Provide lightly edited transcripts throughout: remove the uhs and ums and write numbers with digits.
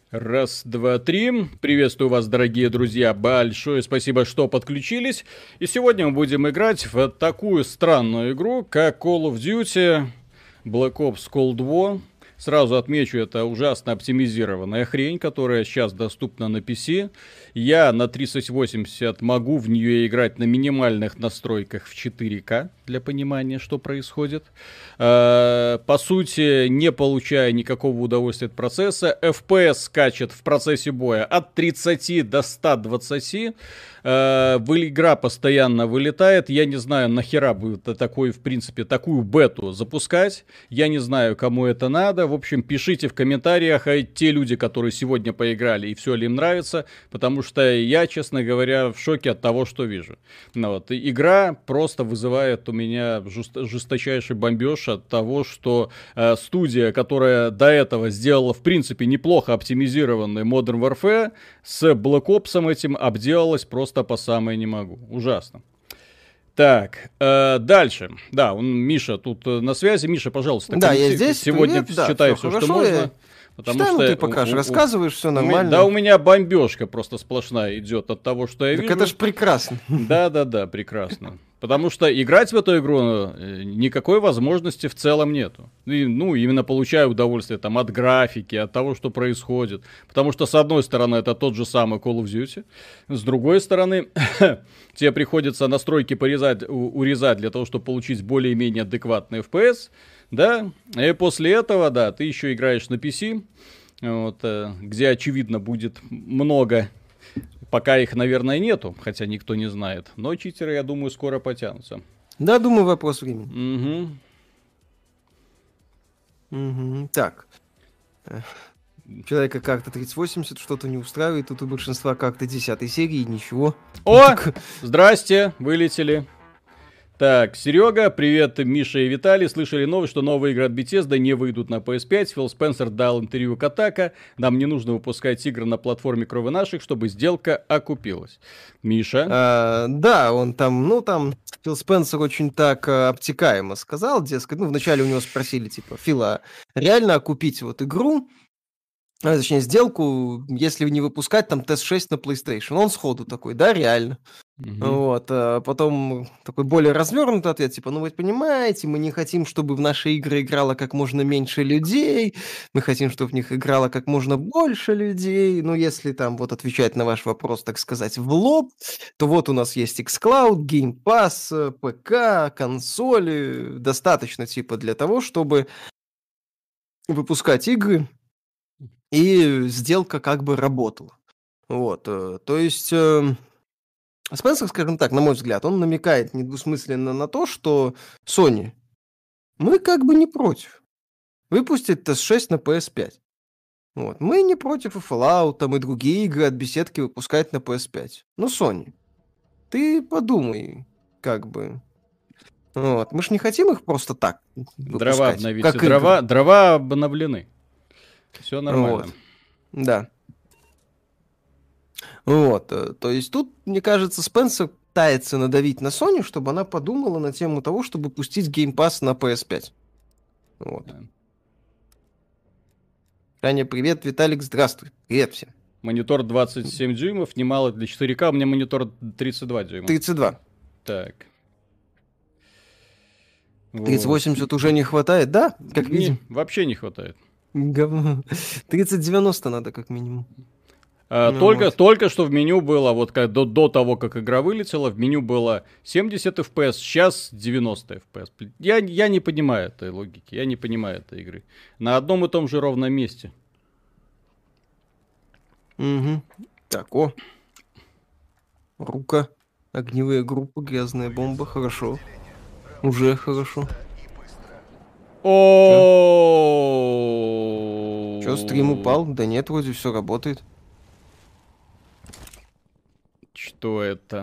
Раз, два, три. Приветствую вас, дорогие друзья. Большое спасибо, что подключились. И сегодня мы будем играть в такую странную игру, как Call of Duty Black Ops Cold War. Сразу отмечу, это ужасно оптимизированная хрень, которая сейчас доступна на PC. Я на 3080 могу в нее играть на минимальных настройках в 4К, для понимания, что происходит. По сути, не получая никакого удовольствия от процесса. FPS скачет в процессе боя от 30 до 120. Игра постоянно вылетает. Я не знаю, нахера будет такой, в принципе, такую бету запускать. Я не знаю, кому это надо. В общем, пишите в комментариях, те люди, которые сегодня поиграли, и все ли им нравится. Потому что я, честно говоря, в шоке от того, что вижу. Вот. И игра просто вызывает у меня жесточайший бомбеж от того, что студия, которая до этого сделала, в принципе, неплохо оптимизированный Modern Warfare, с Black Ops этим обделалась просто по самое не могу. Ужасно. Так, дальше. Да, Миша тут на связи. Миша, пожалуйста. Да, я здесь. Сегодня привет, читай да, все, хорошо, что можно. Потому читаю, что ты пока же рассказываешь, все нормально. Да, у меня бомбежка просто сплошная идет от того, что я вижу. Так это ж прекрасно. Да, прекрасно. Потому что играть в эту игру никакой возможности в целом нету. И, именно получаю удовольствие там от графики, от того, что происходит. Потому что, с одной стороны, это тот же самый Call of Duty. С другой стороны, тебе приходится настройки урезать для того, чтобы получить более-менее адекватный FPS. Да, и после этого, да, ты еще играешь на PC, вот, где, очевидно, будет много. Пока их, наверное, нету, хотя никто не знает. Но читеры, я думаю, скоро потянутся. Да, думаю, вопрос времени. Так. Человека как-то 3080 что-то не устраивает. Тут у большинства как-то 10 серии, ничего. О! Здрасте, вылетели. Так, Серега, привет, Миша и Виталий. Слышали новость, что новые игры от Bethesda не выйдут на PS5. Фил Спенсер дал интервью Kotaku. Нам не нужно выпускать игры на платформе кроме наших, чтобы сделка окупилась. Миша? Да, он там, Фил Спенсер очень так обтекаемо сказал, дескать, вначале у него спросили, типа, Фила, реально окупить вот игру, точнее, сделку, если не выпускать там TS6 на PlayStation. Он сходу такой, да, реально. Вот, потом такой более развернутый ответ, типа, вы понимаете, мы не хотим, чтобы в наши игры играло как можно меньше людей, мы хотим, чтобы в них играло как можно больше людей, если там вот отвечать на ваш вопрос, так сказать, в лоб, то вот у нас есть xCloud, Game Pass, ПК, консоли, достаточно, типа, для того, чтобы выпускать игры, и сделка как бы работала. Вот, то есть... Спенсер, скажем так, на мой взгляд, он намекает недвусмысленно на то, что Sony, мы как бы не против выпустить TS6 на PS5. Вот. Мы не против и Fallout, там, и другие игры от беседки выпускать на PS5. Sony, ты подумай, как бы. Вот. Мы ж не хотим их просто так выпускать. Дрова обновите. Дрова обновлены. Все нормально. Вот. Да. Вот, то есть тут, мне кажется, Спенсер пытается надавить на Sony, чтобы она подумала на тему того, чтобы пустить Game Pass на PS5. Вот. Да. Таня, привет, Виталик, здравствуй. Привет всем. Монитор 27 дюймов, немало для 4К, у меня монитор 32 дюйма. 32. Так. 3080 уже не хватает, да? Как видим. Вообще не хватает. Говно. 3090 надо как минимум. Только что в меню было, вот до того, как игра вылетела, в меню было 70 FPS, сейчас 90 FPS. Я не понимаю этой логики, я не понимаю этой игры. На одном и том же ровном месте. Угу. Так, рука, огневые группы, грязная бомба, хорошо. Уже хорошо. Чё, стрим упал? Да нет, вроде все работает. Что это?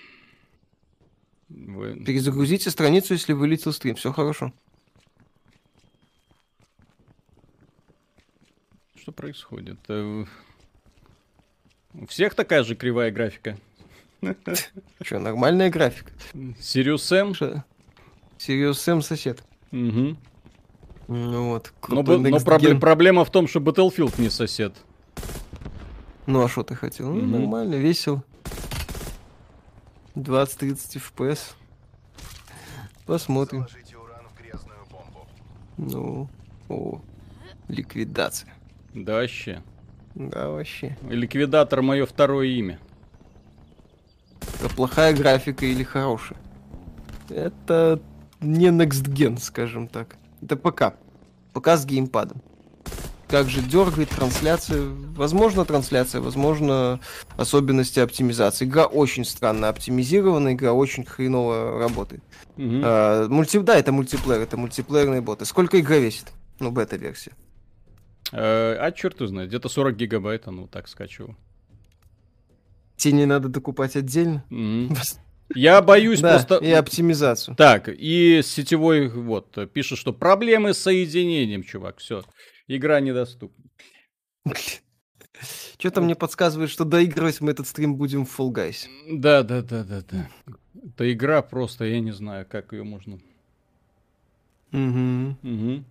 Перезагрузите страницу, если вылетел стрим. Все хорошо. Что происходит? У всех такая же кривая графика? Что, нормальная графика? Serious Sam? Serious Sam сосед. Угу. Вот. Но проблема в том, что Battlefield не сосед. Ну, а что ты хотел? Ну, нормально, весело. 20-30 FPS. Посмотрим. Ну, ликвидация. Да вообще. Да, вообще. Ликвидатор мое второе имя. Это плохая графика или хорошая? Это не Next Gen, скажем так. Это ПК. ПК с геймпадом. Как же дергает трансляция. Возможно, трансляция, возможно, особенности оптимизации. Игра очень странно оптимизирована, игра очень хреново работает. Да, это мультиплеерные боты. Сколько игра весит? Ну, бета-версия. Черт его знает, где-то 40 гигабайт, ну так скачивал. Тебе не надо докупать отдельно? Я боюсь просто... и оптимизацию. Так, и сетевой, вот, пишет, что проблемы с соединением, чувак, все, игра недоступна. Что-то мне подсказывает, что доигрывать мы этот стрим будем в Fall Guys. Да. Это игра просто, я не знаю, как ее можно... Угу.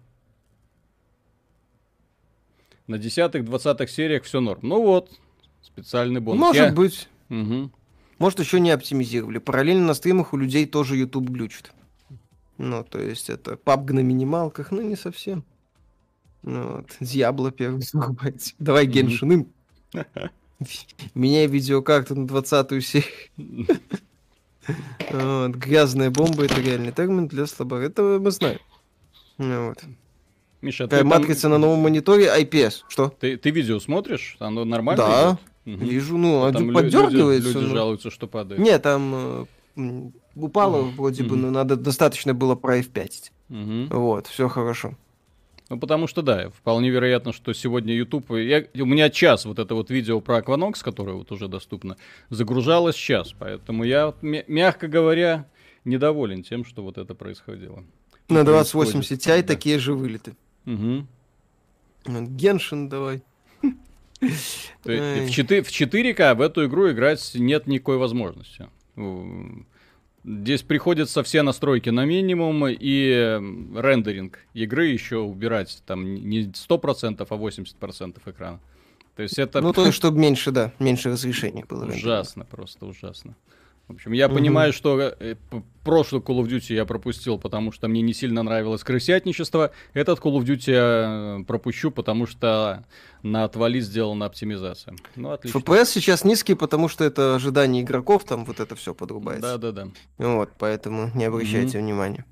На 10-20 сериях все норм. Ну вот, специальный бонус. Может быть. Угу. Может, еще не оптимизировали. Параллельно на стримах у людей тоже YouTube глючит. Ну, то есть это PUBG на минималках, ну, не совсем. Ну, вот. Diablo первый зарубайте. Давай Genshin. Меняй видеокарту на 20-ю серию. Вот. Грязная бомба — это реальный термин для слабых. Это мы знаем. Вот. Миша, какая матрица на новом мониторе IPS. Что? Ты видео смотришь? Оно нормально? Да, вижу. Ну, поддергивается. Люди жалуются, что падает. Нет, там упало вроде бы, но надо достаточно было про F5. Вот, все хорошо. Ну, потому что, да, вполне вероятно, что сегодня YouTube... У меня час вот это вот видео про Aquanox, которое вот уже доступно, загружалось час. Поэтому я, мягко говоря, недоволен тем, что вот это происходило. На 2080 Ti такие же вылеты. Угу. Геншин давай. В 4К в эту игру играть нет никакой возможности. Здесь приходится все настройки на минимум и рендеринг игры еще убирать. Там не 100%, а 80% экрана. То есть это... Ну, то есть, чтобы меньше разрешения было. Ужасно, просто ужасно. В общем, я понимаю, что прошлый Call of Duty я пропустил, потому что мне не сильно нравилось крысятничество. Этот Call of Duty я пропущу, потому что на отвали сделана оптимизация. Ну, отлично. FPS сейчас низкий, потому что это ожидание игроков, там вот это все подрубается. Да. Вот, поэтому не обращайте внимания.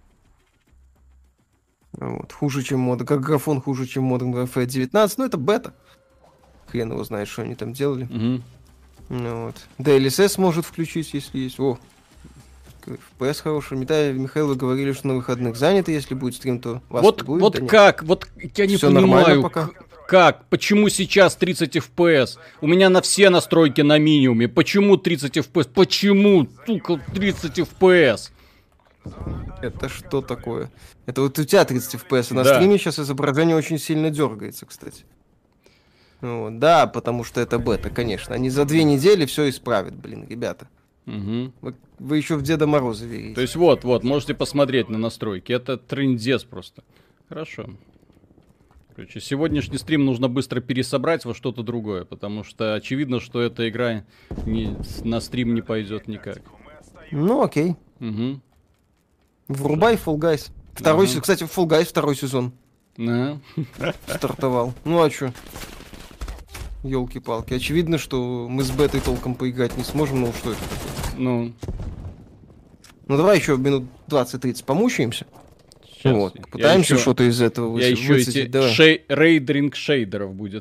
Вот, хуже, чем мод. Как графон хуже, чем Modern Warfare 19, но это бета. Хрен его знает, что они там делали. Ну, вот. DLSS может включить, если есть. О, FPS хороший. Михаил, вы говорили, что на выходных заняты, если будет стрим, то вас вот, будет. Вот да как? Нет? Вот я не понимаю, как? Почему сейчас 30 FPS? У меня на все настройки на минимуме. Почему 30 FPS? Почему, сука, 30 FPS? Это что такое? Это вот у тебя 30 FPS, а на стриме сейчас изображение очень сильно дергается, кстати. Вот, да, потому что это бета, конечно. Они за 2 недели все исправят, ребята. Вы еще в Деда Мороза верите. То есть вот, можете посмотреть на настройки. Это трындец просто. Хорошо. Короче, сегодняшний стрим нужно быстро пересобрать во что-то другое, потому что очевидно, что эта игра на стрим не пойдет никак. Ну, окей. Врубай Fall Guys. Второй сезон. Кстати, Fall Guys второй сезон. Стартовал. Ну, а чё? Ёлки-палки. Очевидно, что мы с бетой толком поиграть не сможем, но что это такое? Ну, давай еще минут 20-30 помучаемся. Сейчас. Вот. Попытаемся что-то из этого высветить. Рейдеринг шейдеров будет.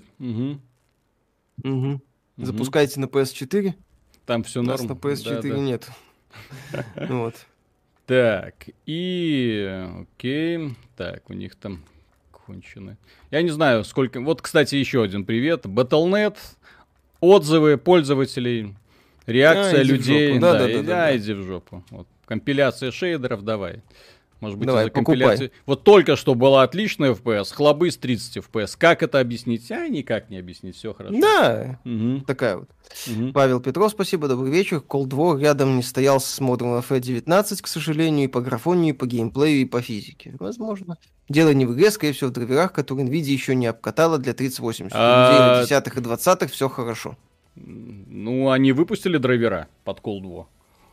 Запускайте на PS4. Там все норм. На PS4 нет. Вот. Так, окей. Так, у них там кончены. Я не знаю, сколько... Вот, кстати, еще один привет. Battle.net, отзывы пользователей, реакция людей. Да. Иди в жопу. Вот. Компиляция шейдеров, давай. Может быть, Давай, из-за компиляции. Вот только что была отличная FPS, хлобы с 30 FPS. Как это объяснить? Никак не объяснить, все хорошо. Да, Угу. такая вот. Угу. Павел Петров, спасибо, добрый вечер. Cold War рядом не стоял с Modern Warfare 19, к сожалению, и по графонию, и по геймплею, и по физике. Возможно. Дело не в игре, скорее всего, в драйверах, которые NVIDIA еще не обкатала для 3080. У людей на 10-х и 20-х все хорошо. Ну, они выпустили драйвера под Cold War.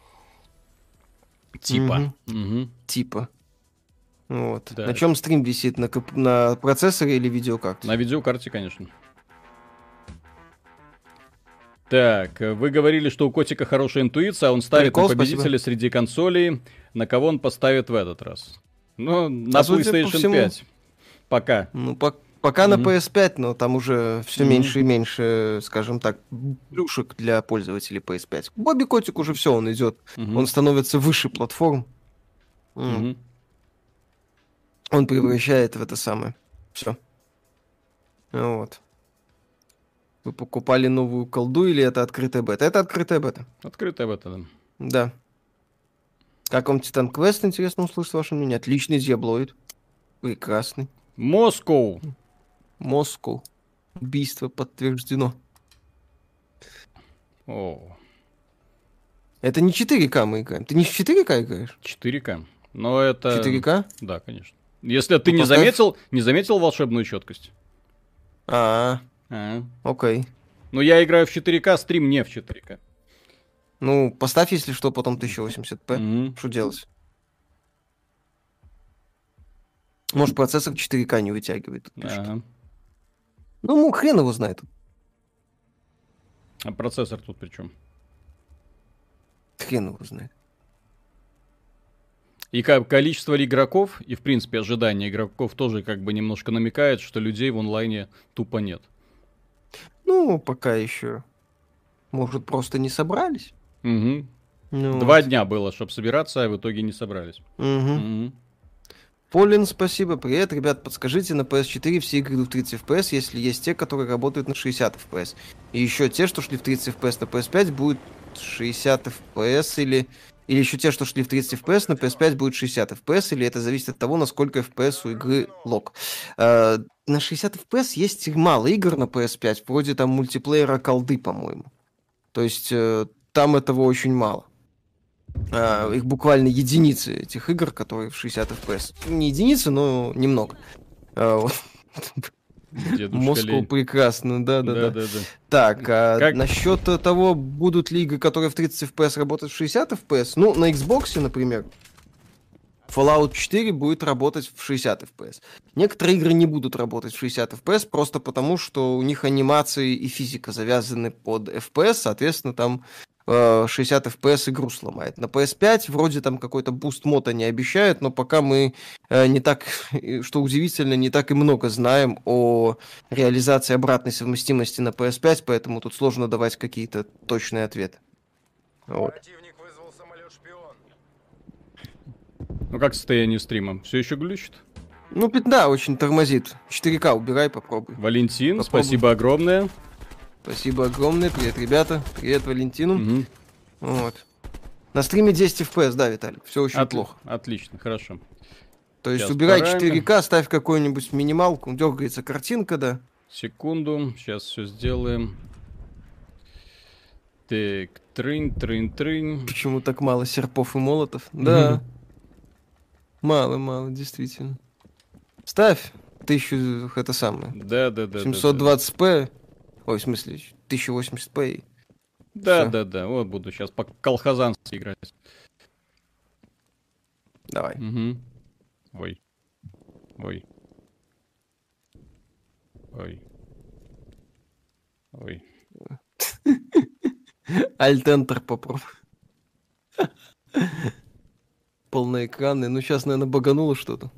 Типа. Угу. Типа. Вот. Да. На чем стрим висит? На процессоре или видеокарте? На видеокарте, конечно. Так, вы говорили, что у котика хорошая интуиция, а он ставит Прикол, на победителя среди консолей. На кого он поставит в этот раз? Ну, на PlayStation 5. Пока. Ну, пока на PS5, но там уже все меньше и меньше, скажем так, плюшек для пользователей PS5. Бобби Котик уже все, он идет. Он становится выше платформ. Он превращает в это самое. Все. Вот. Вы покупали новую колду или это открытая бета? Это открытая бета. Открытая бета, да. Да. Как вам Титан Квест, интересно услышать ваше мнение? Отличный диаблоид. Прекрасный. Москва. Убийство подтверждено. О. Это не 4К мы играем. Ты не в 4К играешь? 4К. Но это... 4К? Да, конечно. Если ты не заметил волшебную четкость. Окей. Ну, я играю в 4К, стрим не в 4К. Ну, поставь, если что, потом 1080p. Что делать? Может, процессор 4К не вытягивает. Ну, хрен его знает. А процессор тут при чем? Хрен его знает. И количество игроков, и, в принципе, ожидание игроков тоже как бы немножко намекает, что людей в онлайне тупо нет. Ну, пока еще. Может, просто не собрались? Угу. 2 дня было, чтобы собираться, а в итоге не собрались. Полин, спасибо. Привет, ребят, подскажите, на PS4 все игры идут в 30 FPS, если есть те, которые работают на 60 FPS. И еще те, что шли в 30 FPS на PS5, будут 60 FPS или еще те, что шли в 30 FPS, на PS5 будет 60 FPS, или это зависит от того, насколько FPS у игры лог. На 60 FPS есть мало игр на PS5, вроде там мультиплеера колды, по-моему. То есть там этого очень мало. Их буквально единицы этих игр, которые в 60 FPS. Не единицы, но немного. Москва прекрасно, да. Так, насчет того, будут ли игры, которые в 30 FPS работать в 60 FPS, ну, на Xbox, например, Fallout 4 будет работать в 60 FPS. Некоторые игры не будут работать в 60 FPS, просто потому, что у них анимации и физика завязаны под FPS, соответственно, там 60 FPS игру сломает. На PS5 вроде там какой-то буст мода не обещают, но пока мы не так, что удивительно, не так и много знаем о реализации обратной совместимости на PS5, поэтому тут сложно давать какие-то точные ответы. Вот. Противник вызвал самолет-шпион. Ну как состояние стрима? Все еще глючит? Ну, да, очень тормозит. 4К убирай, попробуй. Валентин, попробуй. Спасибо огромное. Спасибо огромное. Привет, ребята. Привет, Валентину. Вот. На стриме 10 FPS, да, Виталий? Все очень плохо. Отлично, хорошо. То есть убирай 4К, ставь какую-нибудь минималку, дергается картинка, да. Секунду, сейчас все сделаем. Так, трынь. Почему так мало серпов и молотов? Да. Мало, действительно. Ставь 1000, это самое. Да. 720p. Ой, в смысле, 1080p. Да. Вот буду сейчас по колхозански играть. Давай. Ой. Alt-Enter попробуй. Полноэкранный. Ну, сейчас, наверное, багануло что-то.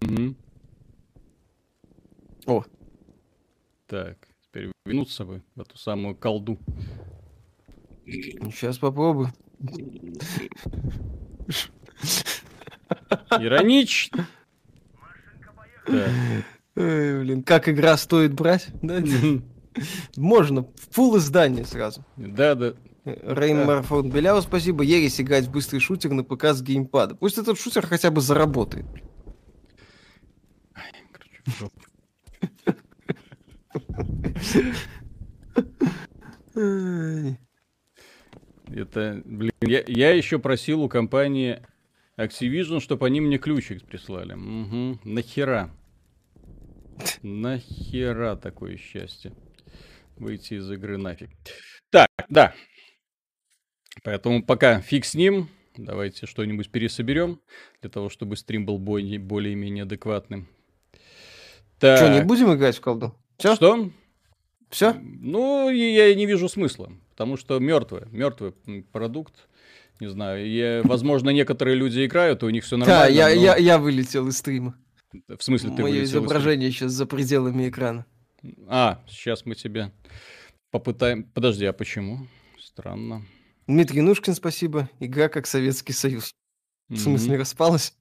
О. Так, теперь вернуться бы в эту самую колду. Сейчас попробую. Иронично. Блин, как игра стоит брать? Да? Можно. Фулл издание сразу. Да. Рейнмарфон Беляу, спасибо. Ересь играть в быстрый шутер на ПК с геймпада. Пусть этот шутер хотя бы заработает. Это, блин, я еще просил у компании Activision, чтобы они мне ключик прислали. Угу. Нахера? Нахера такое счастье? Выйти из игры нафиг. Так, да. Поэтому пока фиг с ним. Давайте что-нибудь пересоберем, для того, чтобы стрим был более-менее адекватным. Так. Что, не будем играть в колду? Все? Что? Все? Ну, я не вижу смысла, потому что мертвый продукт. Не знаю, возможно, некоторые люди играют, и у них все нормально. Да, но... я вылетел из стрима. В смысле ты Мое вылетел? изображение сейчас за пределами экрана. Сейчас мы тебя попытаем... Подожди, а почему? Странно. Дмитрий Нушкин, спасибо. Игра как Советский Союз. В смысле, распалась?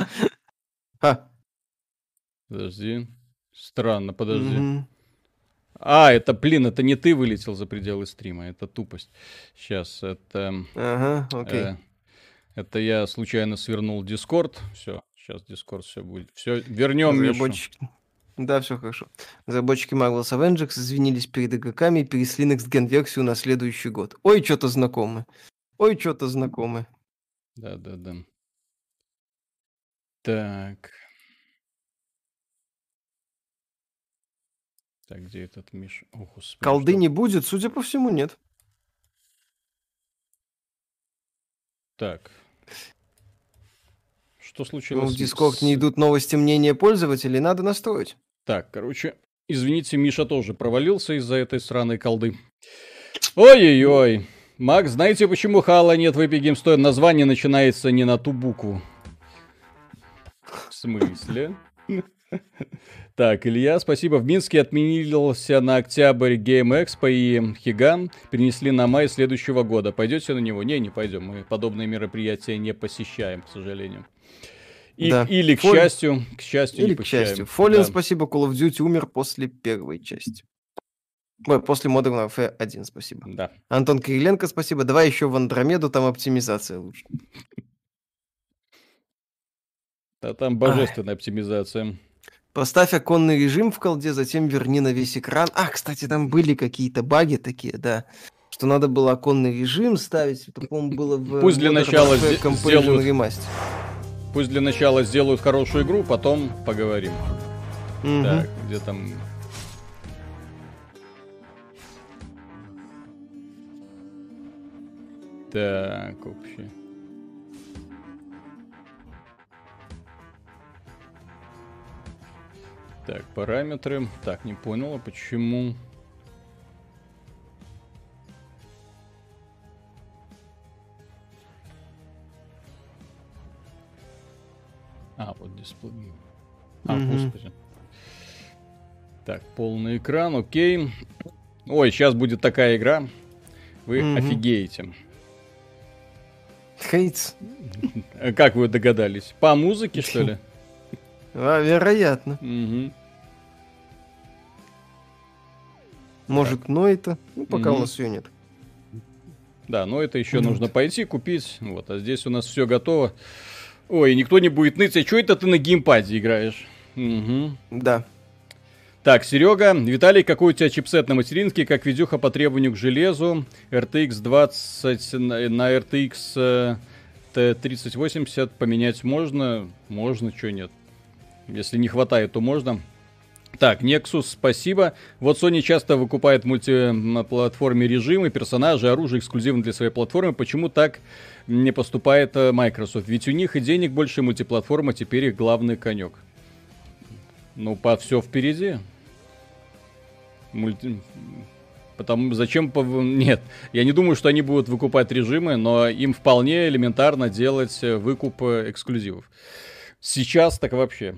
Подожди. Странно, подожди. Это не ты вылетел за пределы стрима, это тупость. Сейчас, это... Ага, окей. Это я случайно свернул Discord. Все, сейчас Discord все будет. Все, вернем Мишу. Да, все хорошо. Разработчики Marvel's Avengers извинились перед игроками и пересли Next Gen версию на следующий год. Ой, что-то знакомое. Да. Так. Так, где этот Миша? О, Господи, колды не будет? Судя по всему, нет. Так. Что случилось? В Discord не идут новости мнения пользователей, надо настроить. Так, короче, извините, Миша тоже провалился из-за этой сраной колды. Ой-ой-ой. Макс, знаете, почему Хала нет в Epic Games Store? Название начинается не на ту букву. В смысле? Так, Илья, спасибо. В Минске отменился на октябрь Game Expo и Хиган перенесли на май следующего года. Пойдете на него? Не пойдем. Мы подобные мероприятия не посещаем, к сожалению. Или, к счастью, не посещаем. Фоллин, спасибо. Call of Duty умер после первой части. После Modern Warfare 1, спасибо. Да. Антон Кириленко, спасибо. Давай еще в Андромеду, там оптимизация лучше. Да там божественная оптимизация. Поставь оконный режим в колде, затем верни на весь экран. Кстати, там были какие-то баги такие, да. Что надо было оконный режим ставить. Это, по-моему, было в... Пусть для начала сделают... Пусть для начала сделают хорошую игру, потом поговорим. Так, где там... Так, вообще... Так, параметры. Так, не понял, а почему? Вот дисплей. Господи. Так, полный экран, окей. Ой, сейчас будет такая игра. Вы офигеете. Хейтс. Как вы догадались? По музыке, что ли? Вероятно. Может, но это... пока у нас ее нет. Да, но это еще нужно пойти купить. Вот, а здесь у нас все готово. Ой, никто не будет ныть. А что это ты на геймпаде играешь? Да. Так, Серега, Виталий, какой у тебя чипсет на материнке? Как видюха по требованию к железу? RTX 20 на RTX 3080 поменять можно? Можно, что нет. Если не хватает, то можно. Так, Nexus, спасибо. Вот Sony часто выкупает в мультиплатформе режимы, персонажи, оружие эксклюзивно для своей платформы. Почему так не поступает Microsoft? Ведь у них и денег больше, мультиплатформа теперь их главный конек. Ну, все впереди. Зачем... Нет, я не думаю, что они будут выкупать режимы, но им вполне элементарно делать выкуп эксклюзивов. Сейчас так вообще.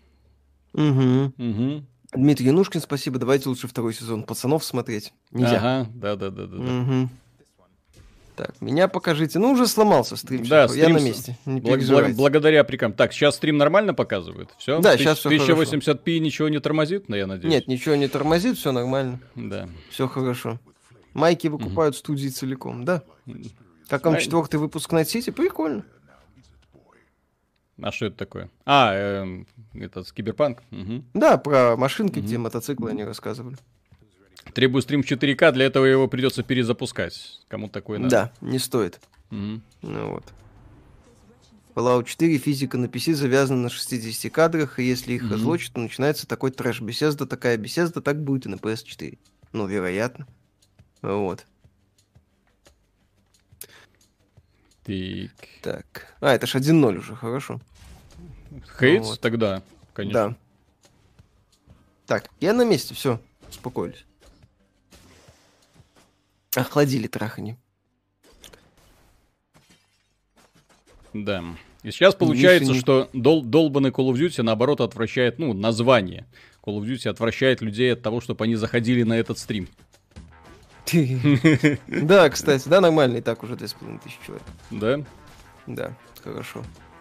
Дмитрий Янушкин, спасибо. Давайте лучше второй сезон «Пацанов» смотреть. Нельзя. Да. Так, меня покажите. Ну, уже сломался стрим. Да, я на месте. Не благодаря прикам. Так, сейчас стрим нормально показывает? Все? Да, сейчас все 1080p ничего не тормозит, я надеюсь? Нет, ничего не тормозит, все нормально. Да. Все хорошо. Майки выкупают студии целиком, да. Как вам 4-й выпуск Night City? Прикольно. А что это такое? Этот Киберпанк? Угу. Да, про машинки, где мотоциклы они рассказывали. Требую стрим в 4К, для этого его придется перезапускать. Кому такое надо? Да, не стоит. Угу. Ну вот. Fallout 4 физика на PC завязана на 60 кадрах, и если их озвучат, то начинается такой трэш. Bethesda такая Bethesda, так будет и на PS4. Ну, вероятно. Вот. Так. А, это ж 1-0 уже, хорошо. Хейтс Вот. тогда, конечно. Да. Так, я на месте, все, успокоились. Охладили трахани. Да. И сейчас получается, Миша не- что долбанный Call of Duty, наоборот, отвращает, название. Call of Duty отвращает людей от того, чтобы они заходили на этот стрим. Да, кстати, да, нормально, и так уже 2500 человек. Да? Да, хорошо.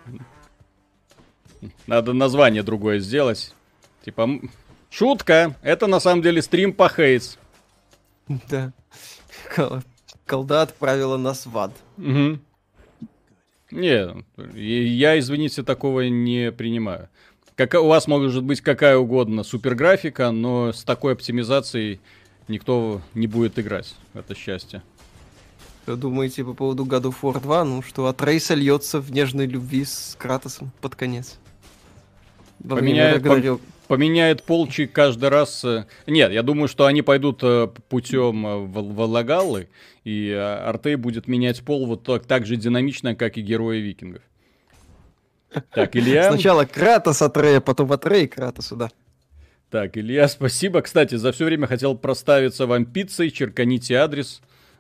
Надо название другое сделать. Типа, шутка, это на самом деле стрим по Хейтс. Да. Колда отправила нас в ад. Угу. Не, я, извините, такого не принимаю. У вас может быть какая угодно суперграфика, но с такой оптимизацией никто не будет играть. Это счастье. Что думаете по поводу God of War 2? Ну, что Атрейса льется в нежной любви с Кратосом под конец. Поменяет полчик каждый раз. Нет, я думаю, что они пойдут путем Валагаллы, и Артей будет менять пол вот так же динамично, как и герои викингов. Так, Илья... Сначала Кратос Атрея, потом Атрей Кратосу, да. Так, Илья, спасибо. Кстати, за все время хотел проставиться вам пиццей, черканите адрес.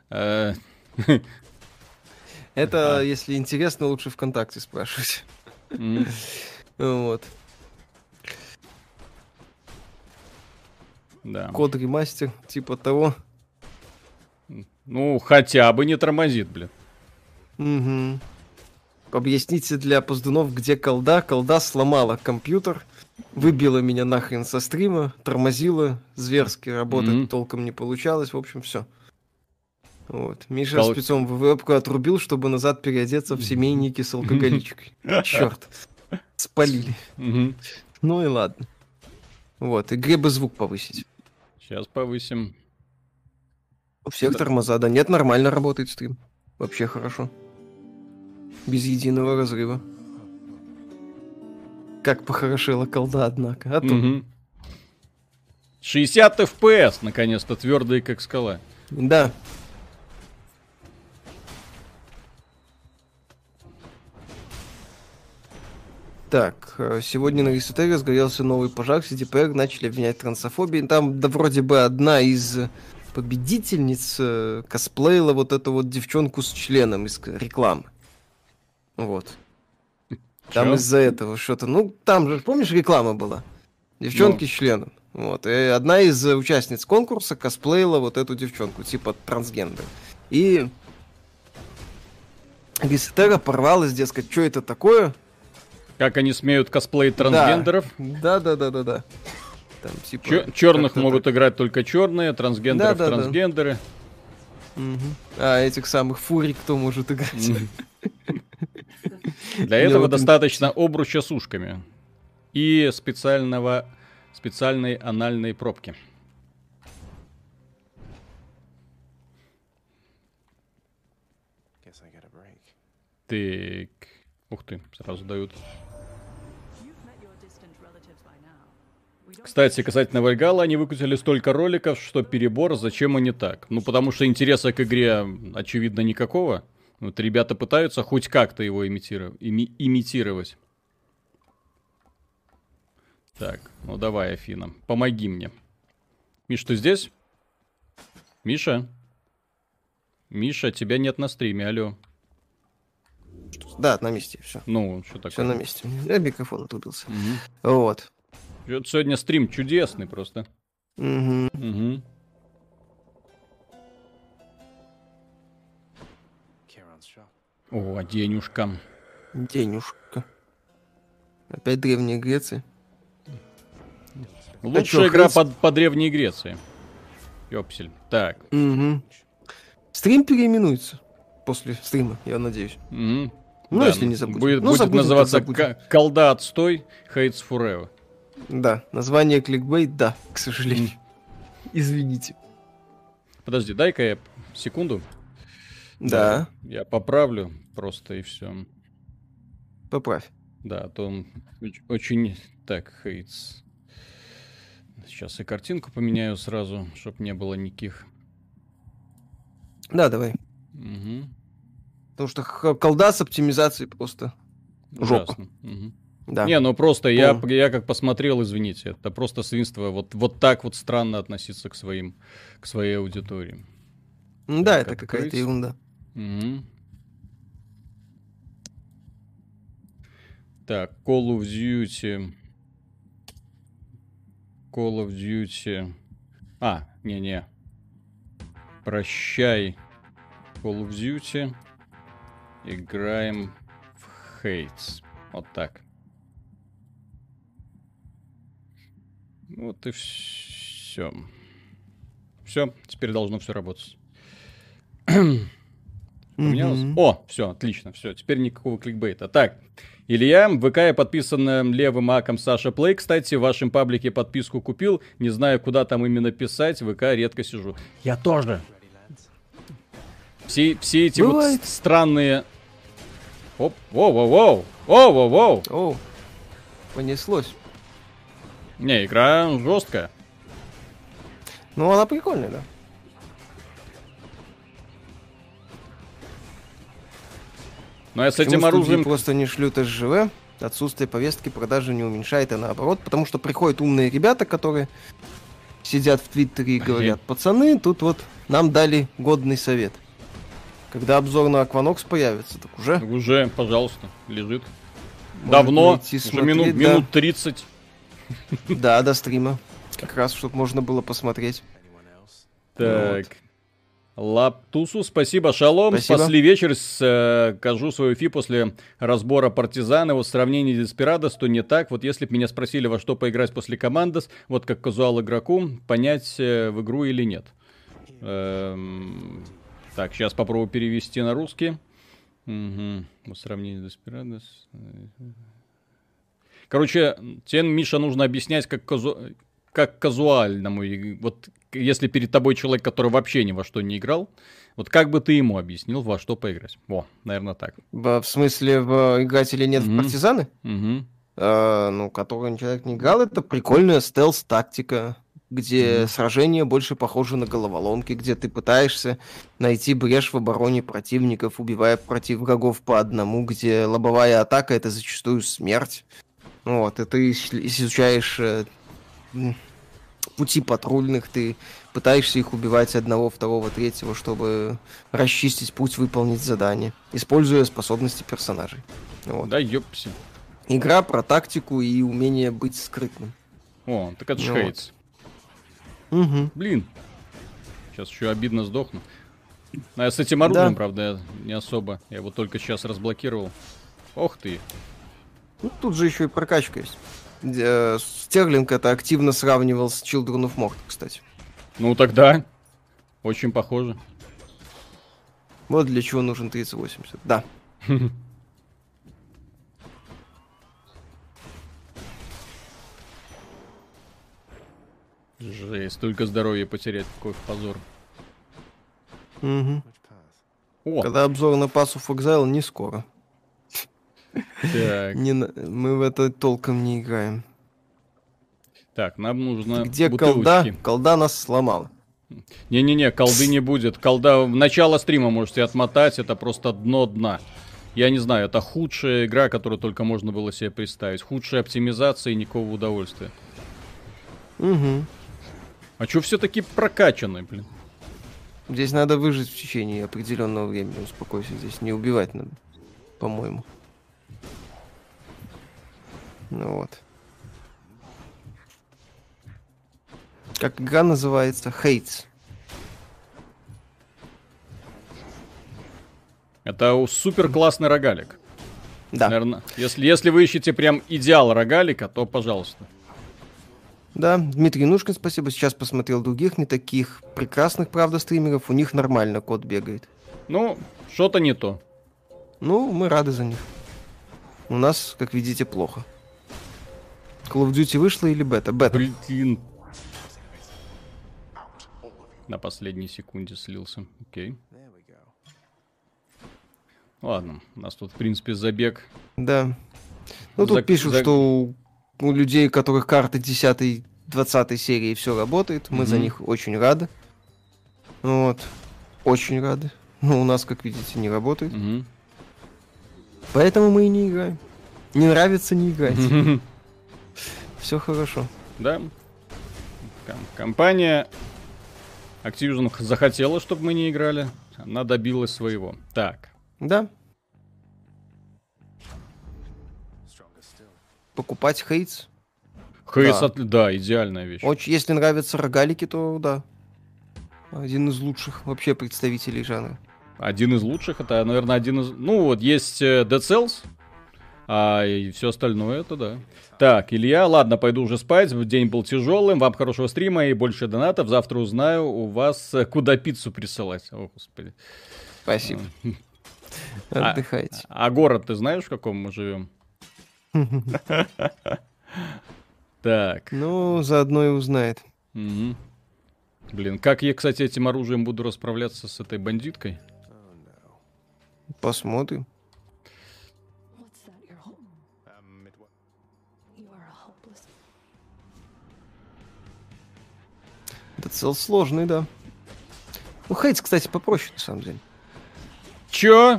Это, если интересно, лучше ВКонтакте спрашивать. Вот. Да. Код ремастер, типа того. Ну, хотя бы не тормозит, блин. Угу. Объясните для поздунов, где колда. Колда сломала компьютер, выбила меня нахрен со стрима, тормозила, зверски работать толком не получалось. В общем, все. Вот. Миша спецом вебку отрубил, чтобы назад переодеться в семейники с алкоголичкой. Черт. Спалили. Ну и ладно. Вот. Игре бы звук повысить. Сейчас повысим. У всех тормоза, да. Нет, нормально работает стрим. Вообще хорошо. Без единого разрыва. Как похорошела колда, однако. А то... 60 FPS, наконец-то, твердые, как скала. Да. Так, сегодня на Ресетере разгорелся новый пожар, CDPR начали обвинять в трансофобии. Там, да, вроде бы одна из победительниц косплеила вот эту вот девчонку с членом из рекламы. Вот. Там из-за этого что-то... Ну, там же, помнишь, реклама была? Девчонки с членом. Вот. И одна из участниц конкурса косплеила вот эту девчонку, типа трансгендер. И Ресетера порвалась, дескать, что это такое? Как они смеют косплеить трансгендеров? Да. Там, типа, черных могут играть только черные, трансгендеров трансгендеры. Угу. А этих самых фурий кто может играть? Для этого достаточно обруча с ушками и специальной анальной пробки. Так. Ух ты, сразу дают. Кстати, касательно Вальгалла, они выкатили столько роликов, что перебор, зачем они так? Ну, потому что интереса к игре, очевидно, никакого. Вот ребята пытаются хоть как-то его имитировать. Так, ну давай, Афина, помоги мне. Миш, ты здесь? Миша? Миша, тебя нет на стриме, алло. Да, на месте, все. Ну, что такое? Все на месте. Микрофон отрубился. Вот. Сегодня стрим чудесный просто. Угу. О, денюшка. Денюшка. Опять Древняя Греция. Лучшая игра по Древней Греции. Ёпсель. Так. Угу. Стрим переименуется после стрима, я надеюсь. Мгм. Ну, Да, если не забудем. Будет, Ну, будет забудем, так называться забудем. «Колда отстой, Hates Forever». Да, название кликбейт, да, к сожалению. Извините. Подожди, дай-ка я секунду. Да, Я поправлю просто и все. поправь. Да, а то он очень... Так, Hates. Сейчас и картинку поменяю сразу, чтобы не было никаких... Да, давай. Мгм. Потому что колда с оптимизацией просто жопа. Ужасно. Мгм. Да. Не, ну просто я Ну. как посмотрел, извините, это просто свинство. Вот так вот странно относиться к своей аудитории. Ну да, Так, это какая-то открыть. ерунда. Мгм. Так, Call of Duty. Call of Duty. Не-не. Прощай, Call of Duty. Играем в Hates. Вот так. Вот и все. Все, теперь должно все работать. Поменялось? Мгм. О, все, отлично, все, теперь никакого кликбейта. Так, Илья, в ВК я подписан левым аком Саша Плей. Кстати, в вашем паблике подписку купил. Не знаю, куда там именно писать. В ВК редко сижу. Я тоже. Все эти Бывает. вот странные... Оп, воу-воу-воу, воу-воу-воу. О, понеслось. Не, игра жесткая. Ну, она прикольная, да. Но я с Почему этим студии оружием... просто не шлют СЖВ, отсутствие повестки продажи не уменьшает, а наоборот, потому что приходят умные ребята, которые сидят в Твиттере и говорят: пацаны, тут вот нам дали годный совет. Когда обзор на Aquanox появится, так Уже, пожалуйста, лежит. Можно Давно, найти, уже смотреть, да. минут 30. Да, до стрима. Как раз, чтобы можно было посмотреть. Так. Лаптусу, спасибо, шалом. Спасибо. Спасли вечер, скажу свою фи после разбора Партизана. Вот в сравнении с Деспирадос, то не так. Вот если бы меня спросили, во что поиграть после Командос, вот как казуал игроку, понять, в игру или нет. Так, сейчас попробую перевести на русский. Угу. В сравнении с Деспирадос. Короче, тебе, Миша, нужно объяснять, как казуальному. Вот если перед тобой человек, который вообще ни во что не играл, вот как бы ты ему объяснил, во что поиграть? Во, наверное, так. В смысле, играть или нет в партизаны? Мгм. Ну, который человек не играл, это прикольная стелс-тактика, где сражения больше похожи на головоломки, где ты пытаешься найти брешь в обороне противников, убивая врагов по одному, где лобовая атака — это зачастую смерть. Вот, и ты изучаешь пути патрульных, ты пытаешься их убивать одного, второго, третьего, чтобы расчистить путь, выполнить задание, используя способности персонажей. Вот. Да ёпси. Игра про тактику и умение быть скрытным. О, так это ж Ну Хейтс. Угу. Блин. Сейчас еще обидно сдохну. А я с этим оружием, Да. правда, я не особо. Я его только сейчас разблокировал. Ох ты. Ну, тут же еще и прокачка есть. Стерлинг это активно сравнивал с Children of Morta, кстати. Ну тогда. Очень похоже. Вот для чего нужен 3080. Да. Жесть, только здоровье потерять, какой позор. Мгм. О, Когда обзор на Pass of Exile не скоро. так. Мы в это толком не играем. Так, нам нужно Где бутылочки. колда? Колда нас сломала. Не-не-не, колды не будет. Колда в начало стрима можете отмотать, это просто дно дна. Я не знаю, это худшая игра, которую только можно было себе представить. Худшая оптимизация и никакого удовольствия. Угу. А чё все таки прокачаны, блин? Здесь надо выжить в течение определенного времени. Успокойся, здесь не убивать надо, по-моему. Ну вот. Как игра называется? Hates. Это супер классный рогалик. Да. Наверное, если вы ищете прям идеал рогалика, то пожалуйста. Да, Дмитрий Нушкин, спасибо. Сейчас посмотрел других, не таких прекрасных, правда, стримеров. У них нормально код бегает. Ну, что-то не то. Ну, мы рады за них. У нас, как видите, плохо. Call of Duty вышла или бета? Бета. Блин. На последней секунде слился. Окей. Ладно, у нас тут, в принципе, забег. Да. Ну, тут пишут, что у людей, у которых карты 10-20 серии все работает. Мы за них очень рады. Вот. Очень рады. Но у нас, как видите, не работает. Поэтому мы и не играем. Не нравится, не играть. Все хорошо. Да. Компания Activision захотела, чтобы мы не играли. Она добилась своего. Так. Да. Покупать Хейтс. Хейтс, да, идеальная вещь. Очень, если нравятся рогалики, то да. Один из лучших вообще представителей жанра. Один из лучших, это, наверное, один из... Ну, вот есть Dead Cells, а и все остальное, это да. Так, Илья, ладно, пойду уже спать. День был тяжелым. Вам хорошего стрима и больше донатов. Завтра узнаю у вас, куда пиццу присылать. О, господи. Спасибо. Отдыхайте. А город ты знаешь, в каком мы живем? Так. Ну, заодно и узнает. Блин, как я, кстати, этим оружием буду расправляться с этой бандиткой? Посмотрим. Это цел сложный, да. Ну, Хейтс, кстати, попроще, на самом деле. Чё?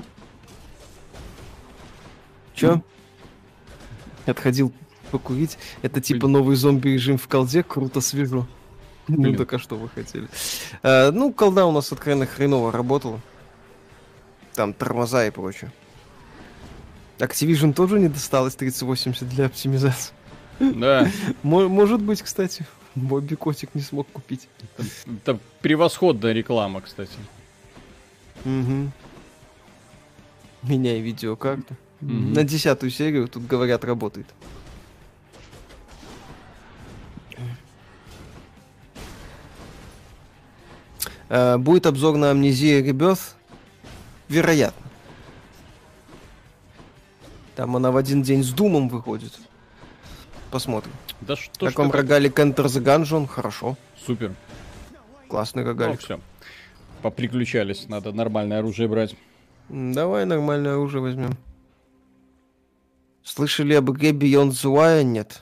Отходил покурить. Это типа новый зомби-режим в колде. Круто, свежо. Ну, так а что вы хотели? Ну, колда у нас откровенно хреново работала. Там тормоза и прочее. Activision тоже не досталось 3080 для оптимизации. Да. Может быть, кстати. Бобби Котик не смог купить. Это превосходная реклама, кстати. Угу. Меняй видеокарту. На 10-ю серию, тут говорят, работает. Будет обзор на Amnesia Rebirth? Вероятно. Там она в один день с Думом выходит. Посмотрим. Да что в таком рогалик Enter the Gungeon? Хорошо. Супер. Классный рогалик. Ну, все. Поприключались. Надо нормальное оружие брать. Давай нормальное оружие возьмем. Слышали об игре Beyond the Wire? Нет.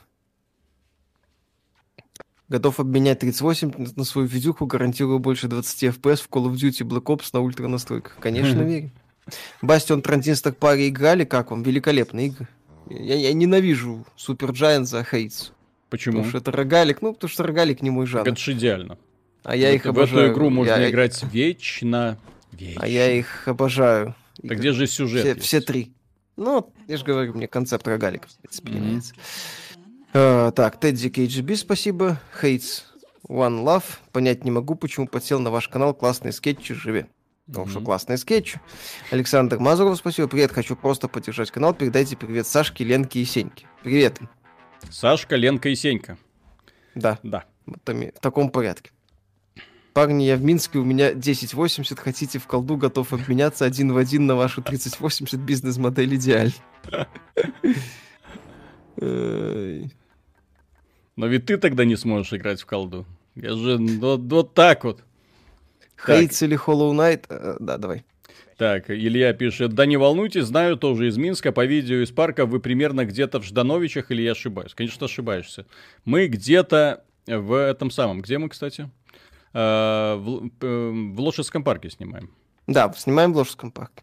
Готов обменять 38 на свою видюху, гарантирую больше 20 FPS в Call of Duty Black Ops на ультра настройках. Конечно, верю. Бастион, Транзистор, паре играли? Как вам? Великолепные игры. Я ненавижу Super Giant за Хейтс. Почему? Потому что это рогалик. Ну, потому что рогалик не мой жанр. Это же идеально. А я их обожаю. В эту игру можно играть вечно. А я их обожаю. Так где же сюжет? Все три. Ну, я же говорю, мне концепт рогалика, в принципе, не нравится. Так, Тедди KGB, спасибо. Хейтс One Love. Понять не могу, почему подсел на ваш канал. Классные скетчи, живи. Потому что классные скетчи. Александр Мазуров, спасибо. Привет, хочу просто поддержать канал. Передайте привет Сашке, Ленке и Сеньке. Привет. Сашка, Ленка и Сенька. Да. Да. Вот в таком порядке. Парни, я в Минске, у меня 1080, хотите в колду, готов обменяться один в один на вашу 3080, бизнес-модель идеаль. Но ведь ты тогда не сможешь играть в колду. Я же вот так вот. Хейтс или Hollow Knight? Да, давай. Так, Илья пишет: да не волнуйтесь, знаю, тоже из Минска, по видео из парка вы примерно где-то в Ждановичах, или я ошибаюсь? Конечно, ошибаешься. Мы где-то в этом самом, где мы, кстати? В Лошадском парке снимаем. Да, снимаем в Лошадском парке.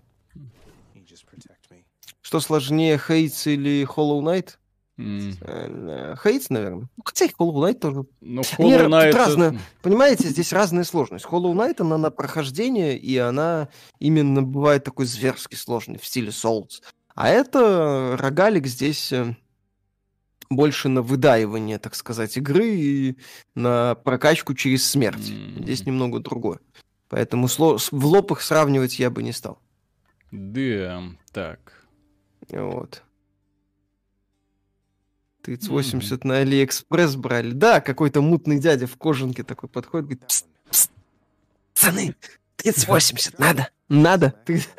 Что сложнее, Хейтс или Hollow Knight? Хейтс, наверное. Хотя и Hollow Knight тоже. Но Hollow Knight... разное, понимаете, здесь разная сложность. Hollow Knight, она на прохождение, и она именно бывает такой зверски сложной, в стиле Souls. А это рогалик здесь больше на выдаивание, так сказать, игры и на прокачку через смерть. Здесь немного другое. Поэтому в лоб их сравнивать я бы не стал. Да, так. Вот. 3080 на Алиэкспресс брали. Да, какой-то мутный дядя в кожанке такой подходит, говорит: пст, пст, пацаны, 3080 надо? Надо?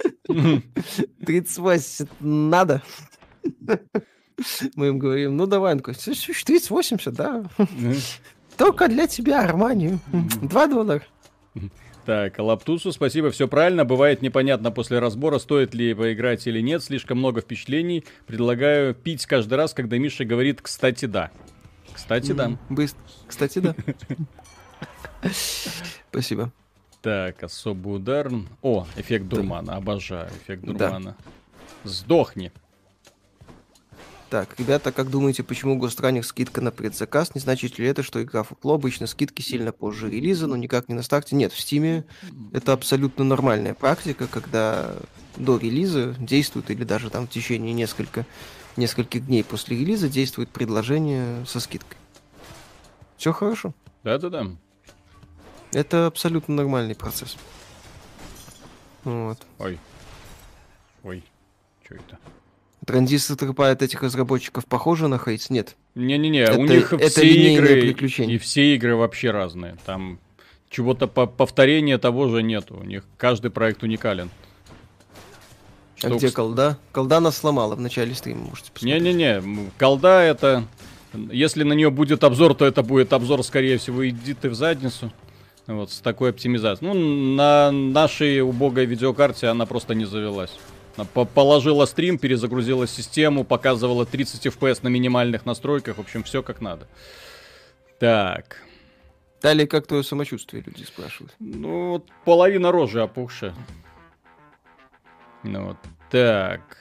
3080 надо? Мы им говорим: ну давай. Он такой: 3080, да. Только для тебя, Армани. $2. Так, Лаптусу, спасибо, все правильно. Бывает непонятно после разбора, стоит ли поиграть или нет. Слишком много впечатлений. Предлагаю пить каждый раз, когда Миша говорит «кстати, да». Кстати, да. Быстро. Кстати, да. Спасибо. Так, особый удар. О, эффект дурмана. Обожаю эффект дурмана. Сдохни. Так, ребята, как думаете, почему в Ghost скидка на предзаказ? Не значит ли это, что игра фукло? Обычно скидки сильно позже релиза, но никак не на старте. Нет, в Steam это абсолютно нормальная практика, когда до релиза действует, или даже там в течение нескольких дней после релиза действует предложение со скидкой. Все хорошо. Да-да-да. Это абсолютно нормальный процесс. Вот. Ой, что это? Транзистор трепает этих разработчиков похоже на хейтс? Нет. Не-не-не, у них это все игры, приключения. и все игры вообще разные. Там чего-то повторения того же нету. У них каждый проект уникален. А где колда? Колда нас сломала в начале стрима, можете посмотреть. Не-не-не, колда это... Если на нее будет обзор, то это будет обзор, скорее всего, иди ты в задницу. Вот, с такой оптимизацией. Ну, на нашей убогой видеокарте она просто не завелась. Положила стрим, перезагрузила систему, показывала 30 FPS на минимальных настройках. В общем, все как надо. Так. Далее, как твое самочувствие, люди спрашивают. Ну, вот половина рожи опухшая. Ну, вот так.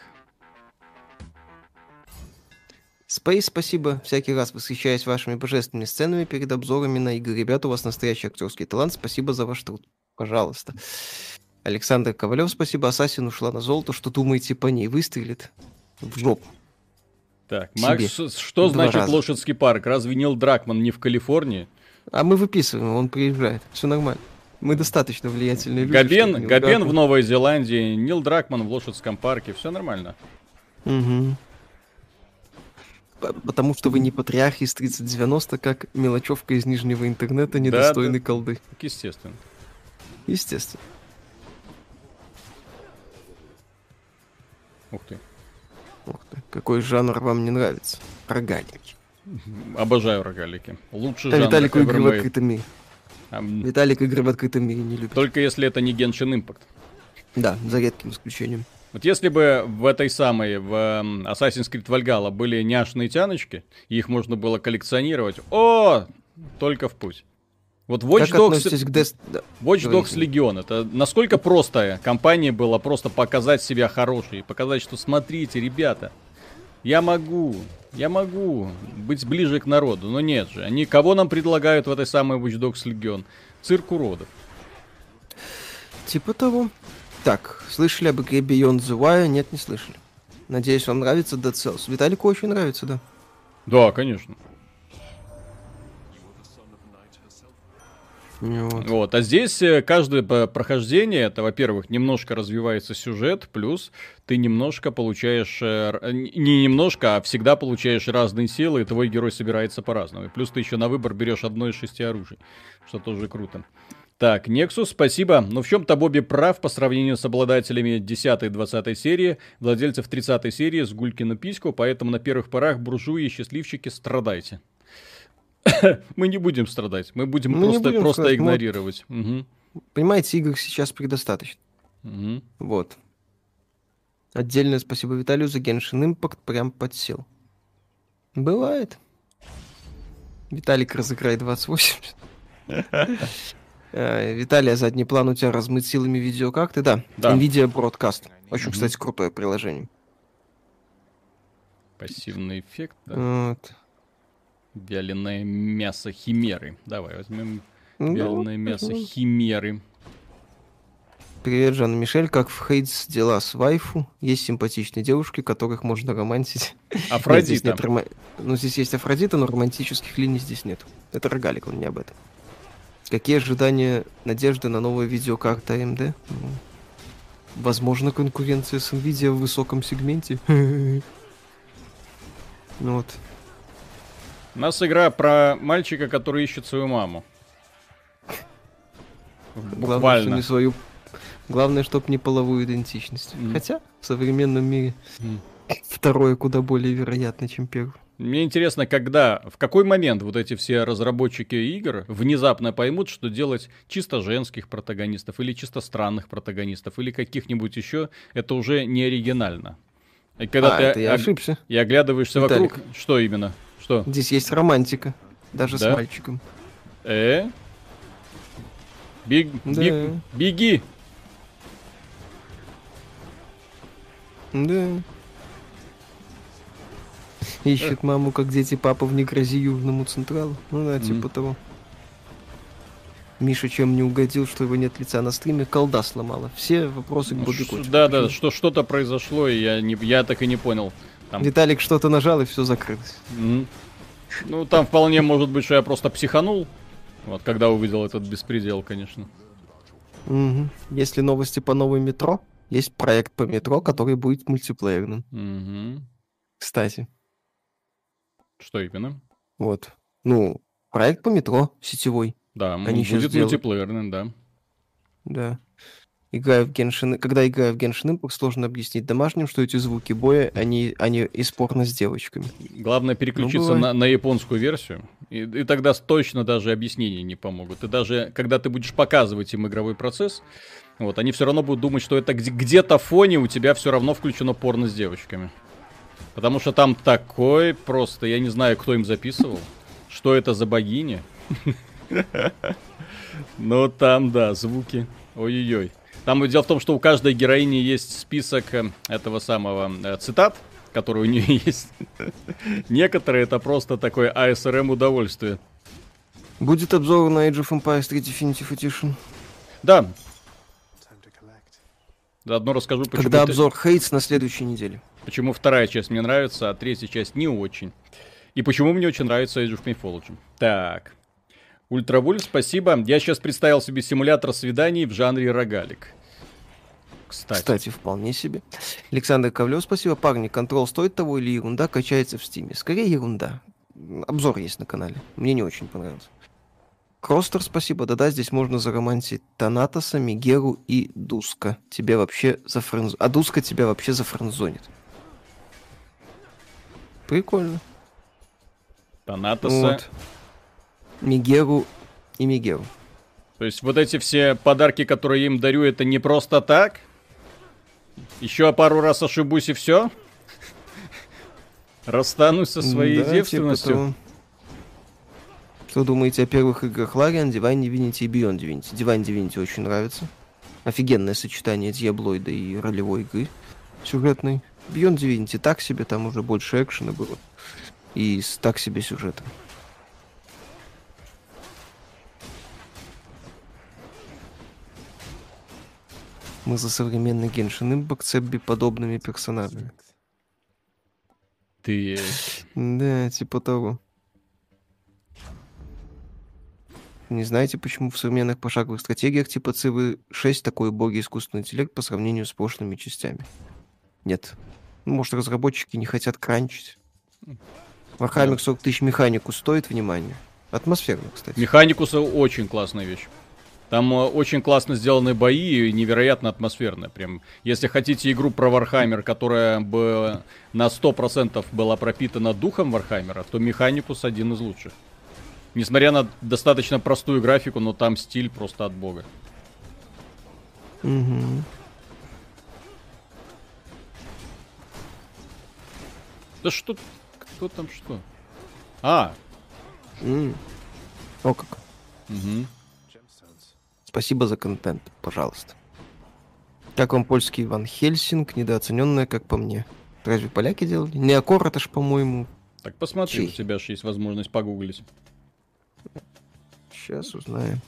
Space, спасибо. Всякий раз восхищаюсь вашими божественными сценами перед обзорами на игры. Ребята, у вас настоящий актерский талант. Спасибо за ваш труд. Пожалуйста. Александр Ковалев, спасибо. Ассасин ушла на золото. Что думаете по ней? Выстрелит в жопу. Так, Макс, что значит Лошадский парк? Разве Нил Дракман не в Калифорнии? А мы выписываем, он приезжает. Все нормально. Мы достаточно влиятельные люди. Габен в Новой Зеландии, Нил Дракман в Лошадском парке. Все нормально. Угу. Потому что вы не патриарх из 3090, как мелочевка из нижнего интернета, недостойный колды. Естественно. Естественно. Ух ты. Ух ты. Какой жанр вам не нравится? Рогалики. Обожаю рогалики. Лучший жанр. Виталик игры в открытом мире. Виталик игры в открытом мире не любит. Только если это не Genshin Impact. Да, за редким исключением. Вот если бы в этой самой, в Assassin's Creed Valhalla были няшные тяночки, и их можно было коллекционировать, только в путь. Вот Watch Dogs Legion, это насколько простая компания была просто показать себя хорошей, показать, что смотрите, ребята, я могу быть ближе к народу, но нет же, они кого нам предлагают в этой самой Watch Dogs Legion? Цирк уродов. Типа того. Так, слышали об игре Beyond the Wire? Нет, не слышали. Надеюсь, вам нравится Dead Cells. Виталику очень нравится, да? Да, конечно. Вот. А здесь каждое прохождение, это, во-первых, немножко развивается сюжет, плюс ты немножко получаешь, не немножко, а всегда получаешь разные силы, и твой герой собирается по-разному. И плюс ты еще на выбор берешь одно из 6 оружий, что тоже круто. Так, Nexus, спасибо. Но в чем-то Бобби прав по сравнению с обладателями 10 и 20 серии, владельцев 30 серии с Гулькину письку, поэтому на первых порах буржуи и счастливчики страдайте. Мы не будем страдать, мы будем просто игнорировать. Угу. Понимаете, игр сейчас предостаточно. Угу. Вот. Отдельное спасибо Виталию за Genshin Impact, прям подсел. Бывает. Виталик разыграет 2080. Виталия, задний план у тебя размыт силами видеокарты, да. NVIDIA Broadcast. Очень, кстати, крутое приложение. Пассивный эффект, да. Вот. Вяленое мясо химеры. Давай возьмем вяленое мясо химеры. Привет, Жан-Мишель. Как в Хейтс дела с вайфу? Есть симпатичные девушки, которых можно романтить. Афродита. Здесь есть Афродита, но романтических линий здесь нет. Это рогалик, он не об этом. Какие ожидания, надежды на новую видеокарту AMD? Возможно, конкуренция с NVIDIA в высоком сегменте. Ну вот. У нас игра про мальчика, который ищет свою маму. Главное, Буквально. что не свою... Главное, чтоб не половую идентичность. Хотя в современном мире второе куда более вероятно, чем первое. Мне интересно, в какой момент вот эти все разработчики игр внезапно поймут, что делать чисто женских протагонистов, или чисто странных протагонистов, или каких-нибудь еще, это уже не оригинально. И когда это я ошибся. и оглядываешься Виталик. вокруг, что именно? Что? Здесь есть романтика, даже Да? с мальчиком. Да. Беги! Да. Ищет маму, как дети папа в «Не грози Южному Централу». Ну да, типа того. Миша чем не угодил, что его нет лица на стриме, колда сломала. Все вопросы к Бобикотику. Да, что-то произошло, и я так и не понял. Там... Виталик что-то нажал, и все закрылось. Ну, там вполне может быть, что я просто психанул. Вот, когда увидел этот беспредел, конечно. Если новости по новой метро, есть проект по метро, который будет мультиплеерным. Кстати. Что именно? Вот. Ну, проект по метро сетевой. Да, Они будет мультиплеерным, да. Да. Когда играю в Genshin Impact, сложно объяснить домашним, что эти звуки боя, они из порно с девочками. Главное переключиться на японскую версию, и тогда точно даже объяснения не помогут. И даже когда ты будешь показывать им игровой процесс, вот, они все равно будут думать, что это где-то в фоне у тебя все равно включено порно с девочками. Потому что там такой просто, я не знаю, кто им записывал, что это за богиня. Но там, да, звуки. Ой-ой-ой. Там дело в том, что у каждой героини есть список этого самого цитат, которые у нее есть. Некоторые это просто такое ASRM удовольствие. Будет обзор на Age of Empires 3 Definitive Edition. Да. Заодно расскажу, почему... Когда обзор Хейтс на следующей неделе. Почему вторая часть мне нравится, а третья часть не очень. И почему мне очень нравится Age of Mythology. Так. Ультравульф, спасибо. Я сейчас представил себе симулятор свиданий в жанре рогалик. Кстати, вполне себе. Александр Ковлев, спасибо. Парни, контрол стоит того или ерунда качается в стиме? Скорее ерунда. Обзор есть на канале. Мне не очень понравился. Кростер, спасибо. Да-да, здесь можно заромантить Танатоса, Мегеру и Дуска. Тебя вообще А Дуска тебя вообще зафрендзонит. Прикольно. Танатоса... Вот. Мегеру и Мегеру. То есть вот эти все подарки, которые я им дарю, это не просто так? Еще пару раз ошибусь и все? Расстанусь со своей девственностью? Типа что думаете о первых играх Лариан, Divine Divinity и Beyond Divinity? Divine Divinity очень нравится. Офигенное сочетание диаблоида и ролевой игры сюжетной. Beyond Divinity так себе, там уже больше экшена было. И с так себе сюжетом. Мы за современный Genshin Impact с Эбби-подобными персонажами. Ты... Да, типа того. Не знаете, почему в современных пошаговых стратегиях типа CV6 такой убогий искусственный интеллект по сравнению с прошлыми частями? Нет. Может, разработчики не хотят кранчить. Warhammer 40 тысяч механику стоит внимания. Атмосферно, кстати. Механикус очень классная вещь. Там очень классно сделаны бои и невероятно атмосферно. Прям, если хотите игру про Warhammer, которая бы на 100% была пропитана духом Warhammer, то Механикус один из лучших. Несмотря на достаточно простую графику, но там стиль просто от бога. Угу. Да что? Кто там что? А! О как. Угу. Спасибо за контент, пожалуйста. Как вам польский Ван Хельсинг, недооцененная, как по мне? Разве поляки делали? Неокор, это ж, по-моему... Так посмотри, у тебя же есть возможность погуглить. Сейчас узнаем.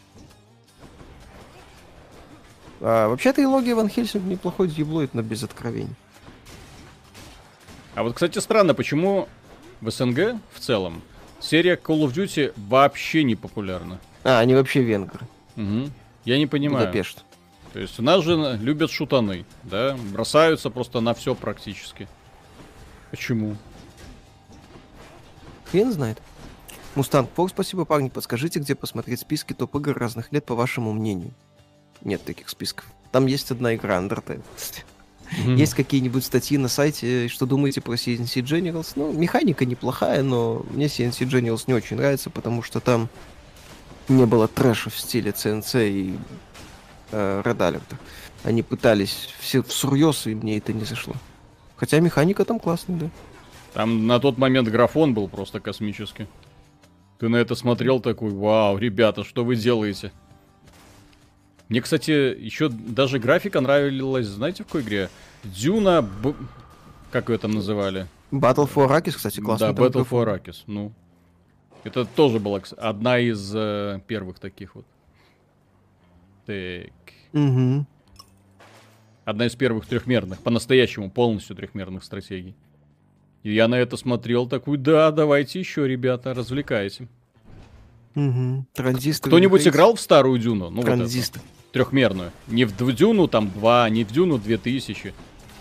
Вообще трилогия Ван Хельсинг неплохой дьяблоид, но без откровений. А вот, кстати, странно, почему в СНГ в целом серия Call of Duty вообще не популярна. Они вообще венгры. Угу. Я не понимаю. Будапешт. То есть у нас же любят шутаны, да? Бросаются просто на все практически. Почему? Хрен знает. Мустанг Фор, спасибо, парни. Подскажите, где посмотреть списки топ-игр разных лет, по вашему мнению? Нет таких списков. Там есть одна игра, Undertale. Есть какие-нибудь статьи на сайте, что думаете про CNC Generals? Ну, механика неплохая, но мне CNC Generals не очень нравится, потому что там не было трэша в стиле CNC и Red Alert. Они пытались все всерьез, и мне это не зашло. Хотя механика там классная, да. Там на тот момент графон был просто космический. Ты на это смотрел такой, вау, ребята, что вы делаете? Мне, кстати, еще даже графика нравилась, знаете, в какой игре? Дюна... Как ее там называли? Battle for Arrakis, кстати, классный. Да, Battle for Arrakis, ну. Это тоже была одна из первых таких вот. Так. Угу. Одна из первых трехмерных, по-настоящему полностью трехмерных стратегий. И я на это смотрел такой, да, давайте еще, ребята, развлекайте. Угу. Транзистор. Кто-нибудь играл в старую Дюну? Ну, Транзистор. Вот эту, трехмерную. Не в Дюну там 2, не в Дюну 2000.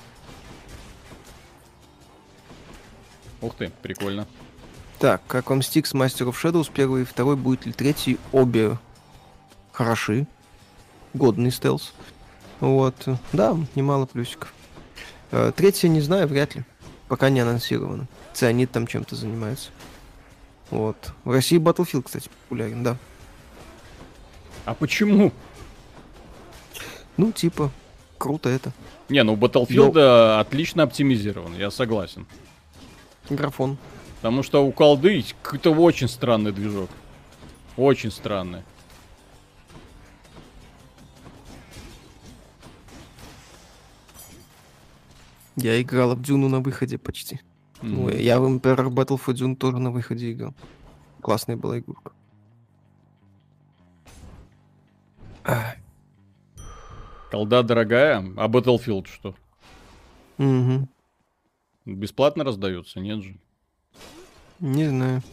Ух ты, прикольно. Так, как вам Стикс Master of Shadows первый и второй, будет ли третий? Обе хороши. Годный стелс. Вот. Да, немало плюсиков. Третья, не знаю, вряд ли. Пока не анонсировано. Цианид там чем-то занимается. Вот. В России Battlefield, кстати, популярен, да. А почему? Ну, типа, круто это. Не, ну Battlefield отлично оптимизирован, я согласен. Графон. Потому что у колды какой-то очень странный движок. Очень странный. Я играл в Дюну на выходе почти. Ну, я в Emperor Battle for Dune тоже на выходе играл. Классная была игрушка. Колда дорогая, а Battlefield что? Угу. Бесплатно раздается, нет же? Не знаю.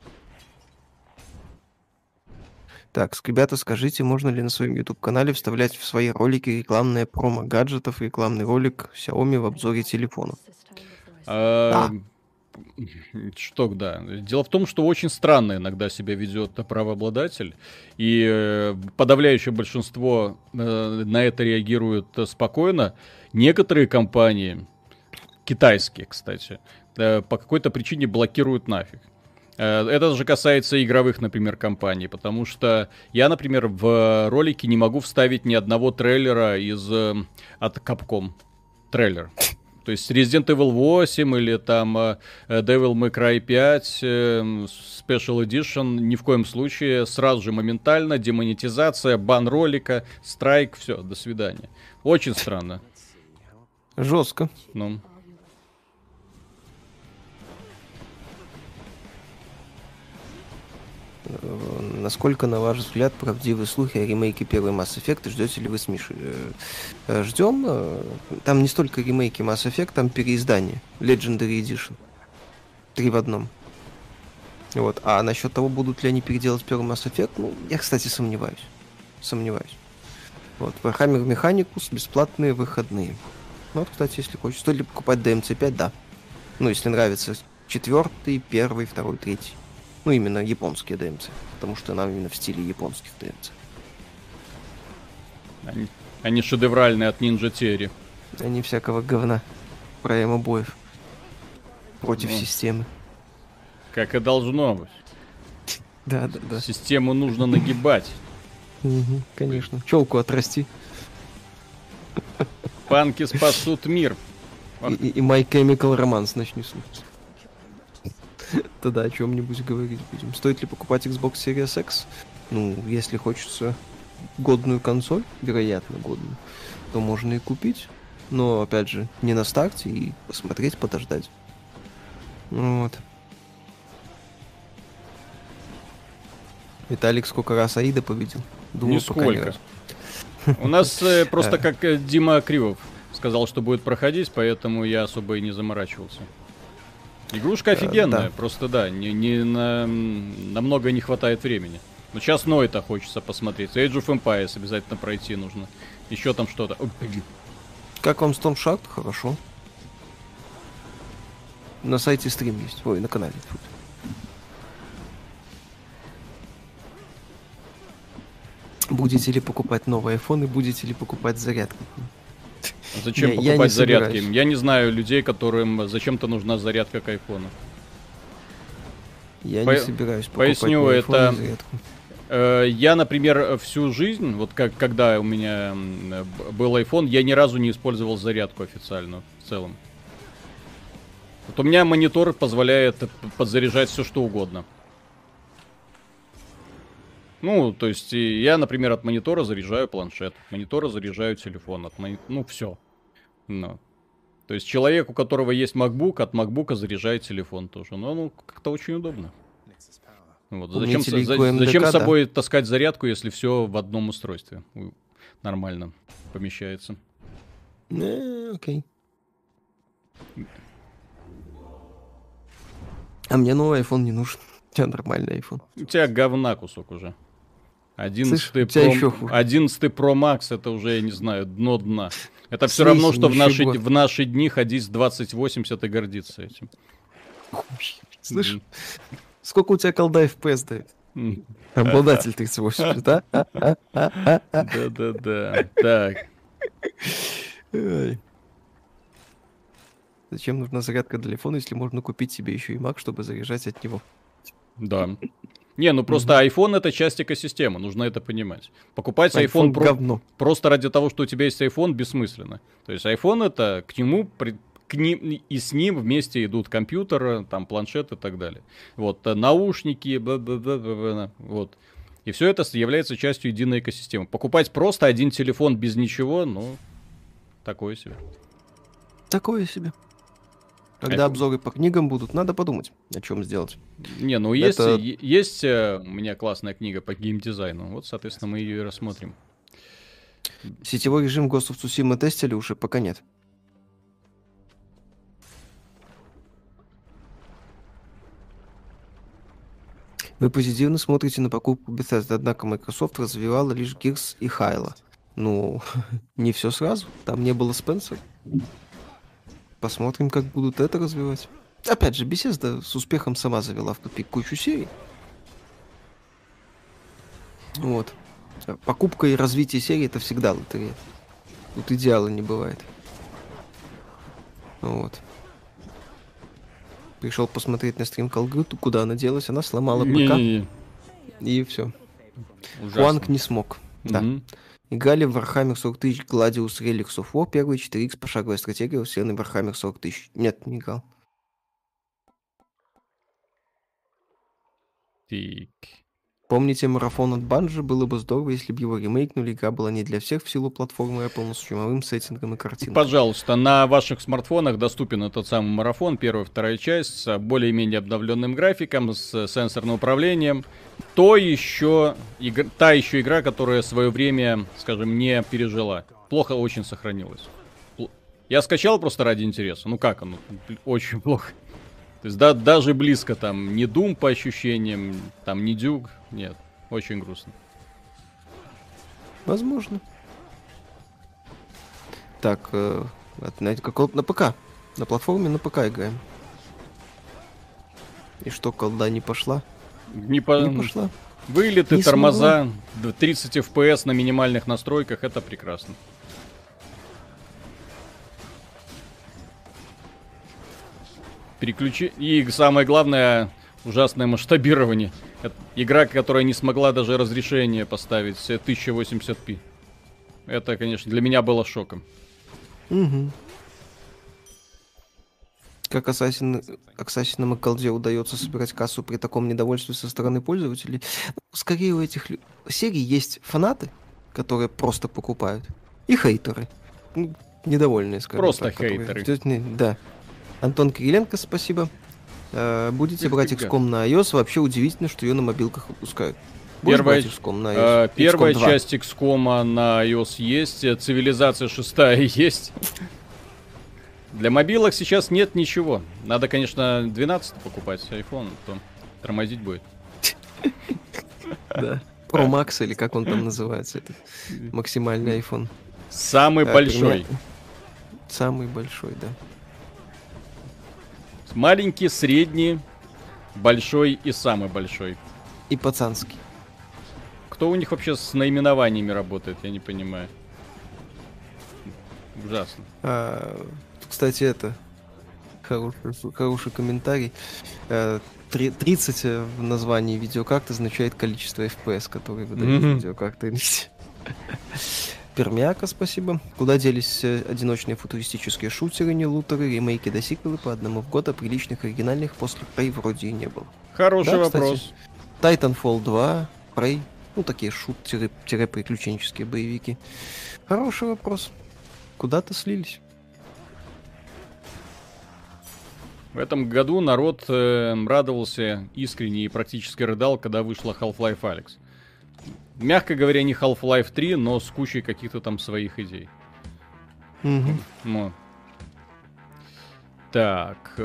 Так, ребята, скажите, можно ли на своем YouTube-канале вставлять в свои ролики рекламное промо гаджетов, рекламный ролик Xiaomi в обзоре телефона? Что, да. Дело в том, что очень странно иногда себя ведет правообладатель, и подавляющее большинство на это реагирует спокойно. Некоторые компании, китайские, кстати, по какой-то причине блокируют нафиг. Это же касается игровых, например, компаний, потому что я, например, в ролике не могу вставить ни одного трейлера от Capcom. Трейлер. То есть Resident Evil 8 или там Devil May Cry 5 Special Edition ни в коем случае. Сразу же моментально демонетизация, бан ролика, страйк, все, до свидания. Очень странно. Жестко. Ну. Насколько, на ваш взгляд, правдивы слухи о ремейке первой Mass Effect? Ждете ли вы с Мишей? Ждем. Там не столько ремейки Mass Effect, там переиздание. Legendary Edition. 3 в одном. Вот. А насчет того, будут ли они переделать первый Mass Effect, ну, я, кстати, сомневаюсь. Вот. Warhammer Mechanicus бесплатные выходные. Ну, вот, кстати, если хочешь. Стоит ли покупать DMC 5? Да. Ну, если нравится 4, 1, 2, 3. Ну, именно японские DMC. Потому что нам именно в стиле японских DMC. Они шедевральные от Ninja Theory. Они всякого говна. Про эмобоев. Против системы. Как и должно быть. Да. Систему нужно нагибать. Угу, конечно. Челку отрасти. Панки спасут мир. И My Chemical Romance начни слушать. Тогда о чем-нибудь говорить будем. Стоит ли покупать Xbox Series X? Ну, если хочется годную консоль, вероятно годную, то можно и купить. Но, опять же, не на старте и посмотреть, подождать. Вот. Виталик сколько раз Аида победил? Думаю, нисколько. У нас просто как Дима Кривов сказал, что будет проходить, поэтому я особо и не заморачивался. Игрушка офигенная, просто да, намного не хватает времени. Но сейчас Ной-то хочется посмотреть. Age of Empires обязательно пройти нужно. Еще там что-то. Как вам Storm Shadow? Хорошо. На сайте стрим есть. Ой, на канале. Будете ли покупать новый iPhone и будете ли покупать зарядку? Зачем Я покупать не зарядки? собираюсь. Я не знаю людей, которым зачем-то нужна зарядка к айфону. Я По- не собираюсь покупать поясню, ни iPhone, это- ни зарядку. Я, например, всю жизнь, вот когда у меня был iPhone, я ни разу не использовал зарядку официальную в целом. Вот у меня монитор позволяет подзаряжать все что угодно. Ну, то есть я, например, от монитора заряжаю планшет, от монитора заряжаю телефон, ну, все. Ну. То есть человек, у которого есть MacBook, от MacBook заряжает телефон тоже. Ну, как-то очень удобно. Вот. Зачем, Помните линейку МДК, зачем с да. собой таскать зарядку, если все в одном устройстве нормально помещается? Окей. А мне новый iPhone не нужен. У тебя нормальный iPhone. У тебя говна кусок уже. 11 Слышь, у тебя еще хуже. 11 Pro Max это уже, я не знаю, дно дна. Это все Слышь, равно, что ничего. в наши дни ходить с 2080 и гордиться этим. Слышь, сколько у тебя колда FPS дает? М. Обладатель 3080, да? Да-да-да. Так. Ай. Зачем нужна зарядка для телефона, если можно купить себе еще и Mac, чтобы заряжать от него? Да. Не, ну просто iPhone это часть экосистемы, нужно это понимать. Покупать iPhone говно. просто ради того, что у тебя есть iPhone, бессмысленно. То есть iPhone это к нему и с ним вместе идут компьютер, там планшет и так далее. Вот наушники, бла-бла-бла-бла-бла, вот. И все это является частью единой экосистемы. Покупать просто один телефон без ничего, ну, такое себе. Такое себе. Когда iPhone. обзоры по книгам будут, надо подумать, о чем сделать. Не, ну Это- есть у меня классная книга по геймдизайну. Вот, соответственно, мы ее и рассмотрим. Сетевой режим Ghost of Tsushima тестили уже? Пока нет. Вы позитивно смотрите на покупку Bethesda, однако Microsoft развивала лишь Gears и Halo. Ну, не все сразу. Там не было Спенсера. Посмотрим, как будут это развивать. Опять же, Bethesda с успехом сама завела в тупик кучу серий. Вот. Покупка и развитие серии — это всегда лотерея. Тут идеала не бывает. Вот. Пришел посмотреть на стрим Колгруту, куда она делась, она сломала ПК, Не-не-не, и все. ужасно. Фуанг не смог. Да. Мгм. Играли в Warhammer 40 000 Gladius Relics of War, первые 4Х пошаговая стратегия во вселенной Warhammer 40 000. Нет, не играл. Так. Помните марафон от Bungie? Было бы здорово, если бы его ремейкнули. Игра была не для всех в силу платформы Apple, но с чумовым сеттингом и картинкой. Пожалуйста, на ваших смартфонах доступен этот самый марафон, первая, вторая часть, с более-менее обновленным графиком, с сенсорным управлением. Та еще игра, которая свое время, скажем, не пережила. Плохо очень сохранилась. Я скачал просто ради интереса. Ну как оно? Очень плохо. То есть даже близко там не Doom по ощущениям, там не Duke. Нет, очень грустно. Возможно. Так, знаете, как на ПК. На платформе на ПК играем. И что, колда не пошла? Не Не пошла. Вылеты, Не тормоза, 30 FPS на минимальных настройках, это прекрасно. И самое главное, ужасное масштабирование. Это игра, которая не смогла даже разрешение поставить 1080p. Это, конечно, для меня было шоком. Угу. Как Assassin'ам и колде удается собирать кассу при таком недовольстве со стороны пользователей? Скорее у этих серий есть фанаты, которые просто покупают, и хейтеры. Недовольные, скажем Просто так. хейтеры. Да. Антон Кириленко, спасибо. Будете брать Нифига. XCOM на iOS? Вообще удивительно, что ее на мобилках выпускают. Будешь Первая- брать XCOM на iOS? Первая XCOM 2. часть XCOM на iOS есть, Цивилизация 6 есть. Для мобилок сейчас нет ничего. Надо, конечно, 12 покупать iPhone, то тормозить будет. Да. Pro Max, или как он там называется, этот максимальный iPhone. Самый большой. Самый большой, да. Маленький, средний, большой и самый большой. И пацанский. Кто у них вообще с наименованиями работает, я не понимаю. Ужасно. Кстати, это хороший комментарий. 30 в названии видеокарты означает количество FPS, которые выдают видеокарты. Пермяка, спасибо. Куда делись одиночные футуристические шутеры, не лутеры, ремейки да сиквелы по одному в год, а приличных оригинальных после Prey вроде и не было. Хороший да, вопрос. Кстати, Titanfall 2, Prey, ну такие шутеры-приключенческие боевики. Хороший вопрос. Куда-то слились. В этом году народ радовался искренне и практически рыдал, когда вышла Half-Life Alyx. Мягко говоря, не Half-Life 3, но с кучей каких-то там своих идей. Так,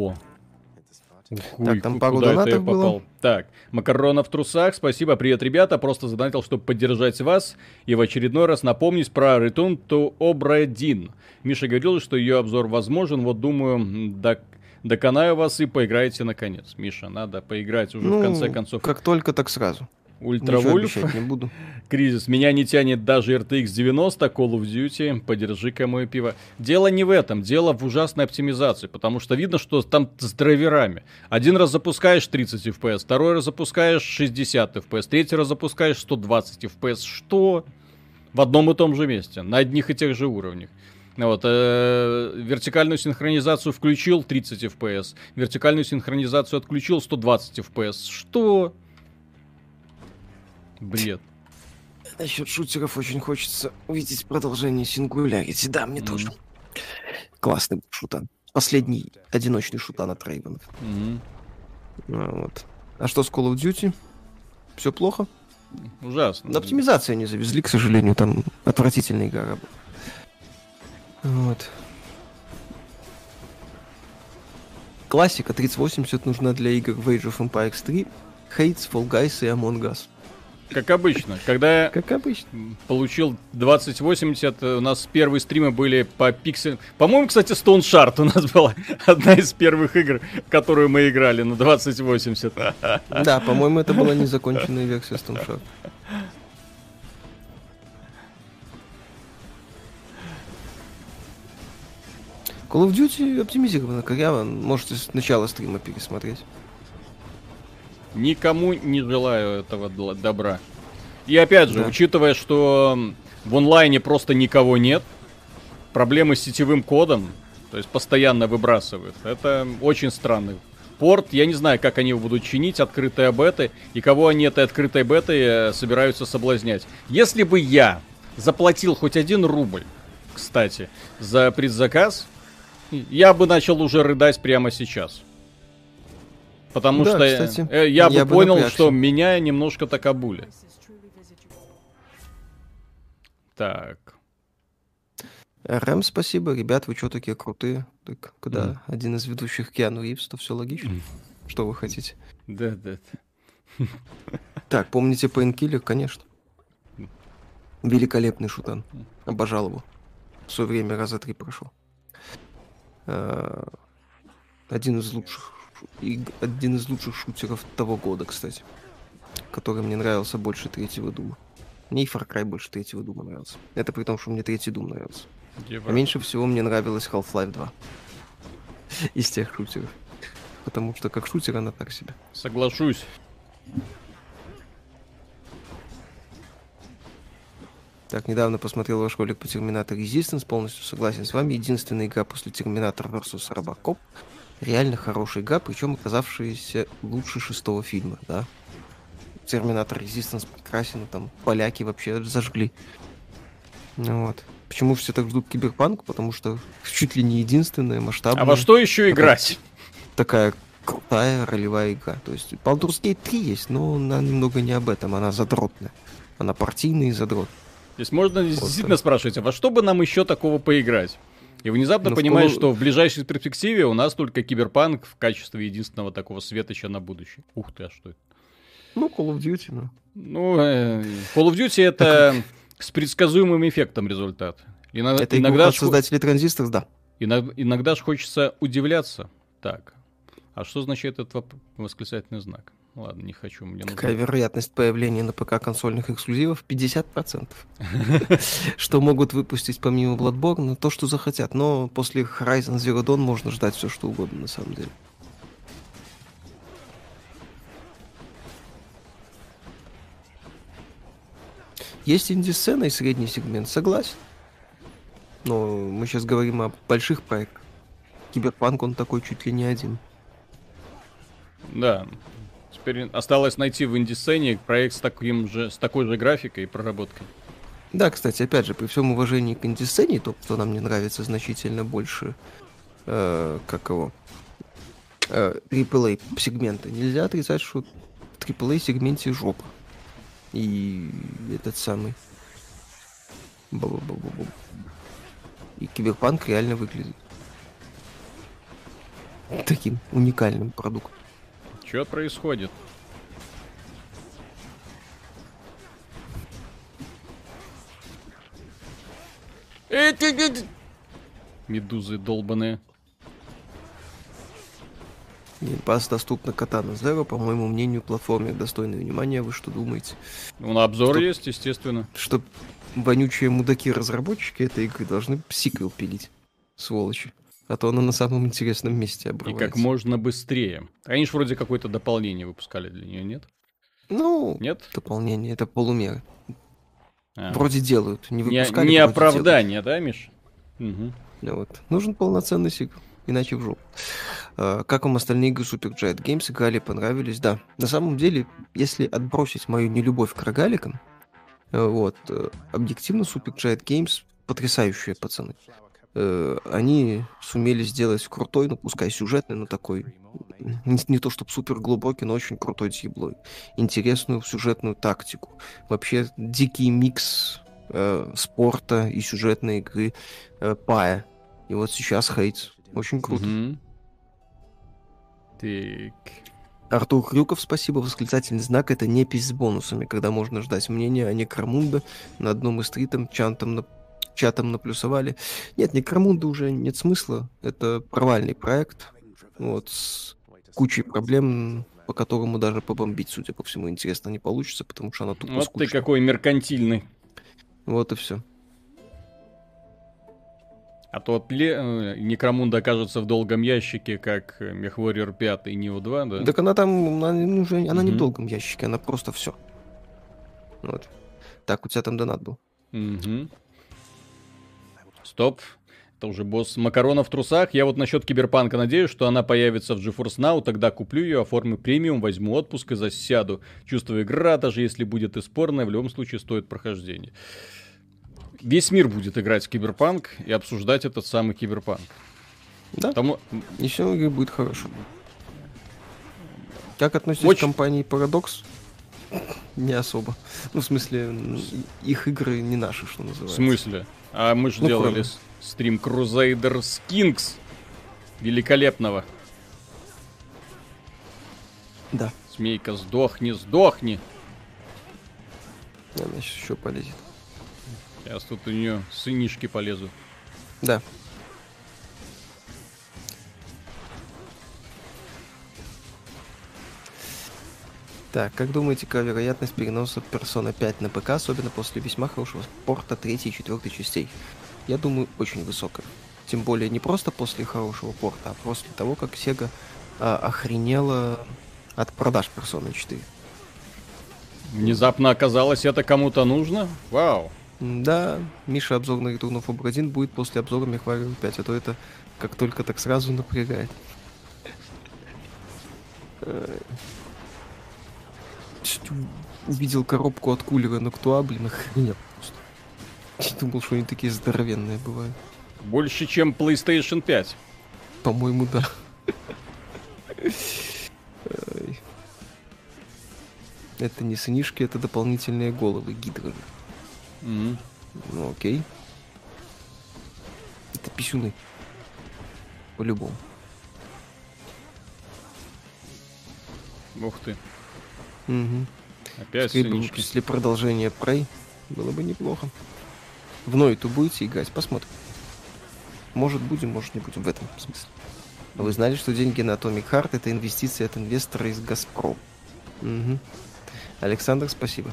Так, там пару донатов было. Так, Макарона в трусах, спасибо, привет, ребята, просто задонатил, чтобы поддержать вас и в очередной раз напомнить про Return to Obra Dinn. Миша говорил, что ее обзор возможен, вот думаю, доконаю вас и поиграете наконец. Миша, надо поиграть уже в конце концов. Как только, так сразу. Ультравульф, не буду. Кризис, меня не тянет даже RTX 90, Call of Duty, подержи-ка мое пиво. Дело не в этом, дело в ужасной оптимизации, потому что видно, что там с драйверами. Один раз запускаешь 30 FPS, второй раз запускаешь 60 FPS, третий раз запускаешь 120 FPS. Что? В одном и том же месте, на одних и тех же уровнях. Вот, вертикальную синхронизацию включил 30 FPS, вертикальную синхронизацию отключил 120 FPS. Что? Бред. Насчет шутеров очень хочется увидеть продолжение Singularity. Да, мне тоже. Классный шутан. Последний одиночный шутан от Рейвенов. Вот. А что с Call of Duty? Все плохо? Ужасно. Но оптимизацию не завезли, к сожалению. Там отвратительная игра работает. Вот. Классика 3080 нужна для игр в Age of Empires 3, Hades, Fall Guys и Among Us. Как обычно. Когда как обычно. Получил 2080, у нас первые стримы были по пикселям. По-моему, кстати, Stone Shard у нас была одна из первых игр, в которую мы играли на 2080. Да, по-моему, это была незаконченная версия Stone Shard. Call of Duty оптимизирована коряво, можете с начала стрима пересмотреть. Никому не желаю этого добра. И опять же, учитывая, что в онлайне просто никого нет, проблемы с сетевым кодом, то есть постоянно выбрасывают, это очень странный порт. Я не знаю, как они его будут чинить, открытая бета, и кого они этой открытой бетой собираются соблазнять. Если бы я заплатил хоть 1 рубль, кстати, за предзаказ, я бы начал уже рыдать прямо сейчас. Потому что кстати, я бы понял, напрягся. Что меня немножко так обули. Так. РМ, спасибо. Ребят, вы что такие крутые? Так, когда один из ведущих Киану Ривз, то все логично. Что вы хотите? Да. Так, помните Painkiller? Конечно. Великолепный шутан. Обожал его. В свое время раза 3 прошел. Один из лучших шутеров того года, кстати. Который мне нравился больше третьего Дума. Мне и Far Cry больше третьего Дума нравился. Это при том, что мне третий Дум нравился. А меньше всего мне нравилась Half-Life 2. Из тех шутеров. Потому что как шутер она так себе. Соглашусь. Так, недавно посмотрел ваш ролик по Terminator Resistance. Полностью согласен с вами. Единственная игра после Terminator vs. Robocop. Реально хорошая игра, причем оказавшаяся лучше 6-го фильма, да. Терминатор Resistance прекрасен, там поляки вообще зажгли. Вот. Почему все так ждут Киберпанк? Потому что чуть ли не единственная масштабная. А во что еще играть? Такая крутая ролевая игра. То есть Baldur's Gate 3 есть, но она немного не об этом, она задротная. Она партийная и задротная. То есть можно вот действительно спрашивать, а во что бы нам еще такого поиграть? И внезапно понимаешь, что в ближайшей перспективе у нас только Киберпанк в качестве единственного такого светоча на будущее. Ух ты, а что это? Ну, Call of Duty, ну. Ну, Call of Duty это с предсказуемым эффектом результат. Это иногда от создателей Транзисторс, да. Иногда же хочется удивляться. Так, а что значит этот восклицательный знак? Ладно, не хочу, мне нужно... Какая вероятность появления на ПК консольных эксклюзивов? 50%. Что могут выпустить помимо Bloodborne? То, что захотят. Но после Horizon Zero Dawn можно ждать все, что угодно, на самом деле. Есть инди-сцена и средний сегмент, согласен. Но мы сейчас говорим о больших проектах. Киберпанк, он такой чуть ли не один. Да. Теперь осталось найти в инди-сцене проект с такой же графикой и проработкой. Да, кстати, опять же, при всем уважении к инди-сцене, то, что нам не нравится значительно больше, AAA сегмента, нельзя отрицать, что в AAA сегменте жопа. И этот самый... И Киберпанк реально выглядит таким уникальным продуктом. Что происходит? Медузы долбаные. Геймпас доступна Катана Zero, по моему мнению, платформе достойной внимания. Вы что думаете? Ну, на обзор есть, естественно. Что вонючие мудаки-разработчики этой игры должны сиквел пилить, сволочи. А то она на самом интересном месте И обрывается. как можно быстрее. Они ж вроде какое-то дополнение выпускали для нее, нет? Ну, Нет? дополнение, это полумеры. А. Вроде делают, не выпускали. Не вроде оправдание, да, Миш? Угу. делают. Вот. Нужен полноценный сиквел, иначе в жопу. Как вам остальные игры Super Giant Games? Играли, понравились? Да. На самом деле, если отбросить мою нелюбовь к рогаликам, объективно Super Giant Games потрясающие пацаны. Они сумели сделать крутой, ну пускай сюжетный, но такой, не то чтобы супер глубокий, но очень крутой Диаблой. Интересную сюжетную тактику. Вообще дикий микс спорта и сюжетной игры Пая. И вот сейчас Хейтс. Очень круто. Угу. Так. Артур Крюков, спасибо, восклицательный знак. Это непись с бонусами, когда можно ждать мнения о Некромунда. На одном из стритов чатом наплюсовали. Нет, Некромунда уже нет смысла. Это провальный проект. Вот, с кучей проблем, по которому даже побомбить, судя по всему, интересно не получится, потому что она тупо Вот скучная. ты какой меркантильный. Вот и все. А то Некромунда окажется в долгом ящике, как Мехворьер 5 и Нио 2, да? Так она там, она не в Мгм. долгом ящике, она просто все. Вот. Так, у тебя там донат был. Угу. Стоп. Это уже босс Макарона в трусах. Я вот насчет Киберпанка надеюсь, что она появится в GeForce Now. Тогда куплю ее, оформлю премиум, возьму отпуск и засяду. Чувство игра, даже если будет и спорная, в любом случае стоит прохождение. Весь мир будет играть в Киберпанк и обсуждать этот самый Киберпанк. Да, Потому... и все будет хорошо. Как относитесь Очень- к компании Paradox? Не особо. Ну, в смысле, их игры не наши, что В называется. смысле? А мы же Ну, делали кроме. стрим Crusaders Kings. Великолепного. Да. Змейка, сдохни, сдохни. Она сейчас еще полезет. Сейчас тут у нее сынишки полезут. Да. Так, как думаете, какая вероятность переноса Persona 5 на ПК, особенно после весьма хорошего порта 3 и 4 частей? Я думаю, очень высокая. Тем более не просто после хорошего порта, а после того, как Sega охренела от продаж Persona 4. Внезапно оказалось, это кому-то нужно? Вау. Да, Миша, обзор на Return of Obra 1 будет после обзора MechWarrior 5, а то это как только так сразу напрягает. Увидел коробку от кулера Ноктуа, блин, охренел просто. Я думал, что они такие здоровенные бывают. Больше, чем PlayStation 5. По-моему, да. Ай. Это не сынишки, это дополнительные головы гидры. Мгм. Ну окей. Это писюны. По-любому. Ух ты. Угу. Опять Скорее бы сынишки. после продолжения Prey было бы неплохо. В Ноиту будете играть? Посмотрим. Может будем, может не будем в этом смысле. А вы знали, что деньги на Atomic Heart — это инвестиции от инвестора из Газпром? Мгм. Александр, спасибо.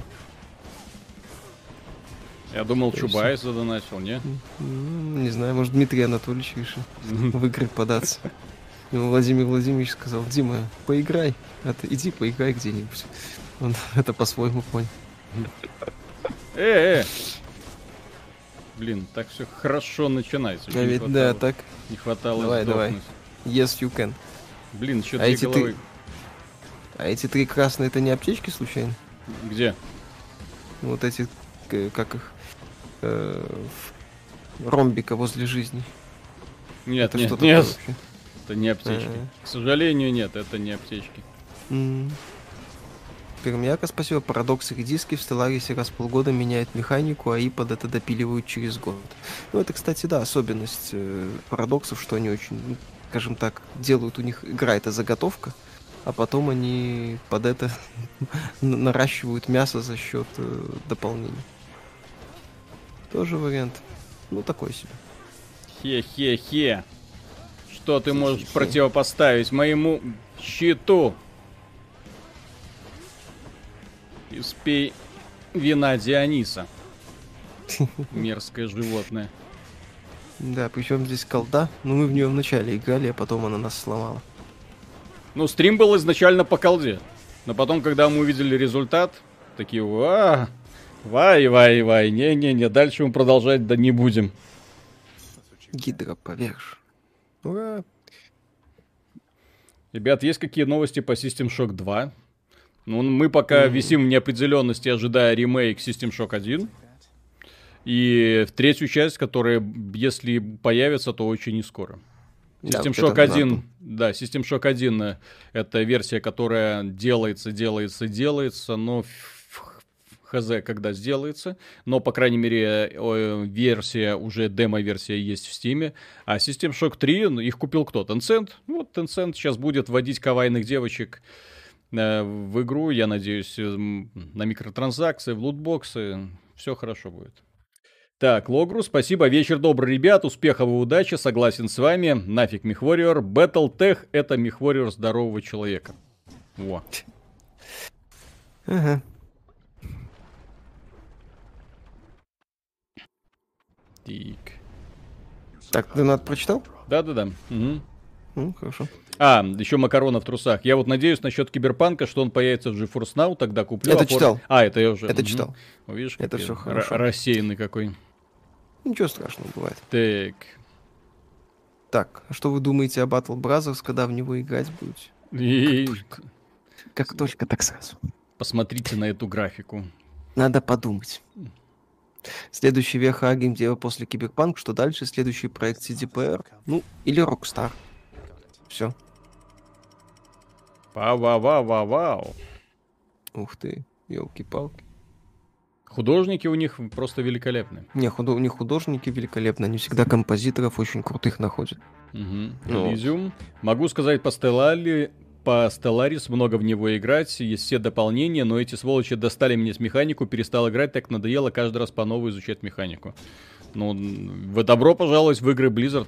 Я думал, То есть- Чубайс задонатил, не? Не знаю, может, Дмитрий Анатольевич решил в игры податься. Ему Владимир Владимирович сказал: Дима, поиграй. Иди поиграй где-нибудь. Он это по-своему понял. Э! Блин, так все хорошо начинается. А ведь да, так. Не хватало Давай, давай. сдохнуть. Yes, you can. Блин, еще А 3 эти головы. А эти 3 красные, это не аптечки случайно? Где? Вот эти, как их, ромбика возле жизни. Нет, Это нет, что такое нет. вообще? Это не аптечки. А. К сожалению, нет, это не аптечки. Пермяка, спасибо. Парадокс редиски в Stellaris раз в полгода меняет механику, а и под это допиливают через год. Ну, это, кстати, да, особенность парадоксов, что они очень, скажем так, делают, у них игра это заготовка, а потом они под это наращивают мясо за счет дополнений. Тоже вариант. Ну, такой себе. Хе-хе-хе. Что ты можешь противопоставить моему щиту? Испей вина Диониса. Мерзкое животное. Да, причем здесь колда. Ну, мы в нее вначале играли, а потом она нас сломала. Ну, стрим был изначально по колде. Но потом, когда мы увидели результат, такие, вай, не-не-не, дальше мы продолжать да не будем. Гидроповерж. Ура! Ребят, есть какие новости по System Shock 2? Ну, мы пока висим в неопределенности, ожидая ремейк System Shock 1. И в третью часть, которая, если появится, то очень не скоро. Да, System вот Shock это 1, надо. да, System Shock 1 это версия, которая делается, но хз, когда сделается. Но, по крайней мере, версия, уже демо-версия есть в Steam. А System Shock 3, их купил кто? Tencent. Вот Tencent сейчас будет вводить кавайных девочек в игру, я надеюсь, на микротранзакции, в лутбоксы. Все хорошо будет. Так, Логру, спасибо. Вечер добрый, ребят. Успехов и удачи. Согласен с вами. Нафиг Мехвориор. Battletech — это Мехвориор здорового человека. Во. Ага. Так. Так, ты надо прочитал? Да-да-да. Угу. Ну, хорошо. А, еще макарона в трусах. Я вот надеюсь насчет Киберпанка, что он появится в GeForce Now, тогда куплю. Это читал. А, это я уже... Это читал. Видишь, Это какой всё хорошо. рассеянный какой. Ничего страшного бывает. Так. Так, а что вы думаете о Battle Brothers, когда в него играть будете? И Как только, так сразу. посмотрите на эту графику. Надо подумать. Следующий верх геймдева после Киберпанк, что дальше? Следующий проект CDPR, ну, или Rockstar. Все. Вау. Ух ты, елки-палки. Художники у них просто великолепны. Не, у них художники великолепны, они всегда композиторов очень крутых находят. Угу. Ну. Elysium. Могу сказать, по Stellaris много в него играть, есть все дополнения, но эти сволочи достали меня с механику, перестал играть, так надоело каждый раз по новой изучать механику. Ну, вы добро пожаловать в игры Blizzard,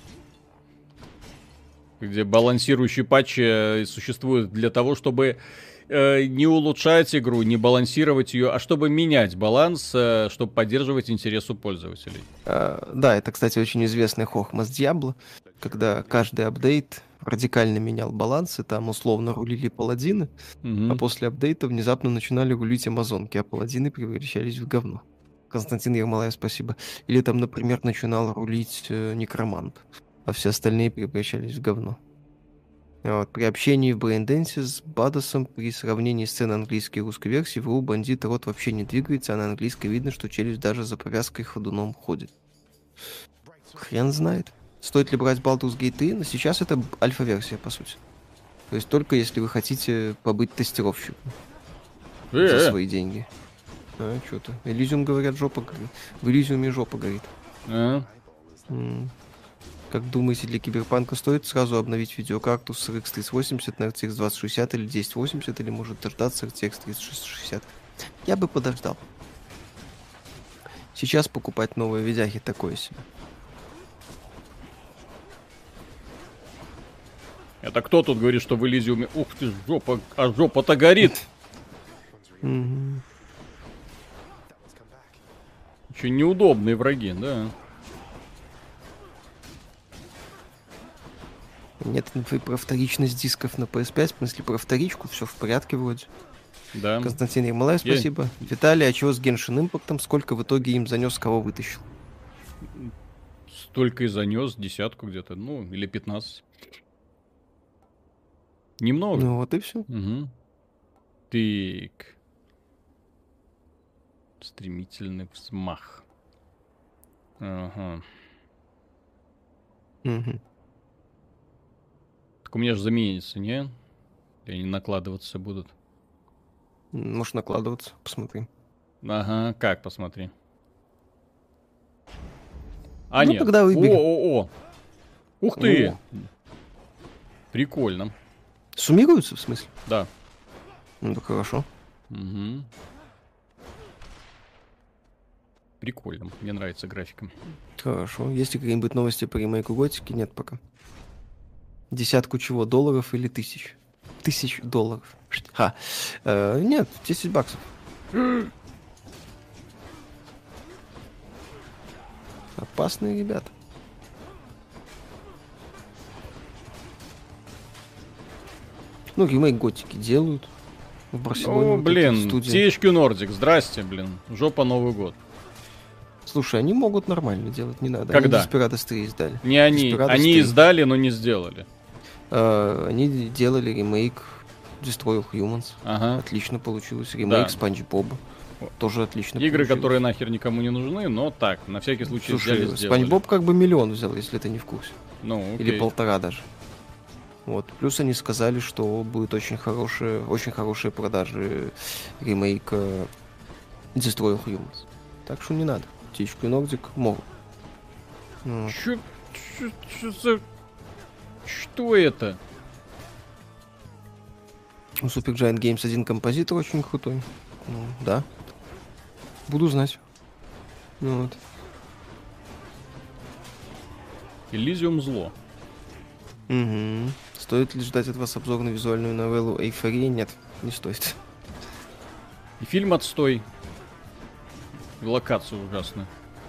где балансирующие патчи существуют для того, чтобы не улучшать игру, не балансировать ее, а чтобы менять баланс, чтобы поддерживать интерес у пользователей. Да, это, кстати, очень известный хохма с Diablo, когда каждый апдейт радикально менял баланс, и там условно рулили паладины, а после апдейта внезапно начинали рулить амазонки, а паладины превращались в говно. Константин Ермолаев, спасибо. Или там, например, начинал рулить некромант, а все остальные превращались в говно. Вот. При общении в брейнденсе с Бадосом, при сравнении сцен английской и русской версии, в РУ бандита рот вообще не двигается, а на английской видно, что челюсть даже за повязкой ходуном ходит. Хрен знает. Стоит ли брать Baldur's Gate 3? Но сейчас это альфа-версия, по сути. То есть только если вы хотите побыть тестировщиком за свои деньги. А, что-то. Elysium, говорят, жопа горит. В Elysium жопа горит. Как думаете, для Киберпанка стоит сразу обновить видеокарту с RX 3080 на RTX 2060 или 1080, или может дождаться RTX 3060? Я бы подождал. Сейчас покупать новые видяхи такое себе. Это кто тут говорит, что в Элизиуме... Ух ты, жопа, а жопа-то горит. Мгм. Очень неудобные враги, да. Нет инфы про вторичность дисков на PS5, в смысле про вторичку, все в порядке вроде. Да. Константин Ермолаев, Я- спасибо. Виталий, а чего с Геншин Импактом? Сколько в итоге им занес, кого вытащил? Столько и занес, 10 где-то, ну, или 15. Немного. Ну вот и все. Угу. Так. Стремительный взмах. Ага. Так у меня же заменится, не? Или они накладываться будут? Может накладываться, посмотри. Ага, как, посмотри. А, Ну, нет. тогда выбери. О. Ух ты! О. Прикольно. Суммируются, в смысле? Да. Ну да хорошо. Угу. Прикольно. Мне нравится графика. Хорошо. Есть ли какие-нибудь новости по ремейку Готики? Нет пока. Десятку чего? Долларов или тысяч? $1000. Ха. Нет, $10. Опасные ребята. Ну, ремейк Готики делают. В Барселоне. О, вот эта блин, студия. THQ Nordic, здрасте, блин. Жопа Новый год. Слушай, они могут нормально делать, не надо. Когда? Они Desperados 3 издали. Не они. Desperados Они 3. издали, но не сделали. Они делали ремейк Destroy All Humans. Ага. Отлично получилось. Ремейк Да. Спанч Боба. Тоже отлично Игры, получилось. которые нахер никому не нужны, но так, на всякий случай взяли, Слушай, сделали. Спанч Боб как бы миллион взял, если ты не в курсе. Ну, окей. Или 1,5 даже. Вот. Плюс они сказали, что будет очень хорошие продажи ремейка Destroy All Humans. Так что не надо. THQ Nordic могут. Вот. Чё за... Что это? У Supergiant Games один композитор очень крутой. Ну, да. Буду знать. Ну, вот. Elysium зло. Угу. Стоит ли ждать от вас обзор на визуальную новеллу «Эйфория»? Нет, не стоит. И фильм отстой. И локация ужасная.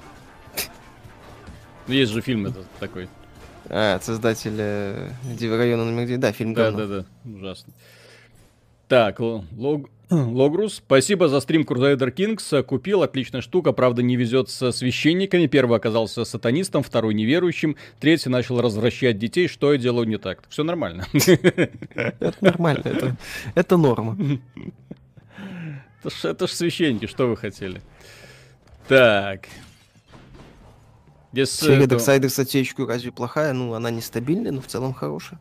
Ну, есть же фильм этот такой. От создателя района номер 9. Да, фильм говно. Да. Ужасно. Так, Логрус, спасибо за стрим Crusader Kings. Купил, отличная штука, правда не везет со священниками. Первый оказался сатанистом, второй неверующим, третий начал развращать детей. Что я делаю не так? Все нормально. Это нормально, это норма. Это ж священники, что вы хотели? Так. Серия Darksiders от THQ разве плохая? Ну, она нестабильная, но в целом хорошая.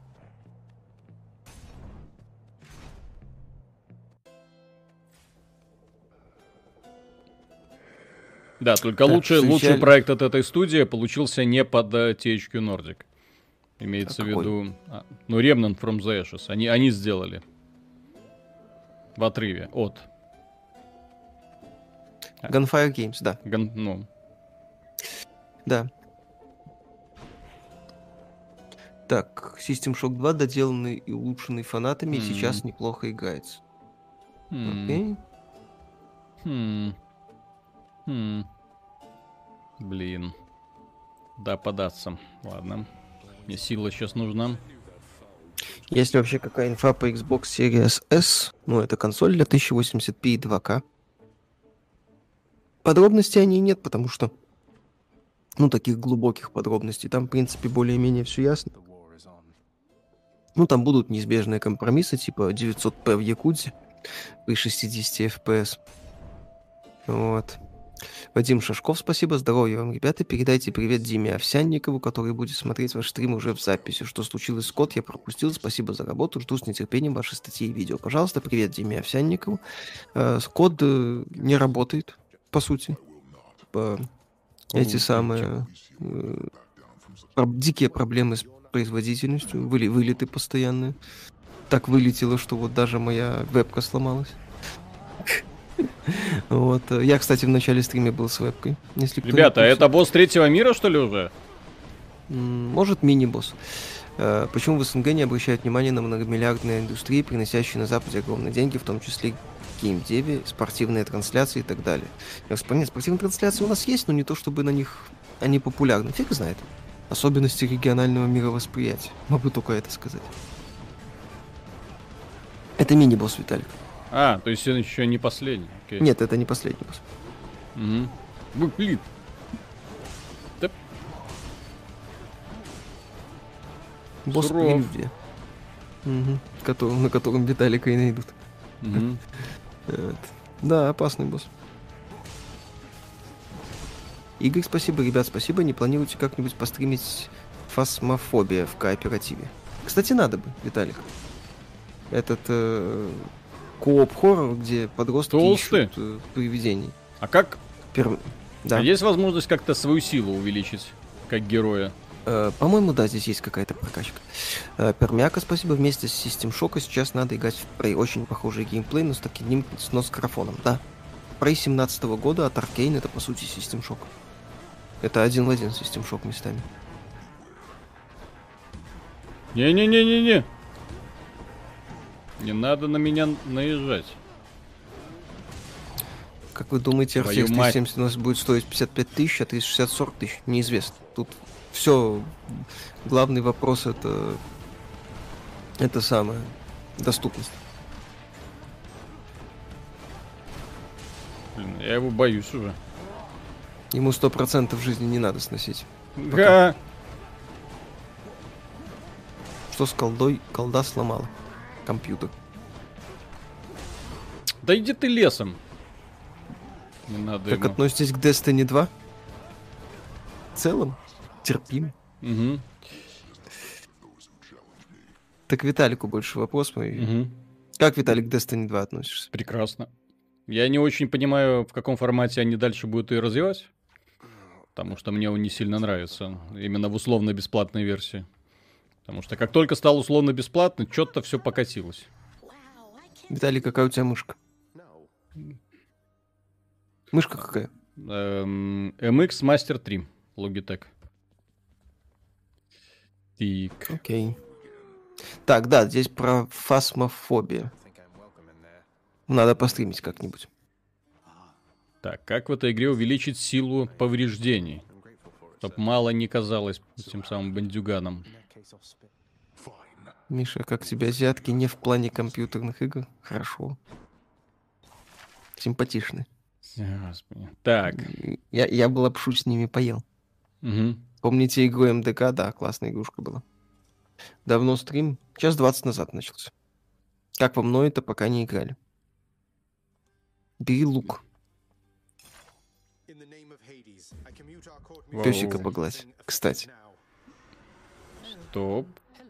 Да, только Так, лучший проект от этой студии получился не под THQ Nordic. Имеется в виду... Ну, Remnant from the Ashes. Они сделали. В отрыве от... Gunfire Games, да. Ну. Да. Так, System Shock 2 доделанный и улучшенный фанатами, и сейчас неплохо играется. Окей. Блин. Да, податься. Ладно. Мне сила сейчас нужна. Есть ли вообще какая инфа по Xbox Series S? Ну, это консоль для 1080p и 2К. Подробностей о ней нет, потому что... Ну, таких глубоких подробностей. Там, в принципе, более-менее все ясно. Ну, там будут неизбежные компромиссы, типа 900p в Якудзе при 60 FPS. Вот. Вадим Шашков, спасибо, здоровья вам, ребята. Передайте привет Диме Овсянникову, который будет смотреть ваш стрим уже в записи. Что случилось с код, я пропустил. Спасибо за работу, жду с нетерпением ваши статьи и видео. Пожалуйста, привет Диме Овсянникову. Код не работает, по сути. Эти самые дикие проблемы с производительностью, вылеты постоянные. Так вылетело, что вот даже моя вебка сломалась. Вот. Я, кстати, в начале стрима был с вебкой. Если Ребята, это босс третьего мира, что ли, уже? Может, мини-босс. Почему в СНГ не обращают внимания на многомиллиардные индустрии, приносящие на Западе огромные деньги, в том числе геймдеве, спортивные трансляции и так далее. Я вспоминаю, спортивные трансляции у нас есть, но не то, чтобы на них они популярны. Фиг знает. Особенности регионального мировосприятия. Могу только это сказать. Это мини-босс, Виталик. А, то есть он еще не последний. Окей. Нет, это не последний босс. Угу. Блин. Да. Босс Суров. прелюдия. На котором Виталика и найдут. Мгм. Вот. Да, опасный босс. Игорь, спасибо. Ребят, спасибо. Не планируете как-нибудь постримить фасмофобия в кооперативе? Кстати, надо бы, Виталик. Этот кооп-хоррор, где подростки Толстый? ищут привидений. А как? Да. А есть возможность как-то свою силу увеличить, как героя? По-моему, да, здесь есть какая-то прокачка. Пермяка, спасибо. Вместе с System Shock сейчас надо играть в Prey. Очень похожий геймплей, но с графоном. Да. Prey 17 года от Arkane это, по сути, System Shock. Это один в один System Shock местами. Не-не-не-не-не. Не надо на меня наезжать. Как вы думаете, Твою RTX мать. 370 у нас будет стоить 55 тысяч, а 360-40 тысяч? Неизвестно. Тут все. Главный вопрос это самое. Доступность. Блин, я его боюсь уже. Ему 100% жизни не надо сносить. Да. Что с колдой? Колда сломала компьютер. Да иди ты лесом. Не надо Как ему. относитесь к Destiny 2? В целом? Терпим. Угу. Так Виталику больше вопрос мой. Угу. Как, Виталик, к Destiny 2 относишься? Прекрасно. Я не очень понимаю, в каком формате они дальше будут ее развивать. Потому что мне он не сильно нравится. Именно в условно-бесплатной версии. Потому что как только стал условно-бесплатный, что-то все покатилось. Виталий, какая у тебя мышка? Мышка какая? MX Master 3. Logitech. Так. Окей. Так, да, здесь про фасмофобию. Надо постримить как-нибудь. Так, как в этой игре увеличить силу повреждений? Чтоб мало не казалось тем самым бандюганом. Миша, как тебе азиатки не в плане компьютерных игр? Хорошо. Симпатичны. Господи. Так. Я бы лапшу с ними поел. Угу. Помните игру МДК? Да, классная игрушка была. Давно стрим? Час 20 назад начался. Как вам это пока не играли? Бери лук. Песика погладь. Кстати. Стоп.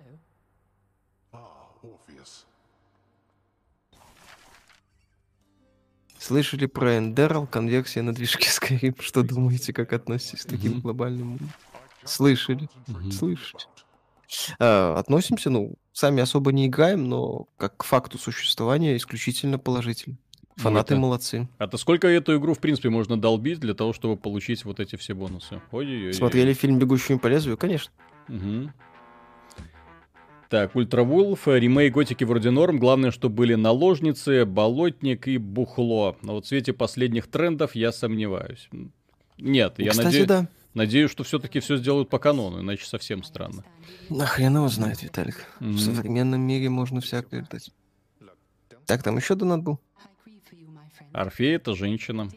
Слышали про Эндерл, конверсия на движке Skyrim? Что думаете, как относитесь к таким глобальным? Слышали? Слышали. Относимся, сами особо не играем, но как к факту существования исключительно положительно. Фанаты молодцы. А-то сколько эту игру, в принципе, можно долбить для того, чтобы получить вот эти все бонусы? Ой-ой-ой. Смотрели фильм «Бегущими по лезвию»? Конечно. Угу. Так, Ультравулф, ремейк Готики вроде норм, главное, чтобы были наложницы, болотник и бухло. Но вот в свете последних трендов я сомневаюсь. Нет, я Кстати, надеюсь, что все-таки все сделают по канону, иначе совсем странно. Нахрен его знает, Виталик. В современном мире можно всякое ждать. Так, там еще донат был. Орфей — это женщина.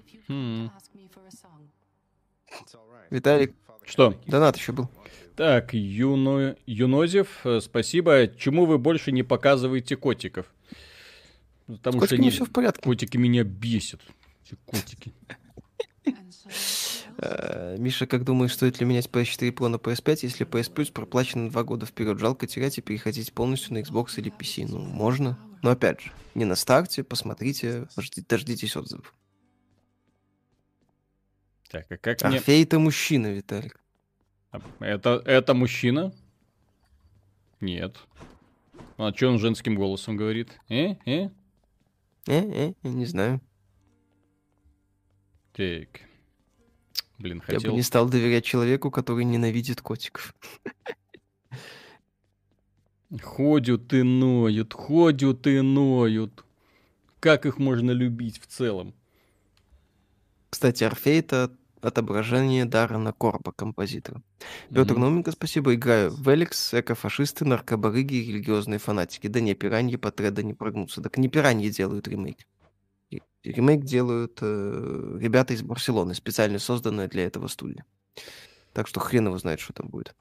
Виталик, Что? донат еще был. Так, Юнозев, спасибо. Чему вы больше не показываете котиков? Потому что все в порядке. котики меня бесят. Эти котики. Миша, как думаешь, стоит ли менять PS4 Pro на PS5, если PS Plus проплачено на 2 года вперед? Жалко терять и переходить полностью на Xbox или PC. Можно. Но опять же, не на старте, посмотрите, дождитесь отзывов. Так, а как мне... Орфей — это мужчина, Виталик. Это мужчина? Нет. А что он женским голосом говорит? Не знаю. Так. Блин, Я бы хотел... не стал доверять человеку, который ненавидит котиков. Ходят и ноют. как их можно любить в целом? Кстати, Орфей — это отображение Даррена Корба, композитора. Петр Мгм. Науменко, спасибо. Играю в Эликс, экофашисты, наркобарыги и религиозные фанатики. Да не, пираньи по треда не прогнутся. Так не пираньи делают ремейк. Ремейк делают ребята из Барселоны, специально созданная для этого студия. Так что хрен его знает, что там будет.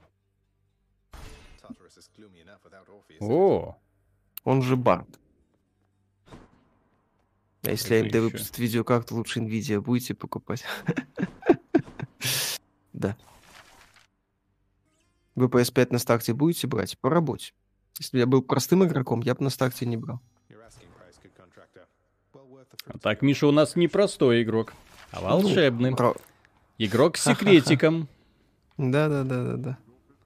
О, Он же Барт. А если Это AMD еще. выпустит видеокарту лучше NVIDIA, будете покупать? Да. Вы PS5 на старте будете брать? По работе. Если бы я был простым игроком, я бы на старте не брал. а так Миша у нас не простой игрок, а волшебный. Ну, Игрок с Ха-ха-ха. секретиком. Да.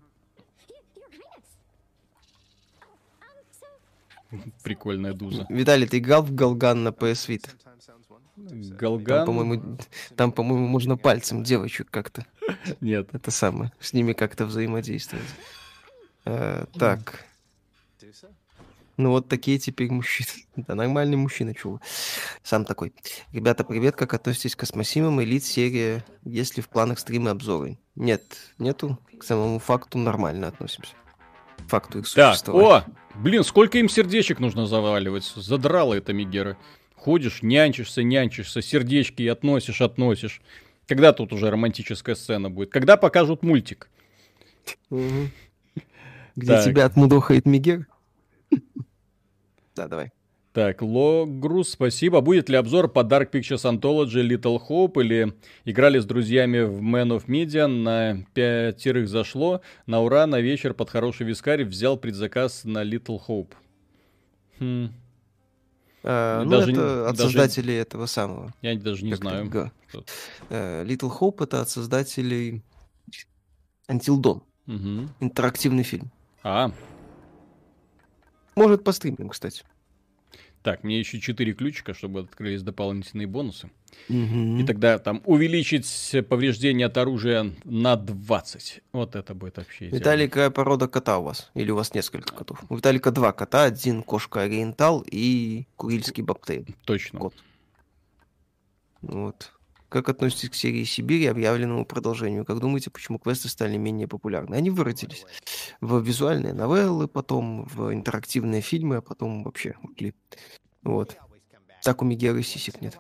Прикольная дуза. Виталий, ты играл в Галган на PS Vita? Галган? Там, по-моему, можно пальцем девочек как-то. Нет. Это самое. С ними как-то взаимодействовать. Так. Ну вот такие теперь мужчины. Да, нормальный мужчина, чего. Сам такой. Ребята, привет, как относитесь к Космосимам? Элит серия, есть ли в планах стримы обзоры? Нет, нету. К самому факту нормально относимся. К факту их Так, существования. блин, сколько им сердечек нужно заваливать? Задрала это Мегера. Ходишь, нянчишься, сердечки относишь. Когда тут уже романтическая сцена будет? Когда покажут мультик? Мгм. Где Так. тебя отмудохает Мигер? Да, давай. Так, Логрус, спасибо. Будет ли обзор по Dark Pictures Anthology Little Hope или играли с друзьями в Man of Media, на 5 зашло, на ура, на вечер под хороший вискарь взял предзаказ на Little Hope. Ну, Даже это от даже- создателей этого самого. Я даже не Как знаю. это, Кто- Little Hope — это от создателей Until Dawn. Мгм. Интерактивный фильм. А, Может, постримим, кстати. так, мне еще 4 ключика, чтобы открылись дополнительные бонусы. И Мгм. тогда там увеличить повреждения от оружия на 20. Вот это будет вообще идеально. Виталий, какая порода кота у вас? Или у вас несколько котов? У Виталика 2 кота, один кошка ориентал и курильский бобтейл. Точно. Кот. Вот. Как относитесь к серии «Сибирь» и объявленному продолжению? Как думаете, почему квесты стали менее популярны? Они выродились в визуальные новеллы, потом в интерактивные фильмы, а потом вообще ушли. Вот. Так у Мегеры сисек нет.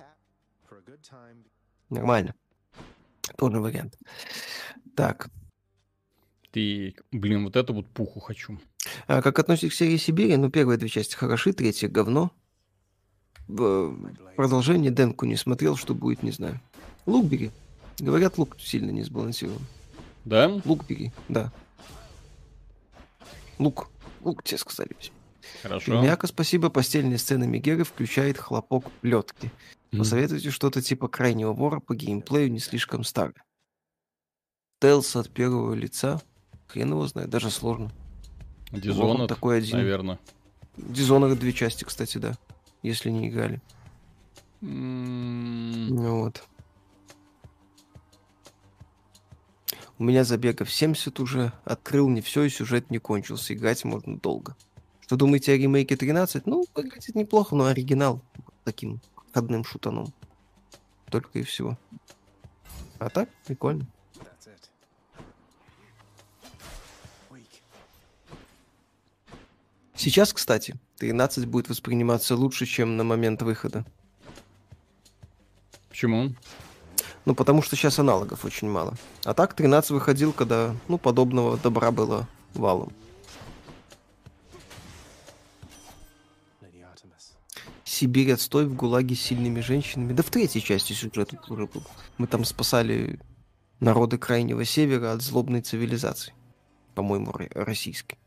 Нормально. Тоже вариант. Так. Ты, блин, вот это вот пуху хочу. А как относитесь к серии «Сибири»? Ну, первые 2 части хороши, 3 говно. Продолжение Денку не смотрел, что будет, не знаю. Лук бери. Говорят, лук сильно не сбалансирован. Да? Лук бери, да. Лук. Лук тебе сказали. Хорошо. Мягко спасибо. Постельные сцены Мегеры включает хлопок плетки. Посоветуйте что-то типа крайнего вора по геймплею, не слишком старое. Стелс от первого лица. Хрен его знает, даже сложно. Dishonored, Вот такой один. наверное. Dishonored 2 части, кстати, да. Если не играли. М, Ну вот. У меня забегов 70 уже. Открыл не все, и сюжет не кончился. Играть можно долго. Что думаете о ремейке 13? Ну, выглядит неплохо, но оригинал таким входным шутаном. Только и всего. А так, прикольно. Сейчас, кстати, 13 будет восприниматься лучше, чем на момент выхода. Почему? Ну, потому что сейчас аналогов очень мало. А так 13 выходил, когда, ну, подобного добра было валом. Сибирь отстой, в ГУЛАГе с сильными женщинами. Да в 3 части сюжет уже был. Мы там спасали народы Крайнего Севера от злобной цивилизации. По-моему, российской.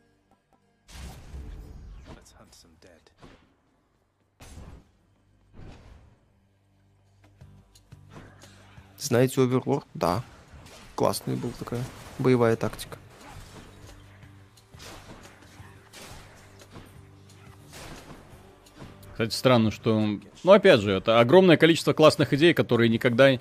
Знаете Overlord? Да. Классная была такая боевая тактика. Кстати, странно, что... Ну, опять же, это огромное количество классных идей, которые никогда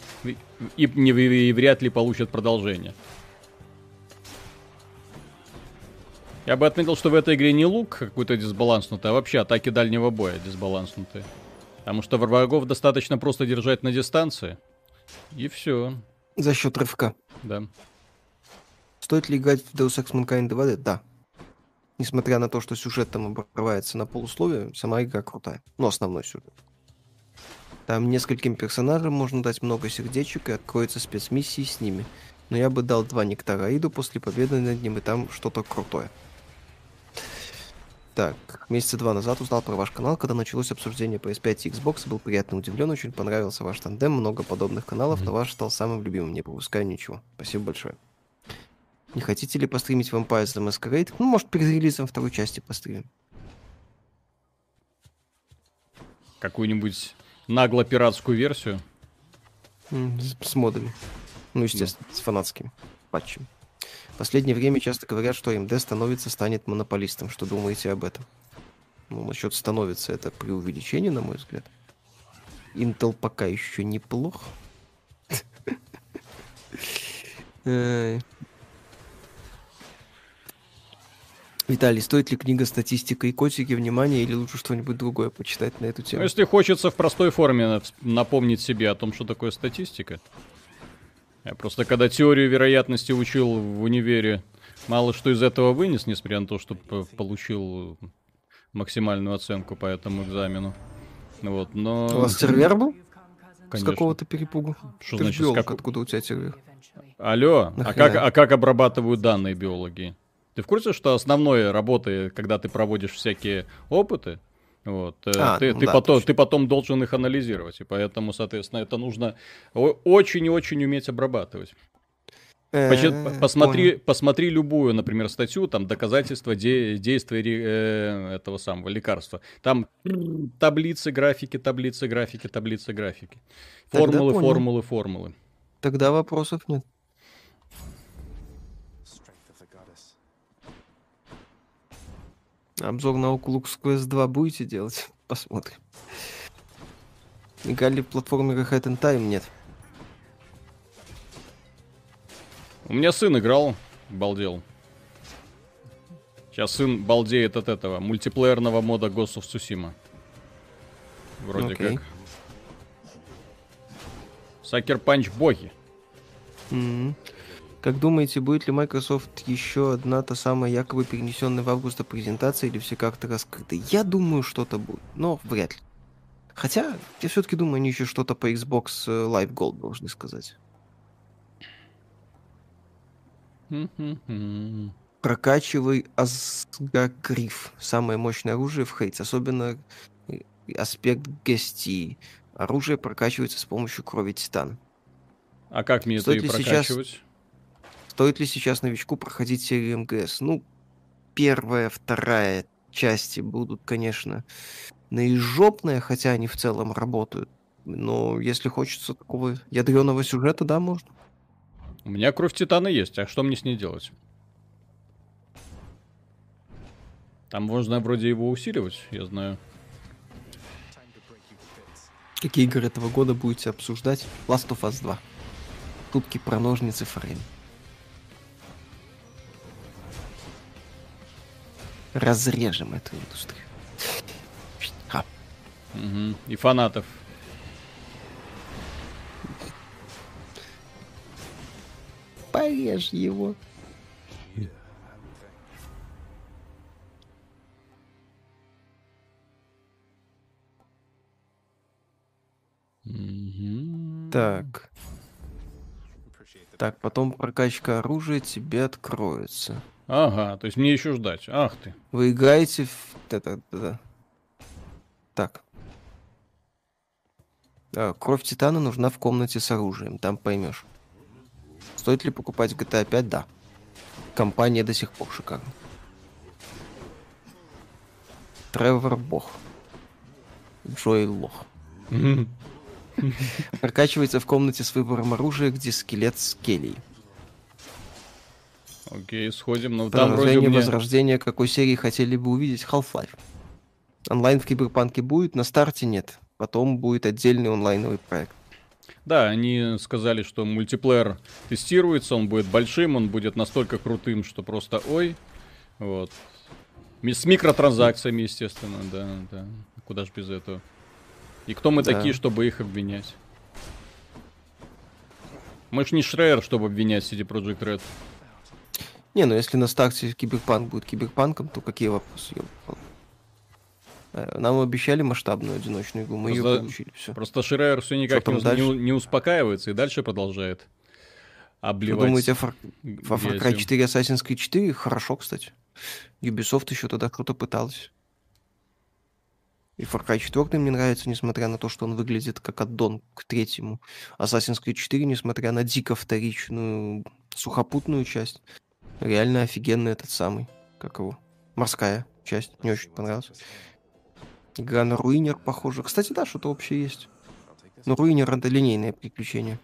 и вряд ли получат продолжение. Я бы отметил, что в этой игре не лук какой-то дисбаланснутый, а вообще атаки дальнего боя дисбаланснутые. Потому что врагов достаточно просто держать на дистанции. И все. За счет рывка. Да. Стоит ли играть в Deus Ex Mankind 2D? Да. Несмотря на то, что сюжет там обрывается на полусловие, сама игра крутая. Ну, основной сюжет. Там нескольким персонажам можно дать много сердечек и откроются спецмиссии с ними. Но я бы дал 2 нектара Аиду после победы над ним, и там что-то крутое. Так, месяца 2 назад узнал про ваш канал, когда началось обсуждение PS5 и Xbox, был приятно удивлен, очень понравился ваш тандем, много подобных каналов, но ваш стал самым любимым, не пропускаю ничего. Спасибо большое. Не хотите ли постримить Vampire the Masquerade? Ну, может, перед релизом второй части постримим. Какую-нибудь нагло-пиратскую версию. С модами. Ну, естественно, с фанатскими патчами. В последнее время часто говорят, что AMD станет монополистом. Что думаете об этом? Ну, насчет становится, это преувеличение, на мой взгляд. Intel пока еще неплох. Виталий, стоит ли книга «Статистика и котики» внимания или лучше что-нибудь другое почитать на эту тему? Ну, если хочется в простой форме напомнить себе о том, что такое статистика. Я просто когда теорию вероятности учил в универе, мало что из этого вынес, несмотря на то, что получил максимальную оценку по этому экзамену. Вот, но... У вас сервер был? С Конечно. какого-то перепугу? Что Ты значит, ж биолог, откуда у тебя сервер? Алло, Нахрена? как обрабатывают данные биологи? Ты в курсе, что основной работы, когда ты проводишь всякие опыты, вот, ты потом должен их анализировать, и поэтому, соответственно, это нужно очень и очень уметь обрабатывать. Посмотри любую, например, статью, там, доказательства действия этого самого лекарства. Там таблицы, графики. Формулы. Тогда вопросов нет. Обзор на Oculus Quest 2 будете делать? Посмотрим. Играли ли в платформеры Hat in Time? Нет. У меня сын играл, балдел. Сейчас сын балдеет от этого мультиплеерного мода Ghost of Tsushima. Вроде как. Sucker Punch боги. Как думаете, будет ли Microsoft еще одна та самая якобы перенесенная в август презентация или все как-то раскрыты? Я думаю, что-то будет, но вряд ли. Хотя, я все-таки думаю, они еще что-то по Xbox Live Gold должны сказать. Прокачивай Асгагриф. Самое мощное оружие в Хейтс. Особенно аспект Гести. Оружие прокачивается с помощью крови Титана. А как мне это и прокачивать? Стоит ли сейчас новичку проходить серию МГС? Ну, первая, вторая части будут, конечно, наизжопные, хотя они в целом работают. Но если хочется такого ядреного сюжета, да, можно. У меня кровь Титана есть, а что мне с ней делать? Там можно вроде его усиливать, я знаю. Какие игры этого года будете обсуждать? Last of Us 2. Тупки про ножницы Фрейм. Разрежем эту индустрию. И фанатов. Порежь его. Так. Так, потом прокачка оружия тебе откроется. Ага, то есть мне еще ждать. Ах ты. Вы играете в... Да. Так. Кровь Титана нужна в комнате с оружием, там поймешь. Стоит ли покупать GTA 5? Да. Компания до сих пор шикарна. Тревор Бог. Джоэл Лох. Прокачивается в комнате с выбором оружия, где скелет с келей. Окей, сходим. Но там вроде Продолжение возрождения какой серии хотели бы увидеть? Half-Life. Онлайн в Киберпанке будет, на старте нет. Потом будет отдельный онлайновый проект. Да, они сказали, что мультиплеер тестируется, он будет большим, он будет настолько крутым, что просто ой. Вот. С микротранзакциями, естественно, да. Куда ж без этого. И кто мы такие, чтобы их обвинять? Мы ж не Шрейер, чтобы обвинять CD Projekt Red. Не, ну если на старте Киберпанк будет Киберпанком, то какие вопросы? Нам обещали масштабную одиночную игру, мы ее получили. Все. Просто Шрейер все никак не успокаивается и дальше продолжает обливать. Вы думаете, Far Cry 4 Assassin's Creed 4? Хорошо, кстати. Ubisoft еще тогда круто пыталась. И Far Cry 4 мне нравится, несмотря на то, что он выглядит как аддон к третьему. Assassin's Creed 4, несмотря на дико вторичную сухопутную часть, реально офигенный этот самый, как его, морская часть. Мне очень понравилась. Игра на Руинер похожа. Кстати, да, что-то общее есть. Но Руинер — это линейное приключение.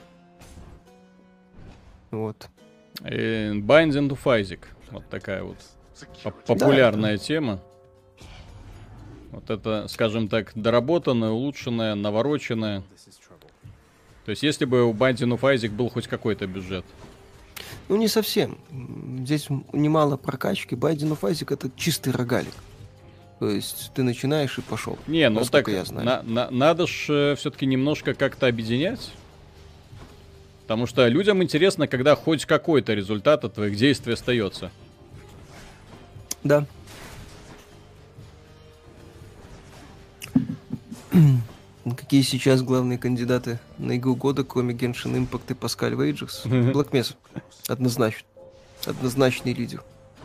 Вот. Binding of Isaac. Вот такая вот популярная тема. Вот это, скажем так, доработанная, улучшенная, навороченная. То есть, если бы у Binding of Isaac был хоть какой-то бюджет. Ну, не совсем. Здесь немало прокачки. Binding of Isaac — это чистый рогалик. То есть, ты начинаешь и пошел. Не, ну так я знаю. Надо ж все-таки немножко как-то объединять. Потому что людям интересно, когда хоть какой-то результат от твоих действий остается. Да. Какие сейчас главные кандидаты на игру года, кроме Genshin Impact и Pascal Wages? Black Mesa. Однозначно. Однозначный лидер.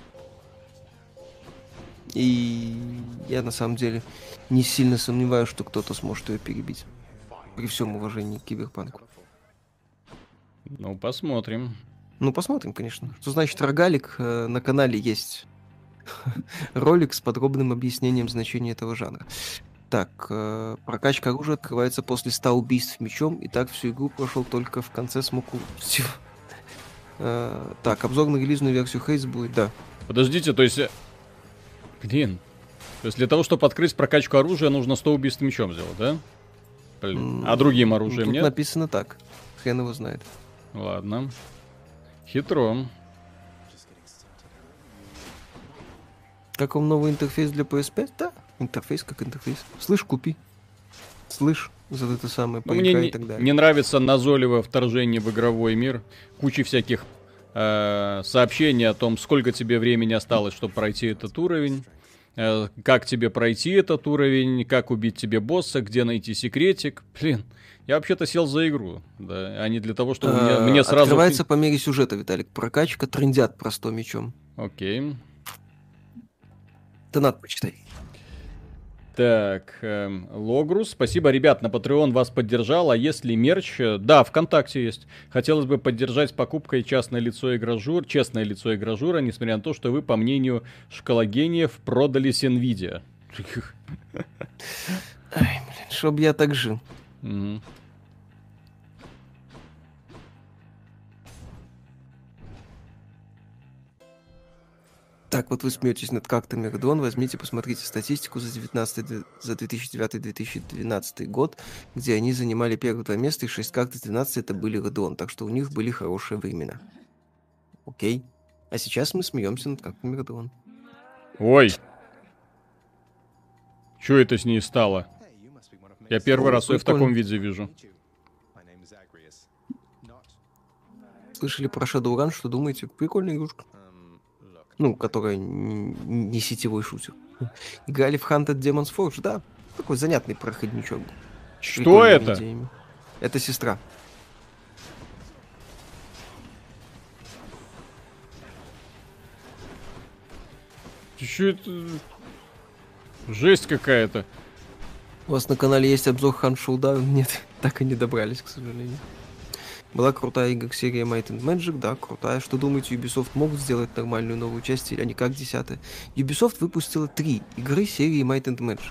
И я на самом деле не сильно сомневаюсь, что кто-то сможет ее перебить. При всем уважении к Киберпанку. Ну, посмотрим. Ну, посмотрим, конечно. Что значит рогалик? На канале есть ролик с подробным объяснением значения этого жанра. Так, прокачка оружия открывается после 100 убийств мечом, и так всю игру прошел только в конце смог убить. Так, обзор на релизную версию Haze будет, да. Подождите, то есть... Блин. То есть для того, чтобы открыть прокачку оружия, нужно 100 убийств мечом сделать, да? Блин. А другим оружием тут нет? Написано так. Хрен его знает. Ладно. Хитро. Как вам новый интерфейс для PS5? Да, интерфейс как интерфейс. Слышь, купи. Слышь, за это самое, поиграй и так далее. Мне нравится назойливое вторжение в игровой мир. Куча всяких сообщений о том, сколько тебе времени осталось, чтобы пройти этот уровень. Как тебе пройти этот уровень, как убить тебе босса, где найти секретик. Блин, я вообще-то сел за игру, да, а не для того, чтобы мне сразу... Открывается по мере сюжета, Виталик. Прокачка трындят просто мечом. Окей. Донат почитай. Так, Логрус, спасибо, ребят, на Patreon вас поддержал, а если мерч, да, ВКонтакте есть. Хотелось бы поддержать покупкой частное лицо Игражура, несмотря на то, что вы, по мнению шкалагениев, продались Nvidia. Ай, блин, чтоб я так жил. Так, вот вы смеетесь над как-то Мегадон, возьмите, посмотрите статистику за 2009-2012 год, где они занимали первые 2 места, и 6 карт из 12 это были Родеон, так что у них были хорошие времена. Окей. А сейчас мы смеемся над как-то Мегадон. Ой. Что это с ней стало? Я первый раз ее в таком виде вижу. Слышали про Shadowrun, что думаете? Прикольная игрушка. Ну, которая не сетевой шутер. Играли в Hunted Demon's Forge, да. Такой занятный проходничок. Что это? Идеями. Это сестра. Что это? Жесть какая-то. У вас на канале есть обзор Hunt Showdown? Нет, так и не добрались, к сожалению. Была крутая игра серия Might and Magic, да, крутая. Что думаете, Ubisoft могут сделать нормальную новую часть, или они как 10-я? Ubisoft выпустила 3 игры серии Might and Magic.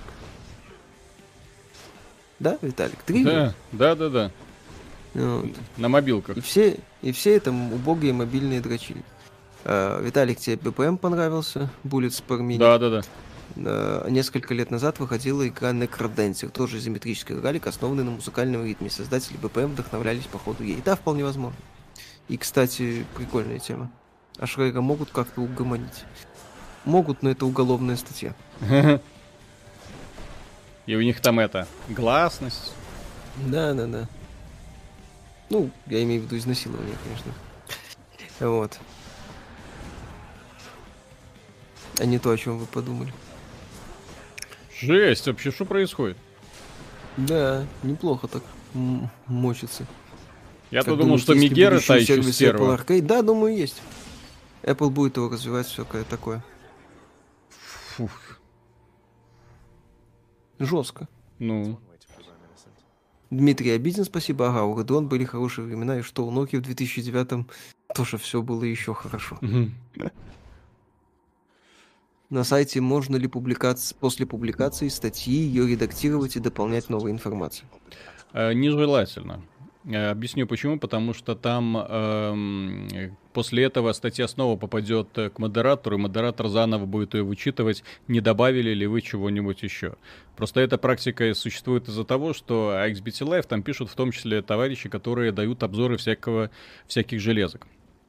Да, Виталик? 3 игры? Да. Вот. На мобилках. И все это убогие мобильные дрочи. Виталик, тебе BPM понравился? Bullets per Minute? Да. Несколько лет назад выходила игра Necrodancer, тоже изометрический рогалик, основанный на музыкальном ритме. Создатели BPM вдохновлялись по ходу ей. Да, вполне возможно. И, кстати, прикольная тема. А Шрейра могут как-то угомонить. Могут, но это уголовная статья. И у них там гласность. Да. Ну, я имею в виду изнасилование, конечно. Вот. А не то, о чем вы подумали. Жесть, вообще, что происходит? Да, неплохо так мочится. Я-то Как думал, думаете, что есть ли Мегера та будущий еще сервис стерва. Apple Arcade? Да, думаю, есть. Apple будет его развивать, всякое такое. Фух. Жестко. Ну, Дмитрий Обидин, спасибо. Ага, у Radeon были хорошие времена, и что у Nokia в 2009-м тоже все было еще хорошо. На сайте можно ли после публикации статьи ее редактировать и дополнять новой информацией? нежелательно. Объясню почему. Потому что там после этого статья снова попадет к модератору, и модератор заново будет ее вычитывать, не добавили ли вы чего-нибудь еще. Просто эта практика существует из-за того, что XBT Live там пишут в том числе товарищи, которые дают обзоры всяких железок.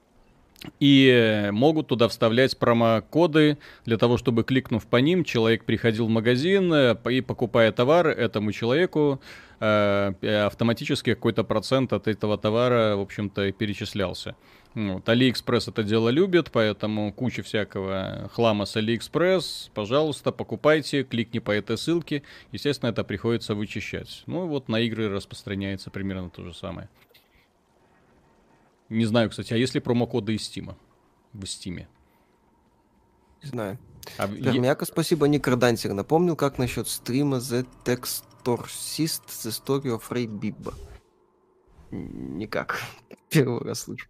И могут туда вставлять промокоды для того, чтобы, кликнув по ним, человек приходил в магазин и, покупая товар, этому человеку автоматически какой-то процент от этого товара, в общем-то, перечислялся. Вот. AliExpress это дело любит, поэтому куча всякого хлама с AliExpress. Пожалуйста, покупайте, кликни по этой ссылке. Естественно, это приходится вычищать. Ну вот на игры распространяется примерно то же самое. Не знаю, кстати, а есть ли промокоды из Steam? В Steam. Не знаю. Пермяка, спасибо. Некродансер напомнил, как насчет стрима The Textorcist The Story of Ray Bibba. Никак. Первый раз слышу.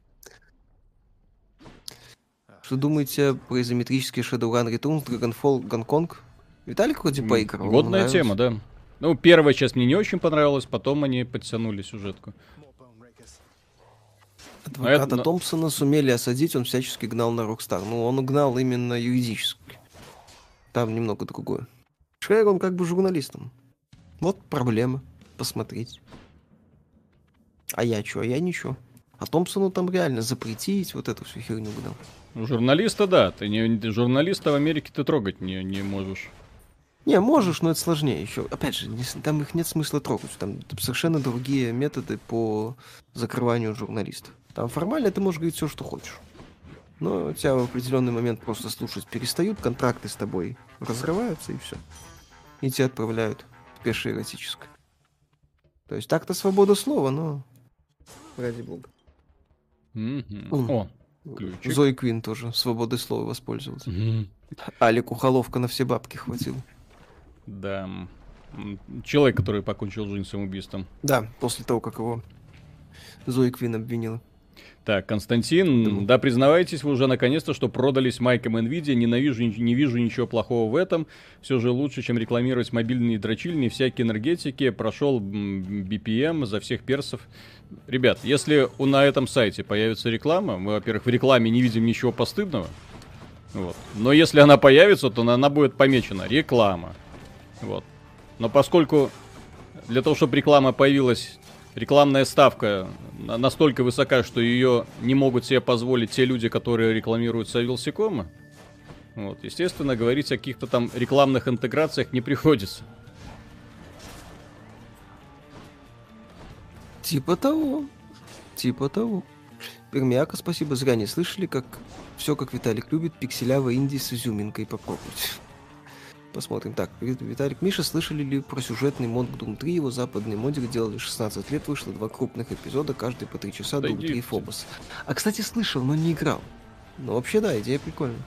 Что думаете про изометрический Shadowrun Returns, Dragonfall, Гонконг? Виталик вроде поиграл. Годная тема, да. Ну, первая часть мне не очень понравилась, потом они подтянули сюжетку. Адвоката Томпсона сумели осадить, он всячески гнал на Rockstar. Ну, он гнал именно юридически. Там немного другое. Шрейер, он как бы журналистом. Вот проблема. Посмотрите. А я чё? А я ничего. А Томпсону там реально запретить вот эту всю херню гнал. Журналиста, да. Журналиста в Америке ты трогать не можешь. Не, можешь, но это сложнее еще. Опять же, там их нет смысла трогать. Там совершенно другие методы по закрыванию журналистов. Там формально ты можешь говорить все, что хочешь. Но тебя в определенный момент просто слушать перестают, контракты с тобой разрываются, и все. И тебя отправляют в пешее эротическое. То есть так-то свобода слова, но ради бога. О, ключик. Зои Квин тоже свободой слова воспользовался. Алику Холовка на все бабки хватило. Да. Человек, который покончил жизнь самоубийством. Да, после того, как его Зои Квин обвинила. Так, Константин, да признавайтесь вы уже наконец-то, что продались майкам Nvidia. Не вижу ничего плохого в этом. Все же лучше, чем рекламировать мобильные дрочильни, всякие энергетики. Прошел BPM за всех персов. Ребят, если на этом сайте появится реклама, мы, во-первых, в рекламе не видим ничего постыдного. Вот. Но если она появится, то она будет помечена реклама. Вот. Но поскольку для того, чтобы реклама появилась, рекламная ставка настолько высока, что ее не могут себе позволить те люди, которые рекламируют Вилсикома, вот, естественно, говорить о каких-то там рекламных интеграциях не приходится. Типа того. Пермяка, спасибо. Зря не слышали, как все, как Виталик любит, пикселявый инди с изюминкой попробовать. Посмотрим. Так, Виталик, Миша, слышали ли про сюжетный мод к Doom 3? Его западный модик делали 16 лет, вышло 2 крупных эпизода, каждый по 3 часа, Doom 3 и Phobos. А, кстати, слышал, но не играл. Ну, вообще, да, идея прикольная.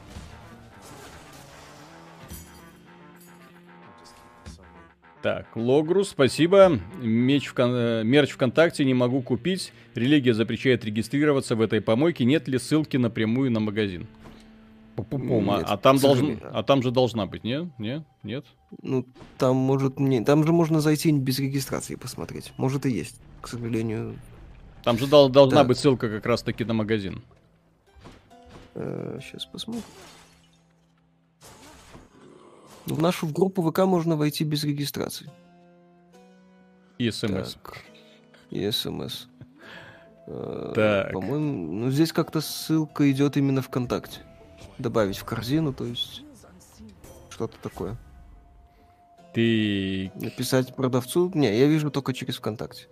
Так, Логрус, спасибо. Мерч ВКонтакте не могу купить. Религия запрещает регистрироваться в этой помойке. Нет ли ссылки напрямую на магазин? Нет, там же должна быть, нет? Ну, там же можно зайти без регистрации посмотреть. Может и есть, к сожалению. Там же должна быть ссылка как раз таки на магазин. Сейчас посмотрим. В нашу группу ВК можно войти без регистрации. И СМС. И СМС. Так. По-моему, здесь как-то ссылка идет именно ВКонтакте. добавить в корзину, то есть что-то такое. Ты... Написать продавцу? Не, я вижу только через ВКонтакте.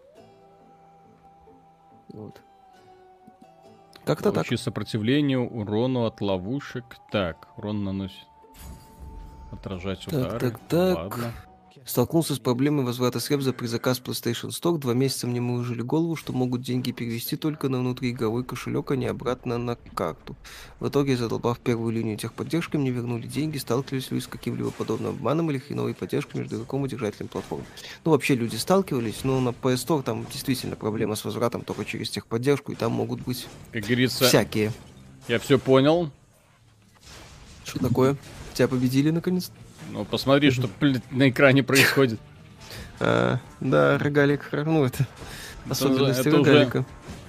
Вот. Как-то так. Получи сопротивлению урону от ловушек. Так, урон наносит. Отражать удары. Так. Ладно. Столкнулся с проблемой возврата средств за предзаказ PlayStation Store. 2 месяца мне мурыжили голову, что могут деньги перевести только на внутриигровой кошелек, а не обратно на карту. В итоге, задолбав первую линию техподдержки, мне вернули деньги. Сталкивались ли вы с каким-либо подобным обманом или хреновой поддержкой между игроком и держателем платформы? Ну, вообще люди сталкивались, но на PS Store там действительно проблема с возвратом только через техподдержку, и там могут быть Как говорится, всякие. я все понял. Что такое? Тебя победили наконец? Ну, посмотри, что на экране происходит. Да, рогалик, ну это особенности это уже- рогалика.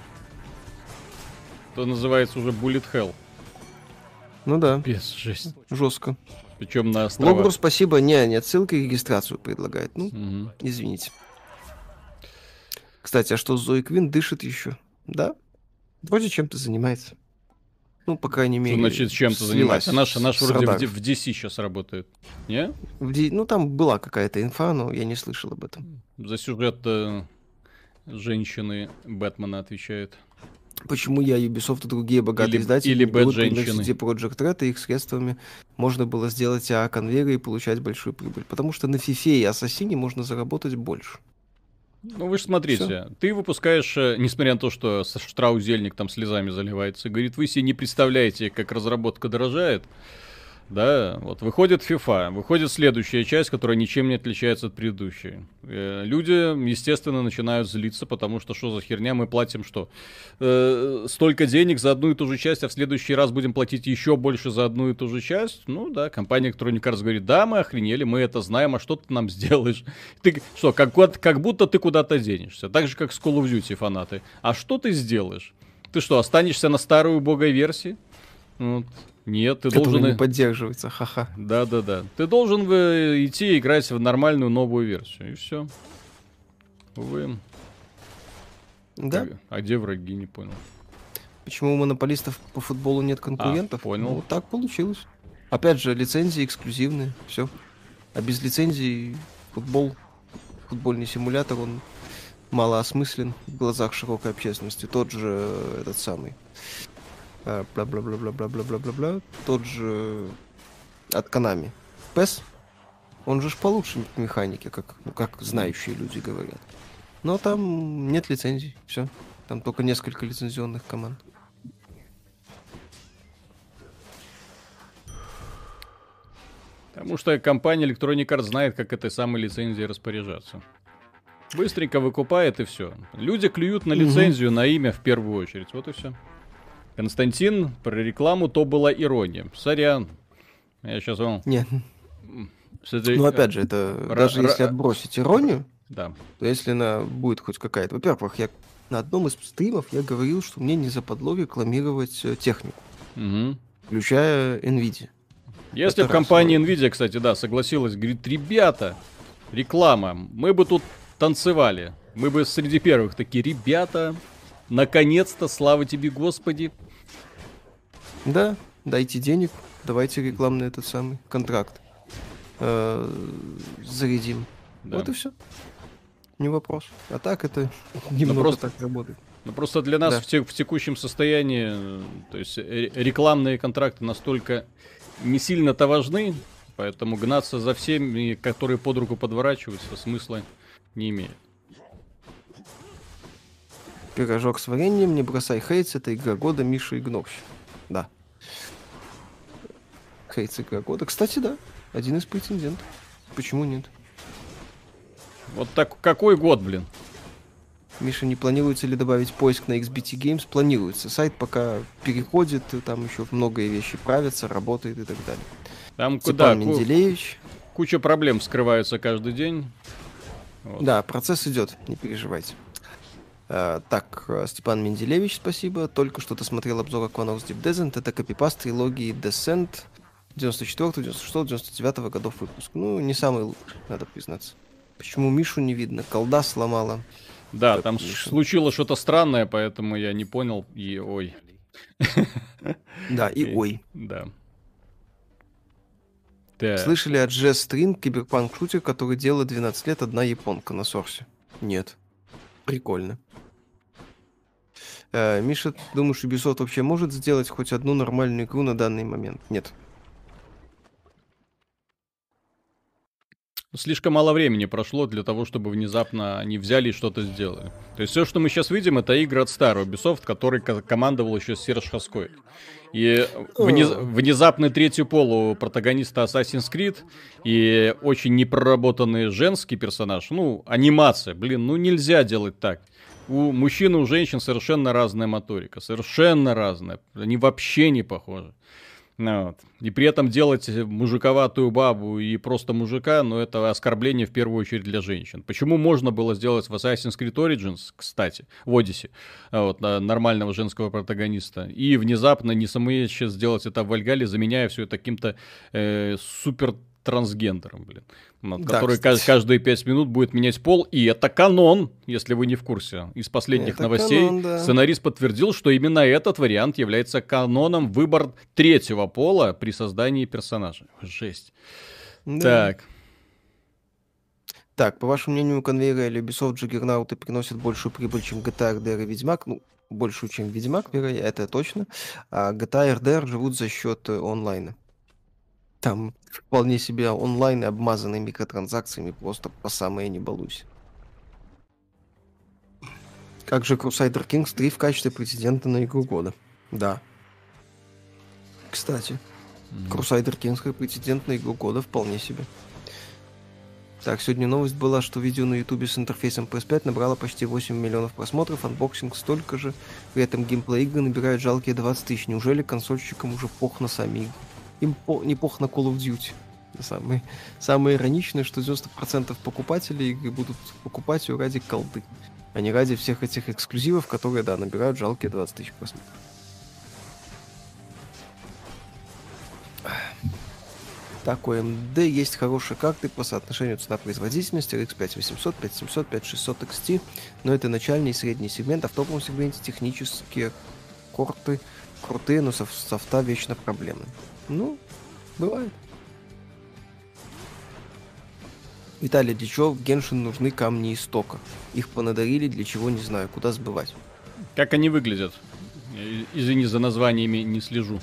Это называется уже Bullet Hell. Ну да, Без жесть. жестко. Причем на островах. Логру спасибо, не отсылка и регистрацию предлагает. Ну, Мгм. извините. Кстати, а что Зои Квин дышит еще? Да? Вроде чем-то занимается. Ну, по крайней Что мере, значит чем-то слилась занимается? Наш с вроде радаров. в DC сейчас работает. Не? Ну, там была какая-то инфа, но я не слышал об этом. За сюжет женщины Бэтмена отвечает. Почему я, Ubisoft и другие богатые Или- издатели или не берут бэт-женщины. пример CD Projekt Red, и их средствами можно было сделать конвейеры и получать большую прибыль. Потому что на FIFA и Ассасине можно заработать больше. Ну вы же смотрите, ты выпускаешь, несмотря на то, что Штраузельник там слезами заливается, говорит, вы себе не представляете, как разработка дорожает. Да, вот выходит FIFA, выходит следующая часть, которая ничем не отличается от предыдущей. Люди, естественно, начинают злиться, потому что за херня, мы платим что? Столько денег за одну и ту же часть, а в следующий раз будем платить еще больше за одну и ту же часть? Ну да, компания Electronic Arts говорит, да, мы охренели, мы это знаем, а что ты нам сделаешь? Ты что, как будто ты куда-то денешься, так же, как с Call of Duty фанаты. А что ты сделаешь? Ты что, останешься на старой убогой версии? Вот. Нет, ты Который должен... не поддерживается, ха-ха. Да. Ты должен идти играть в нормальную новую версию. И все. Увы. Да? А где враги, не понял. Почему у монополистов по футболу нет конкурентов? понял. Ну, вот так получилось. Опять же, лицензии эксклюзивные, все. А без лицензии футбольный симулятор, он малоосмыслен в глазах широкой общественности. Тот же этот самый... бла-бла-бла-бла-бла-бла-бла-бла. Тот же от Konami. PES, он же получше механики, как знающие люди говорят. Но там нет лицензий, все. Там только несколько лицензионных команд. Потому что компания Electronic Arts знает, как этой самой лицензией распоряжаться. Быстренько выкупает и все. Люди клюют на лицензию, на имя в первую очередь. Вот и все. Константин, про рекламу то была ирония. Сорян. Я сейчас вам... Нет. Кстати, Ну, опять же, это даже если отбросить иронию, да. то если она будет хоть какая-то... Во-первых, я на одном из стримов я говорил, что мне не западло рекламировать технику, Угу. включая NVIDIA. Если Это бы компания раз. Nvidia, кстати, да, согласилась, говорит, ребята, реклама, мы бы тут танцевали. Мы бы среди первых такие, ребята, наконец-то, слава тебе, Господи. Да, дайте денег, давайте рекламный этот самый контракт зарядим. Да. Вот и все. Не вопрос. А так это немного просто- так работает. Но просто для нас Да. в текущем состоянии, то есть рекламные контракты настолько не сильно-то важны, поэтому гнаться за всеми, которые под руку подворачиваются, смысла не имеет. Пирожок с вареньем, не бросай хейтс, это игра года Миша Игновщ. Да. Хейтс игра года. Кстати, да, один из претендентов. Почему нет? Вот так, какой год, блин? Миша, не планируется ли добавить поиск на XBT Games? Планируется. Сайт пока переходит, там еще многие вещи правятся, работает и так далее. Там куда? Степан Менделеевич. Куча проблем скрываются каждый день. Вот. Да, процесс идет, не переживайте. Так, Степан Менделевич, спасибо. Только что смотрел обзор Aquanox Deep Descent. Это копипаст трилогии Descent 94, 96, 99 годов выпуска. Ну, не самый лучший, надо признаться. Почему Мишу не видно? Колда сломала. Да, Так, там Миша. случилось что-то странное, поэтому я не понял. И ой. Да, и ой. Да. Так. Слышали от Jess String киберпанк-шутер, который делала 12 лет одна японка на сорсе? Нет. Прикольно. Миша, думаешь, Ubisoft вообще может сделать хоть одну нормальную игру на данный момент? Нет. Слишком мало времени прошло для того, чтобы внезапно они взяли и что-то сделали. То есть все, что мы сейчас видим, это игры от старого Ubisoft, который командовал еще Серж Хаской. И внезапный третий пол у протагониста Assassin's Creed и очень непроработанный женский персонаж. Ну, анимация, блин, ну нельзя делать так. У мужчин и у женщин совершенно разная моторика, совершенно разная. Они вообще не похожи. Ну, вот. И при этом делать мужиковатую бабу и просто мужика, ну, это оскорбление в первую очередь для женщин. Почему можно было сделать в Assassin's Creed Origins, кстати, в Odyssey, вот, нормального женского протагониста, и внезапно не самые сейчас сделать это в Вальгале, заменяя все это каким-то супер трансгендером, блин, вот, да, который каждые 5 минут будет менять пол, и это канон, если вы не в курсе. Из последних это новостей канон, да. Сценарист подтвердил, что именно этот вариант является каноном выбор третьего пола при создании персонажа. Жесть. Да. Так, по вашему мнению, конвейеры или Ubisoft Джаггернауты приносят большую прибыль, чем GTA RDR и Ведьмак? Ну, большую, чем Ведьмак, это точно. А GTA и RDR живут за счет онлайна. Там вполне себе онлайн, обмазанный микротранзакциями, просто по самое не балуйся. Как же Crusader Kings 3 в качестве претендента на игру года? Да. Кстати, Crusader Kings как претендент на игру года вполне себе. Так, сегодня новость была, что видео на ютубе с интерфейсом PS5 набрало почти 8 миллионов просмотров, анбоксинг столько же, при этом геймплей игры набирают жалкие 20 тысяч. Неужели консольщикам уже пох на сами игры? Им не пох на Call of Duty. Самое ироничное, что 90% покупателей игры будут покупать ее ради колды, а не ради всех этих эксклюзивов, которые, да, набирают жалкие 20 тысяч просмотров. Так, у AMD есть хорошие карты по соотношению цена-производительности, RX 5800, 5700, 5600 XT, но это начальный и средний сегмент, а в топовом сегменте технические корты крутые, но софта вечно проблемы. Ну, бывает. Виталий, для чего в Геншин нужны камни истока? Их понадарили, для чего, не знаю, куда сбывать. Как они выглядят? Извини, за названиями не слежу.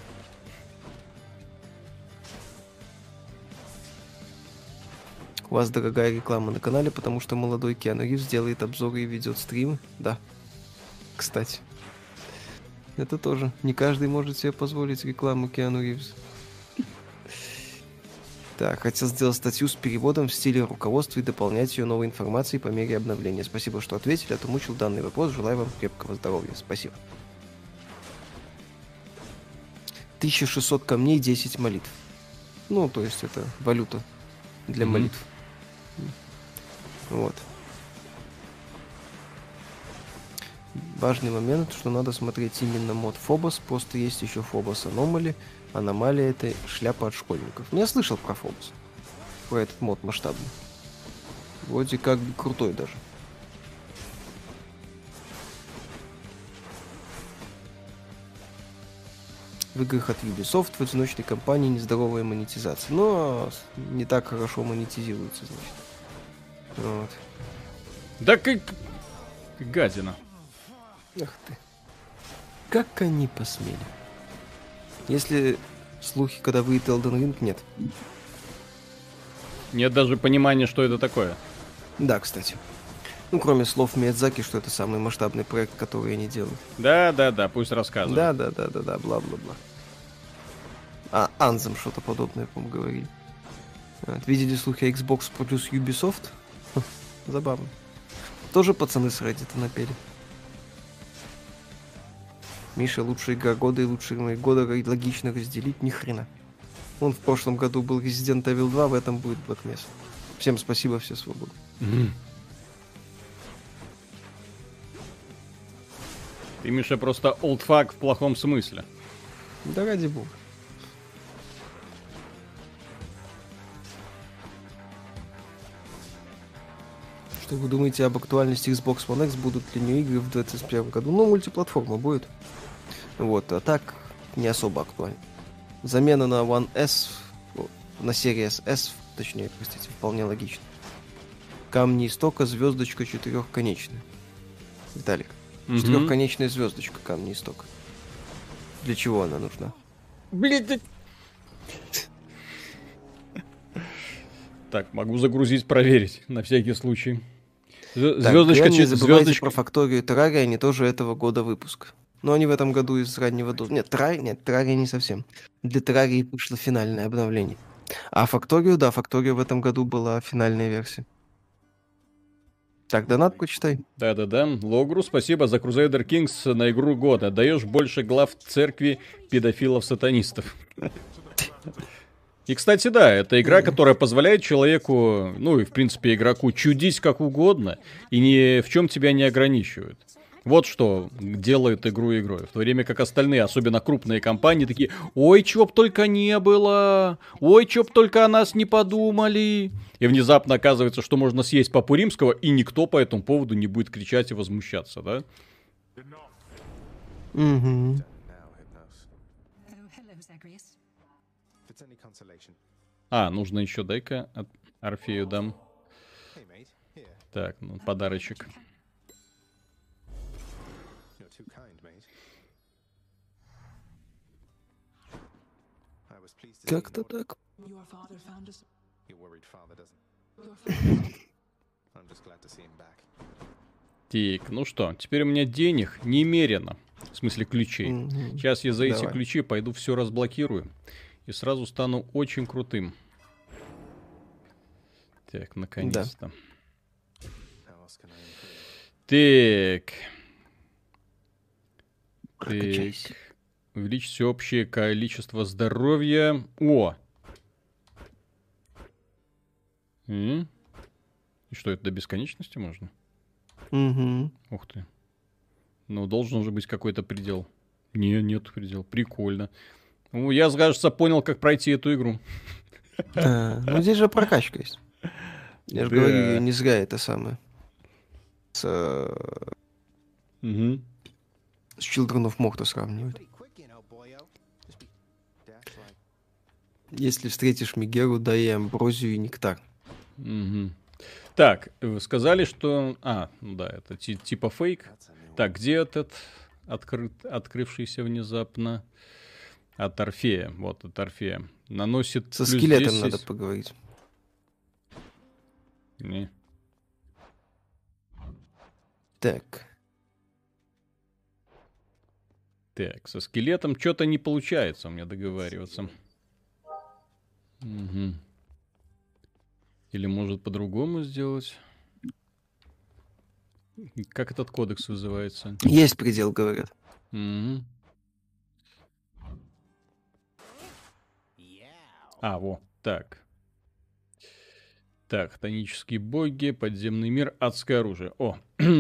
У вас дорогая реклама на канале, потому что молодой Киану Ривз делает обзоры и ведет стримы. Да. Кстати. Это тоже. Не каждый может себе позволить рекламу Киану Ривз. Так, хотел сделать статью с переводом в стиле руководства и дополнять ее новой информацией по мере обновления. Спасибо, что ответили, а то мучил данный вопрос. Желаю вам крепкого здоровья. Спасибо. 1600 камней, 10 молитв. Ну, то есть это валюта для молитв. Вот. Важный момент, что надо смотреть именно мод Phobos, просто есть еще Phobos Anomaly. Аномалия — это шляпа от школьников. Я слышал про Phobos, про этот мод масштабный. Вроде как крутой даже. В играх от Ubisoft в одиночной кампании нездоровая монетизация. Но не так хорошо монетизируется, значит. Вот. Да как гадина. Ах ты. Как они посмели. Если слухи, когда выйдет Elden Ring, нет. Нет даже понимания, что это такое. Да, кстати. Ну, кроме слов Миядзаки, что это самый масштабный проект, который они делают. Да, пусть рассказывают. Да, бла-бла-бла. А, Anthem что-то подобное, по-моему, говорили. Вот. Видели слухи о Xbox плюс Ubisoft? Забавно. Тоже пацаны с Reddit напели. Миша, лучшая игра года и лучшая игра года логично разделить, ни хрена. Он в прошлом году был Resident Evil 2, в этом будет Black Mesa. Всем спасибо, все свободны. Ты, Миша, просто олдфак в плохом смысле. Да ради бога. Что вы думаете об актуальности Xbox One X? Будут ли нее игры в 2021 году? Ну, мультиплатформа будет. Вот, а так не особо актуально. Замена на One S, на Series S, точнее, простите, вполне логично. Камни истока, звездочка четырехконечная. Виталик, четырехконечная звездочка камни истока. Для чего она нужна? Блин, так, могу загрузить, проверить, на всякий случай. Звездочка, не забывайте про Факторию Террария, они тоже этого года выпуска. Но они в этом году из раннего доступа. Нет, Террария не совсем. Для Террарии вышло финальное обновление. А Факторию, да, Факторию в этом году была финальная версия. Так, донатку читай. Да-да-да. Логру, спасибо за Crusader Kings на игру года. Даешь больше глав церкви педофилов-сатанистов. И, кстати, да, это игра, которая позволяет человеку, ну и, в принципе, игроку чудить как угодно и ни в чем тебя не ограничивает. Вот что делает игру игрой. В то время как остальные, особенно крупные компании, такие: ой, чё б только не было, ой, чё б только о нас не подумали. И внезапно оказывается, что можно съесть Папу Римского, и никто по этому поводу не будет кричать и возмущаться, да? Угу. А, нужно еще, дай-ка Орфею дам. Так, ну, подарочек. Как-то так. Так, ну что, теперь у меня денег немерено. В смысле ключей. Сейчас я за эти ключи пойду все разблокирую. И сразу стану очень крутым. Так, наконец-то. Так. Прокачайся. Увеличить всеобщее количество здоровья. О! И что, это до бесконечности можно? Угу. Ух ты. Ну, должен уже быть какой-то предел. Нет предела. Прикольно. Ну, я, кажется, понял, как пройти эту игру. Ну, здесь же прокачка есть. Я же говорю, не зря это самое. С Children of Morta сравнивать. Если встретишь Мегеру, дай ей амброзию и нектар. Так, вы сказали, что... ну да, это типа фейк. Так, где этот открывшийся внезапно? От Орфея. Вот, от Орфея. Наносит со плюс скелетом 10... надо поговорить. Не. Так, со скелетом что-то не получается у меня договариваться. Угу. Или может по-другому сделать? Как этот кодекс называется? есть предел, говорят. Угу. Во, так. Так, хтонические боги, подземный мир, адское оружие. О!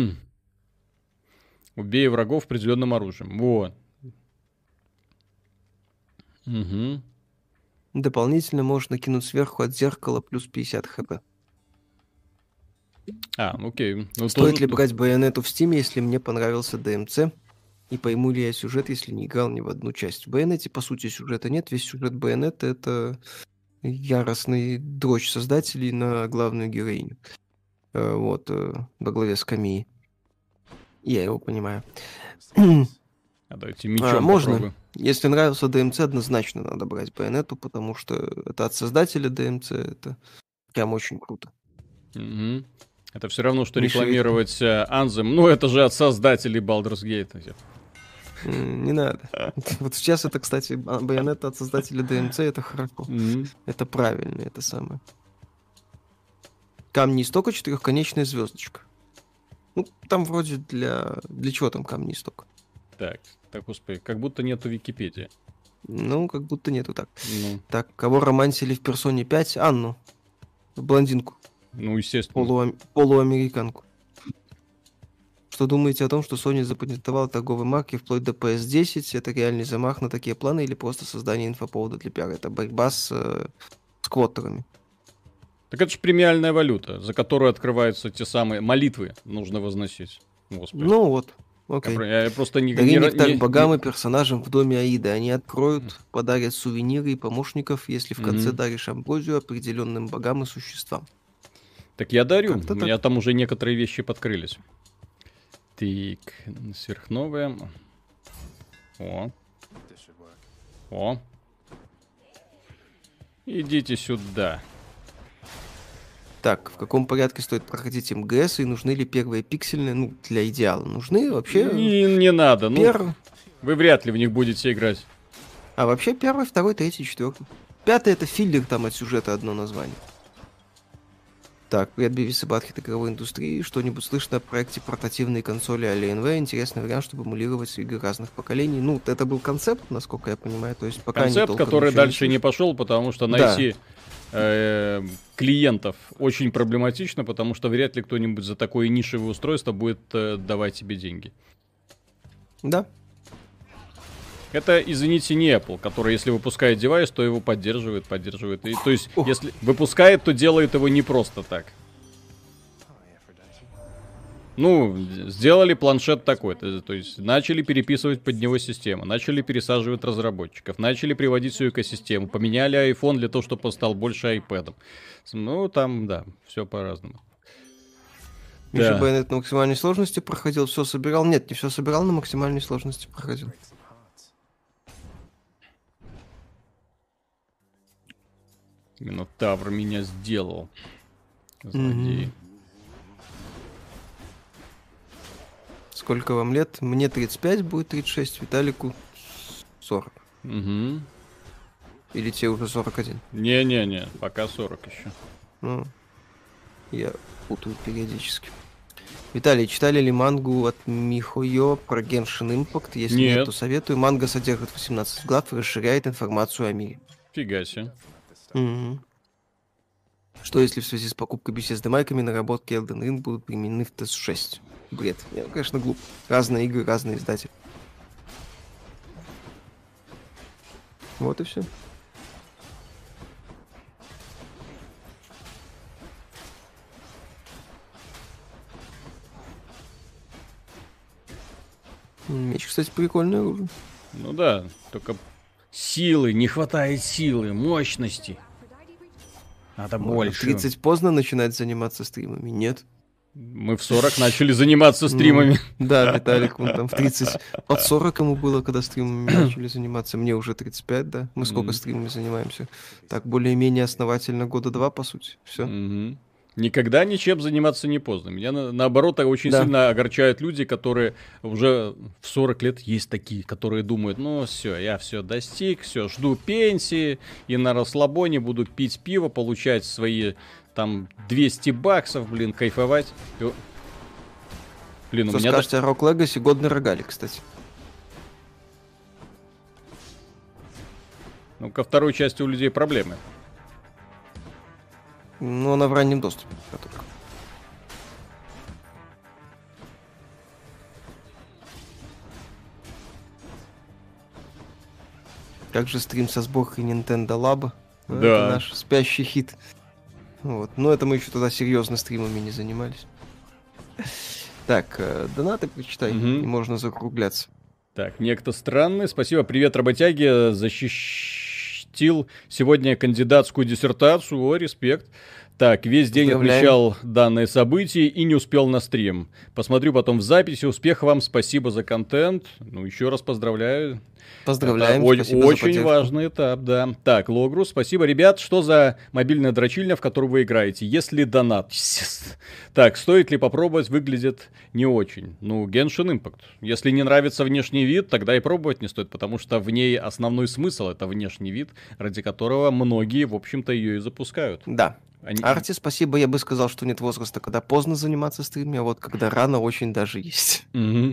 Убей врагов определенным оружием. Вот. Угу. Дополнительно можно кинуть сверху от зеркала плюс 50 хп. Окей. Ну, стоит ли брать Байонету в Steam, если мне понравился DMC? И пойму ли я сюжет, если не играл ни в одну часть? В Байонете, по сути, сюжета нет. Весь сюжет Байонета — это яростный дрочь создателей на главную героиню. Вот, во главе с Камией. Я его понимаю. Давайте мечом можно. попробуем. Если нравился DMC, однозначно надо брать Байонету, потому что это от создателя DMC, это прям очень круто. Угу. Это все равно, что рекламировать Anthem. Ну, это же от создателей Baldur's Gate. Не надо. Вот сейчас это, кстати, Байонета от создателя DMC, это хорошо. Это правильно, это самое. Камни истока, четырехконечная звездочка. Ну, там вроде для чего там камни истока? Так, господи, как будто нету Википедии. Ну, как будто нету так. Так, кого романсили в Персоне 5? Анну. Блондинку. Ну, естественно. Полуамериканку. Что думаете о том, что Sony запатентовала торговые марки вплоть до PS10? Это реальный замах на такие планы или просто создание инфоповода для пиара? Это борьба с квоттерами. Так это же премиальная валюта, за которую открываются те самые молитвы, нужно возносить. Господи. Ну вот. Окей. Я просто Дари нектар богам и персонажам в доме Аиды. Они откроют, подарят сувениры и помощников, если в конце даришь амброзию определенным богам и существам. Так я дарю. Как-то У меня там уже некоторые вещи подкрылись. Так, сверхновая. О. Идите сюда. Так, в каком порядке стоит проходить МГС и нужны ли первые пиксельные, ну, для идеала? Нужны вообще? Не надо, вы вряд ли в них будете играть. А вообще первый, второй, третий, четвертый. Пятый — это филлер, там от сюжета одно название. Так, привет, Бивис и Батхит игровой индустрии. Что-нибудь слышно о проекте портативной консоли Alienware? Интересный вариант, чтобы эмулировать игры разных поколений. Ну, это был концепт, насколько я понимаю. То есть пока концепт, который дальше не пошел, потому что найти клиентов очень проблематично, потому что вряд ли кто-нибудь за такое нишевое устройство будет давать тебе деньги. Да. Это, извините, не Apple, который, если выпускает девайс, то его поддерживает. И, то есть, если выпускает, то делает его не просто так. Ну, сделали планшет такой-то, то есть начали переписывать под него систему, начали пересаживать разработчиков, начали приводить всю экосистему, поменяли iPhone для того, чтобы он стал больше iPad'ом. Ну, там, да, все по-разному. Миша Байонет на максимальной сложности проходил, все собирал. Нет, не все собирал, на максимальной сложности проходил. Минотавр меня сделал. Злодей. Сколько вам лет? Мне 35, будет 36, Виталику 40. Угу. Или тебе уже 41? Не-не-не, пока 40 еще. Ну, я путаю периодически. Виталий, читали ли мангу от Михойо про Genshin Impact? Если нет, то советую. Манга содержит 18 глав и расширяет информацию о мире. Фига себе. Угу. Что если в связи с покупкой Bethesda майками наработки Elden Ring будут применены в TS6? Бред. Я, конечно, глупо. Разные игры, разные издатели. Вот и все. Меч, кстати, прикольное оружие. Ну да, только силы, не хватает силы, мощности. Надо больше. В 30 поздно начинать заниматься стримами, нет? Мы в 40 начали заниматься стримами. Да, Виталик, он там в 30, под 40 ему было, когда стримами начали заниматься. Мне уже 35, да. Мы сколько стримами занимаемся? Так, более-менее основательно, года 2, по сути. Все. Никогда ничем заниматься не поздно. Меня, наоборот, очень сильно огорчают люди, которые уже в 40 лет есть такие, которые думают, ну все, я все достиг, все, жду пенсии, и на расслабоне буду пить пиво, получать свои там 200 баксов, блин, кайфовать. Блин, что у меня скажете о Rock Legacy? Годный рогалик, кстати. Ну, ко второй части у людей проблемы. Ну, она в раннем доступе. Как же стрим со сборкой Nintendo Lab? Да. Это наш спящий хит. Вот. Но это мы еще тогда серьезно стримами не занимались. Так, донаты прочитай, и можно закругляться. Так, некто странный. Спасибо. Привет, работяги. Защитил сегодня кандидатскую диссертацию. О, респект. Так, весь день отмечал данное событие и не успел на стрим. Посмотрю потом в записи. Успех вам, спасибо за контент. Ну, еще раз поздравляю. Поздравляем. Это очень важный этап, да. Так, Логрус, спасибо. Ребят, что за мобильная дрочильня, в которую вы играете? Если донат. Так, стоит ли попробовать? Выглядит не очень. Ну, Genshin Impact. Если не нравится внешний вид, тогда и пробовать не стоит, потому что в ней основной смысл — это внешний вид, ради которого многие, в общем-то, ее и запускают. Да. Арти, спасибо. Я бы сказал, что нет возраста, когда поздно заниматься стримами, а вот когда рано, очень даже есть.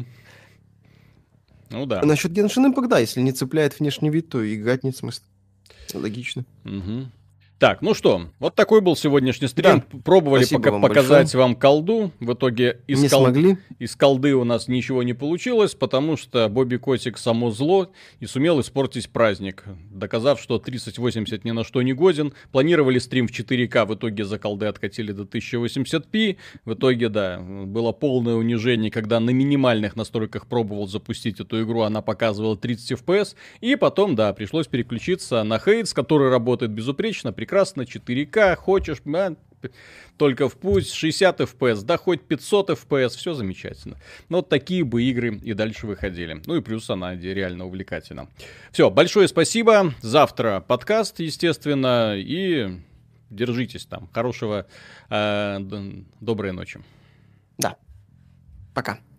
Ну да. А насчет Genshin Impact, да, если не цепляет внешний вид, то играть нет смысла. Логично. Так, ну что, вот такой был сегодняшний стрим. Да. Пробовали Спасибо вам показать большое. вам колду. В итоге Не смогли. из колды у нас ничего не получилось, потому что Бобби Котик само зло и сумел испортить праздник, доказав, что 3080 ни на что не годен. Планировали стрим в 4К, в итоге за колды откатили до 1080p. В итоге, да, было полное унижение, когда на минимальных настройках пробовал запустить эту игру, она показывала 30 FPS. И потом, да, пришлось переключиться на Hades, который работает безупречно, прекрасно, 4К, хочешь, только в путь, 60 FPS, да хоть 500 FPS, все замечательно. Но вот такие бы игры и дальше выходили. Ну и плюс она реально увлекательна. Все, большое спасибо. Завтра подкаст, естественно, и держитесь там. Хорошего, доброй ночи. Да. Пока.